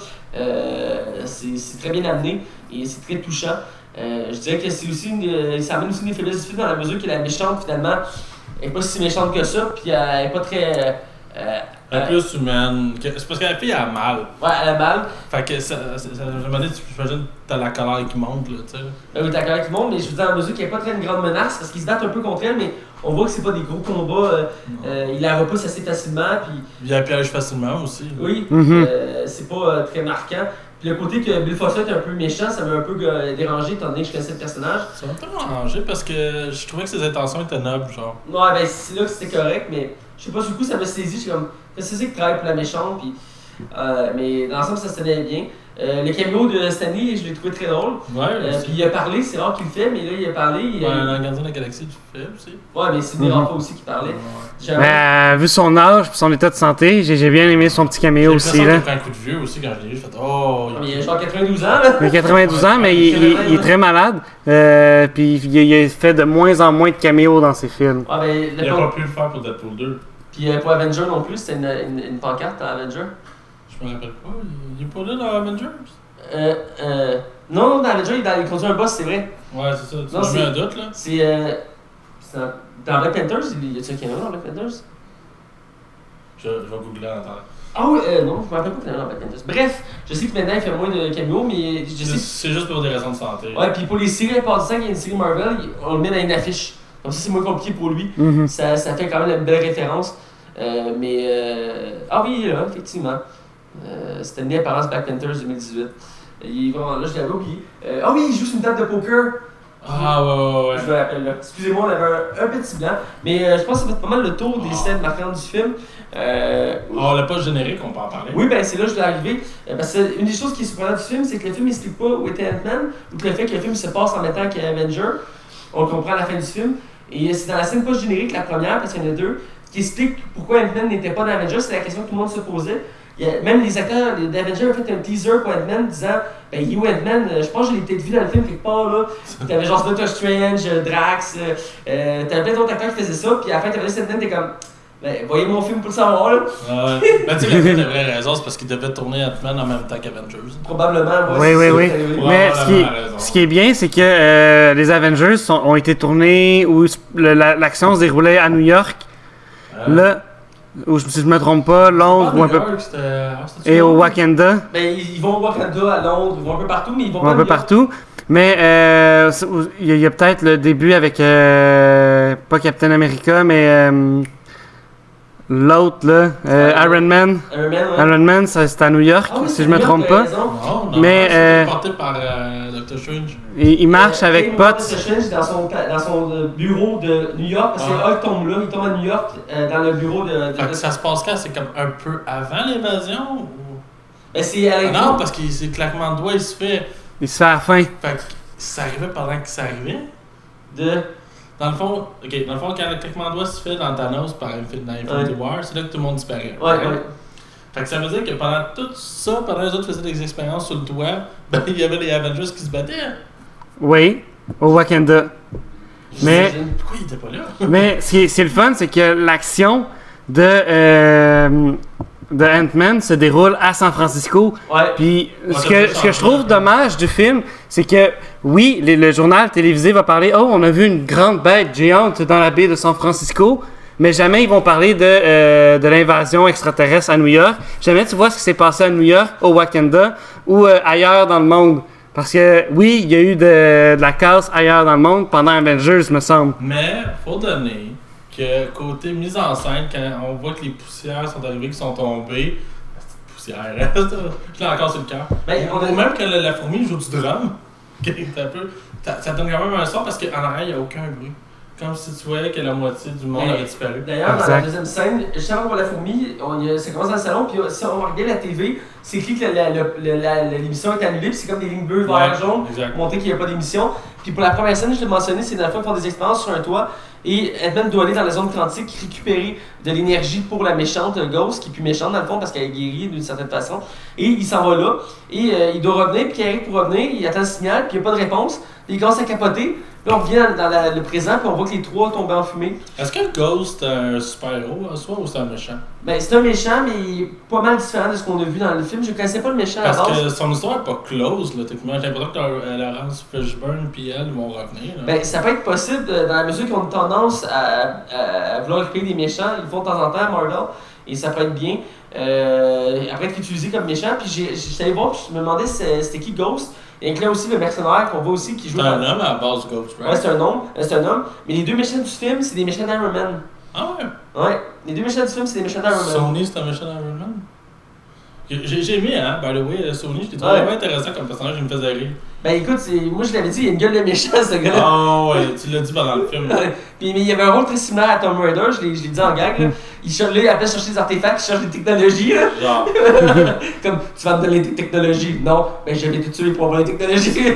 c'est très bien amené et c'est très touchant. Je dirais que c'est aussi ça amène aussi une faiblesse du film dans la mesure que la méchante, finalement, elle n'est pas si méchante que ça, puis elle n'est pas très. Elle est plus humaine. C'est parce que la fille, elle a mal. Ouais, elle a mal. Fait que je me dis, j'imagine que t'as la colère qui monte, là, tu sais. Oui, t'as la colère qui monte, mais je veux dire, en mesure qu'il n'y a pas très une grande menace, parce qu'ils se battent un peu contre elle, mais on voit que c'est pas des gros combats. Il la repousse assez facilement, puis. Il la piège facilement aussi. Là. Oui, c'est pas très marquant. Puis le côté que Bill Foster est un peu méchant, ça m'a un peu dérangé, étant donné que je connaissais le personnage. Ça m'a un peu dérangé parce que je trouvais que ses intentions étaient nobles, genre. Ouais, ben c'est là que c'était correct, mais je sais pas, du coup, ça m'a saisi. Je suis comme, c'est ça qui travaille pour la méchante, puis. Mais dans l'ensemble, ça se tenait bien. Le cameo de Stanley, je l'ai trouvé très drôle. Ouais, puis il a parlé, c'est rare qu'il le fait, mais là, il a parlé. Dans Gardien de la Galaxie, tu le fais aussi. Ouais, mais c'est des rares aussi qui parlait. Vu son âge et son état de santé, j'ai bien aimé son petit caméo aussi. Là. J'ai pris un coup de vieux aussi quand je l'ai vu. J'ai fait oh. Il a genre 92 ans, là. Il a 92 ans, mais il est très malade. Puis il a fait de moins en moins de caméos dans ses films. Ouais, ben, il a pas pu le faire pour Deadpool 2. Puis pour Avenger non plus, c'était une pancarte dans Avenger. Je me rappelle pas. Il est pas là dans Avengers? Non, dans Avenger, il conduit un boss, c'est vrai. Ouais, c'est ça. Tu as mis un doute, là? C'est dans Black Panthers, il y a-tu un caméo dans Black Panthers? Je vais googler en temps. Ah oui, non, je me rappelle pas qu'il y en a dans Black Panthers. Bref, je sais que maintenant il fait moins de caméos, mais je sais. C'est juste pour des raisons de santé. Ouais, puis pour les séries à part du temps, il y a une série Marvel, on le met dans une affiche. Donc ça, c'est moins compliqué pour lui. Ça fait quand même une belle référence. Ah oui, il est là, effectivement. C'était né Apparence Black Panthers 2018. Il est vraiment là, je l'avais oublié. Ah oui, il joue sur une table de poker. Ah ouais. Je me rappelle là. Excusez-moi, on avait un petit blanc. Mais je pense que ça fait pas mal le tour des scènes marquantes du film. On l'a pas générique, on peut en parler. Oui, ben c'est là que je voulais arriver. Parce que une des choses qui est surprenante du film, c'est que le film n'explique pas où était Ant-Man, ou que le fait que le film se passe en même temps qu'Avenger. On le comprend à la fin du film. Et c'est dans la scène post-générique, la première, parce qu'il y en a deux, qui explique pourquoi Ant-Man n'était pas dans Avengers. C'est la question que tout le monde se posait. Même les acteurs d'Avengers ont fait un teaser pour Ant-Man disant ben, You Ant-Man, je pense que je l'ai peut-être vu dans le film quelque part là. T'avais genre Doctor Strange, Drax, t'avais plein d'autres acteurs qui faisaient ça, puis à la fin, t'avais juste Ant-Man, t'es comme ben, voyez mon film pour le savoir là. Ouais. Ben, tu sais, la vraie raison, c'est parce qu'il devait tourner Ant-Man en même temps qu'Avengers. Probablement, oui. Mais ce qui est bien, c'est que les Avengers ont été tournés où l'action se déroulait à New York. Là. Ou si je me trompe pas, Londres ou un peu. Et au Wakanda. Ben, ils vont au Wakanda, à Londres, ils vont un peu partout, mais ils vont pas un peu partout. Mais il y a peut-être le début avec pas Captain America, mais l'autre là, Iron Man. Iron Man, c'est à New York, si je me trompe pas. Non, mais c'est porté par Doctor Strange. Il marche avec Potts. Doctor Strange dans son bureau de New York, parce que Hulk tombe là, il tombe à New York dans le bureau de fait que ça se passe quand? C'est comme un peu avant l'invasion? Ou... Ben c'est à non, parce que c'est claquement de doigts, il se fait à la fin. Fait que ça arrivait pendant que ça arrivait. Dans le fond, quand le claquement de doigts se fait dans Thanos par Infinity War, c'est là que tout le monde disparaît. Ouais. Fait que ça veut dire que pendant tout ça, pendant les autres faisaient des expériences sur le toit, ben il y avait les Avengers qui se battaient. Oui, au Wakanda. Mais pourquoi il était pas là? Mais c'est le fun, c'est que l'action de Ant-Man se déroule à San Francisco. Ouais. Puis ce que je trouve dommage du film, c'est que oui, le journal télévisé va parler on a vu une grande bête géante dans la baie de San Francisco, mais jamais ils vont parler de l'invasion extraterrestre à New York. Jamais tu vois ce qui s'est passé à New York, au Wakanda ou ailleurs dans le monde. Parce que oui, il y a eu de la casse ailleurs dans le monde pendant Avengers, me semble. Mais faut donner que côté mise en scène, quand on voit que les poussières sont arrivées, qui sont tombées, la petite poussière, je l'ai encore sur le cœur. Même que la fourmi joue du drum, ça donne quand même un son parce qu'en arrière, il n'y a aucun bruit. Comme si tu voyais que la moitié du monde avait disparu. D'ailleurs, dans la deuxième scène, juste avant pour la fourmi, ça commence dans le salon, puis si on regarde la TV, c'est écrit que l'émission est annulée, puis c'est comme des lignes bleues, vert, jaune, pour montrer qu'il n'y a pas d'émission. Puis pour la première scène, je l'ai mentionné, c'est la fois qu'ils font des expériences sur un toit, et Ant-Man doit aller dans la zone quantique récupérer de l'énergie pour la méchante Ghost, qui est plus méchante dans le fond parce qu'elle est guérie d'une certaine façon. Et il s'en va là, et il doit revenir, puis il arrive pour revenir, il attend le signal, puis il n'y a pas de réponse, puis il commence à capoter. Puis on revient dans le présent, puis on voit que les trois tombent en fumée. Est-ce que Ghost est un super-héros en soi ou c'est un méchant? Ben, c'est un méchant, mais il est pas mal différent de ce qu'on a vu dans le film. Je connaissais pas le méchant à la base. Parce que son histoire n'est pas close, là. Techniquement, j'ai l'impression que Laurence Fishburne et elle vont revenir. Là. Ben, ça peut être possible dans la mesure qu'ils ont une tendance à vouloir créer des méchants. Ils le font de temps en temps à Marvel, et ça peut être bien. Après être utilisé comme méchant, puis j'étais allé voir, puis je me demandais c'était qui Ghost. Et là aussi le mercenaire qu'on voit aussi qui joue. C'est un homme à la base du Ghost, right? Ouais, c'est un homme. Mais les deux méchants du film, c'est des méchants d'Iron Man. Ah ouais? Ouais, les deux méchants du film, c'est des méchants d'Iron Man. Sony, c'est un méchant d'Iron Man? J'ai aimé, by the way, Sony, je l'ai trouvé vraiment intéressant comme personnage, il me faisait rire. Ben écoute, moi je l'avais dit, il a une gueule de méchant ce gars-là. Ah ouais, tu l'as dit pendant le film. Puis mais il y avait un rôle très similaire à Tomb Raider, je l'ai dit en gag. Là. Il appelle chercher des artefacts, il cherche des technologies. Là. Genre. Comme, tu vas me donner des technologies. Non, ben je vais tout tuer pour avoir les technologies.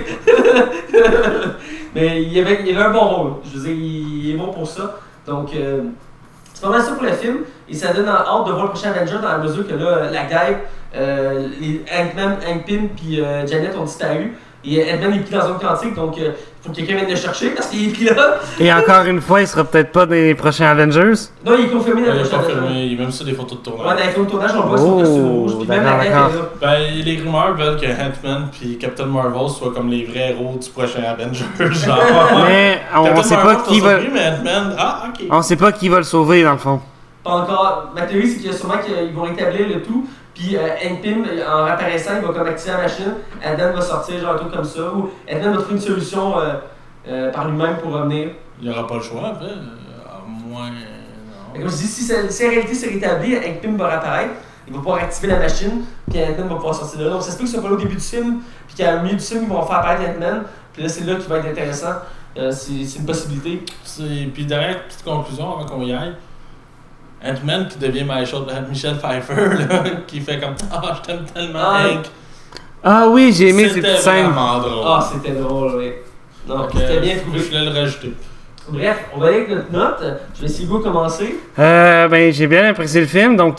Mais il y avait un bon rôle. Je veux dire, il est bon pour ça. Donc, c'est pas mal ça pour le film. Et ça donne hâte de voir le prochain Avenger dans la mesure que là, la guêpe, les Ant-Man, Hank Pym puis Janet ont disparu. Et Ant-Man est pris dans la zone quantique, donc il faut que quelqu'un vienne le chercher parce qu'il est pris là. Et encore une fois, il sera peut-être pas dans les prochains Avengers. Non, il est confirmé dans le prochain Avengers. Il y a même ça des photos de tournage. Ouais, dans les photos de tournage, on voit son costume rouge, puis même la tête est là. Ben, les rumeurs veulent que Ant-Man puis Captain Marvel soient comme les vrais héros du prochain Avengers. Genre. Mais on sait pas qui va. On sait pas qui va le sauver dans le fond. Pas encore. Ma théorie, c'est qu'il y a sûrement qu'ils vont rétablir le tout. Puis Hank Pym, en réapparaissant, il va comme activer la machine. Ant-Man va sortir, genre un truc comme ça. Ou Ant-Man va trouver une solution par lui-même pour revenir. Il n'y aura pas le choix, en fait. À moins. Non. Comme je dis, si la réalité s'est rétablie, Hank Pym va réapparaître. Il va pouvoir activer la machine. Puis Ant-Man va pouvoir sortir de là. Donc ça se peut que ce soit pas là au début du film. Puis qu'à milieu du film, ils vont faire apparaître Ant-Man Puis là, c'est là qui va être intéressant. C'est une possibilité. Puis derrière, petite conclusion avant qu'on y aille. Ant-Man qui devient Michelle Pfeiffer, là, qui fait comme je t'aime tellement, Hank. Ah oui, j'ai aimé ces petites C'était scènes. vraiment drôle. Ah, c'était drôle, oui. Non, c'était bien trouvé. Je voulais le rajouter. Bref, on va aller avec notre note. Je vais essayer de commencer. Ben, j'ai bien apprécié le film, donc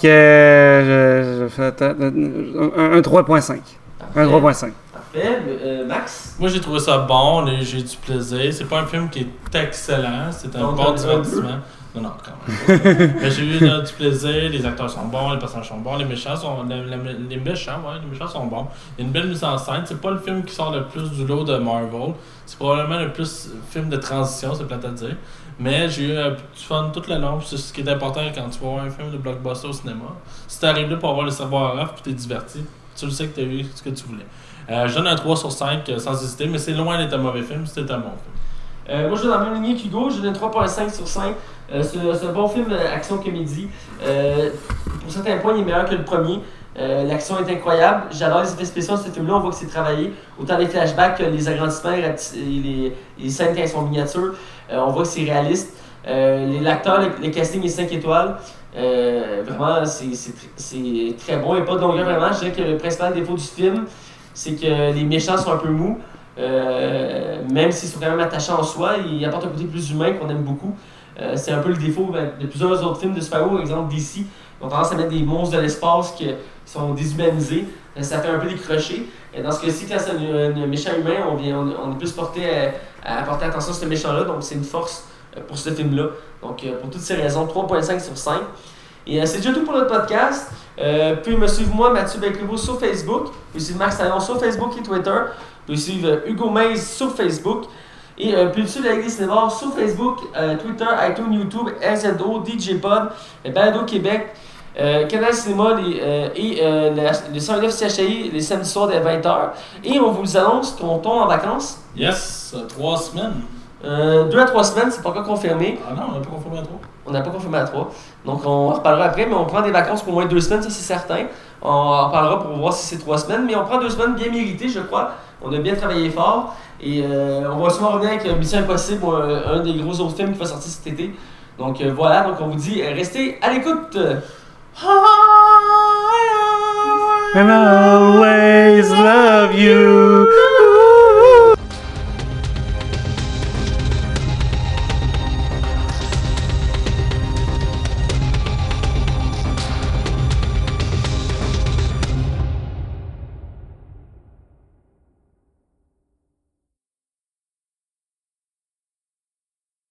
je fais un 3.5. Un 3.5. Parfait. Max? Moi, j'ai trouvé ça bon, j'ai eu du plaisir. C'est pas un film qui est excellent, c'est un Donc, bon un divertissement. Non, quand même. Mais j'ai eu du plaisir, les acteurs sont bons, les personnages sont bons, les méchants sont sont bons. Il y a une belle mise en scène. C'est pas le film qui sort le plus du lot de Marvel. C'est probablement le plus film de transition, c'est plate à dire. Mais j'ai eu du fun tout le long. C'est ce qui est important quand tu vas voir un film de blockbuster au cinéma. Si t'arrives là pour avoir le savoir-off et t'es diverti, tu le sais que t'as eu ce que tu voulais. Je donne un 3 sur 5 sans hésiter, mais c'est loin d'être un mauvais film, c'était un bon film. Moi, je suis dans la même lignée qu'Hugo, je donne 3.5 sur 5. C'est un bon film action-comédie. Pour certains points, il est meilleur que le premier. L'action est incroyable. J'adore les effets spéciaux de ce film-là. On voit que c'est travaillé. Autant les flashbacks que les agrandissements et les scènes quand elles sont miniatures. On voit que c'est réaliste. L'acteur, le casting est 5 étoiles. Vraiment, c'est très bon. Il n'y a pas de longueur vraiment. Je dirais que le principal défaut du film, c'est que les méchants sont un peu mous. Même s'ils sont quand même attachants en soi, ils apportent un côté plus humain qu'on aime beaucoup. C'est un peu le défaut de plusieurs autres films de super-héros, par exemple DC. Ils ont tendance à mettre des monstres de l'espace qui sont déshumanisés. Ça fait un peu décrocher. Dans ce cas-ci, quand c'est un méchant humain, on est plus porté à porter attention à ce méchant-là. Donc c'est une force pour ce film-là. Donc pour toutes ces raisons, 3.5 sur 5. Et c'est déjà tout pour notre podcast. Puis me suivre moi, Mathieu Belclebo, sur Facebook. Puis suivre Max Talon sur Facebook et Twitter. Puis suivre Hugo Maze sur Facebook. Et puis suivre la Ligue des Cinévores sur Facebook, Twitter, iTunes, YouTube, RZO, DJ Pod, Balado Québec, Canal Cinéma et le 109 CHI les samedis soirs dès 20h. Et on vous annonce qu'on tombe en vacances. Yes, 3 semaines. 2 à 3 semaines, c'est pas encore confirmé. Ah non, on n'a pas confirmé à 3. On n'a pas confirmé à 3. Donc on en reparlera après, mais on prend des vacances pour au moins 2 semaines, ça c'est certain. On en reparlera pour voir si c'est 3 semaines, mais on prend 2 semaines bien méritées, je crois. On a bien travaillé fort. Et on va sûrement revenir avec Mission Impossible, un des gros autres films qui va sortir cet été. Donc voilà, donc on vous dit restez à l'écoute. And I always love you.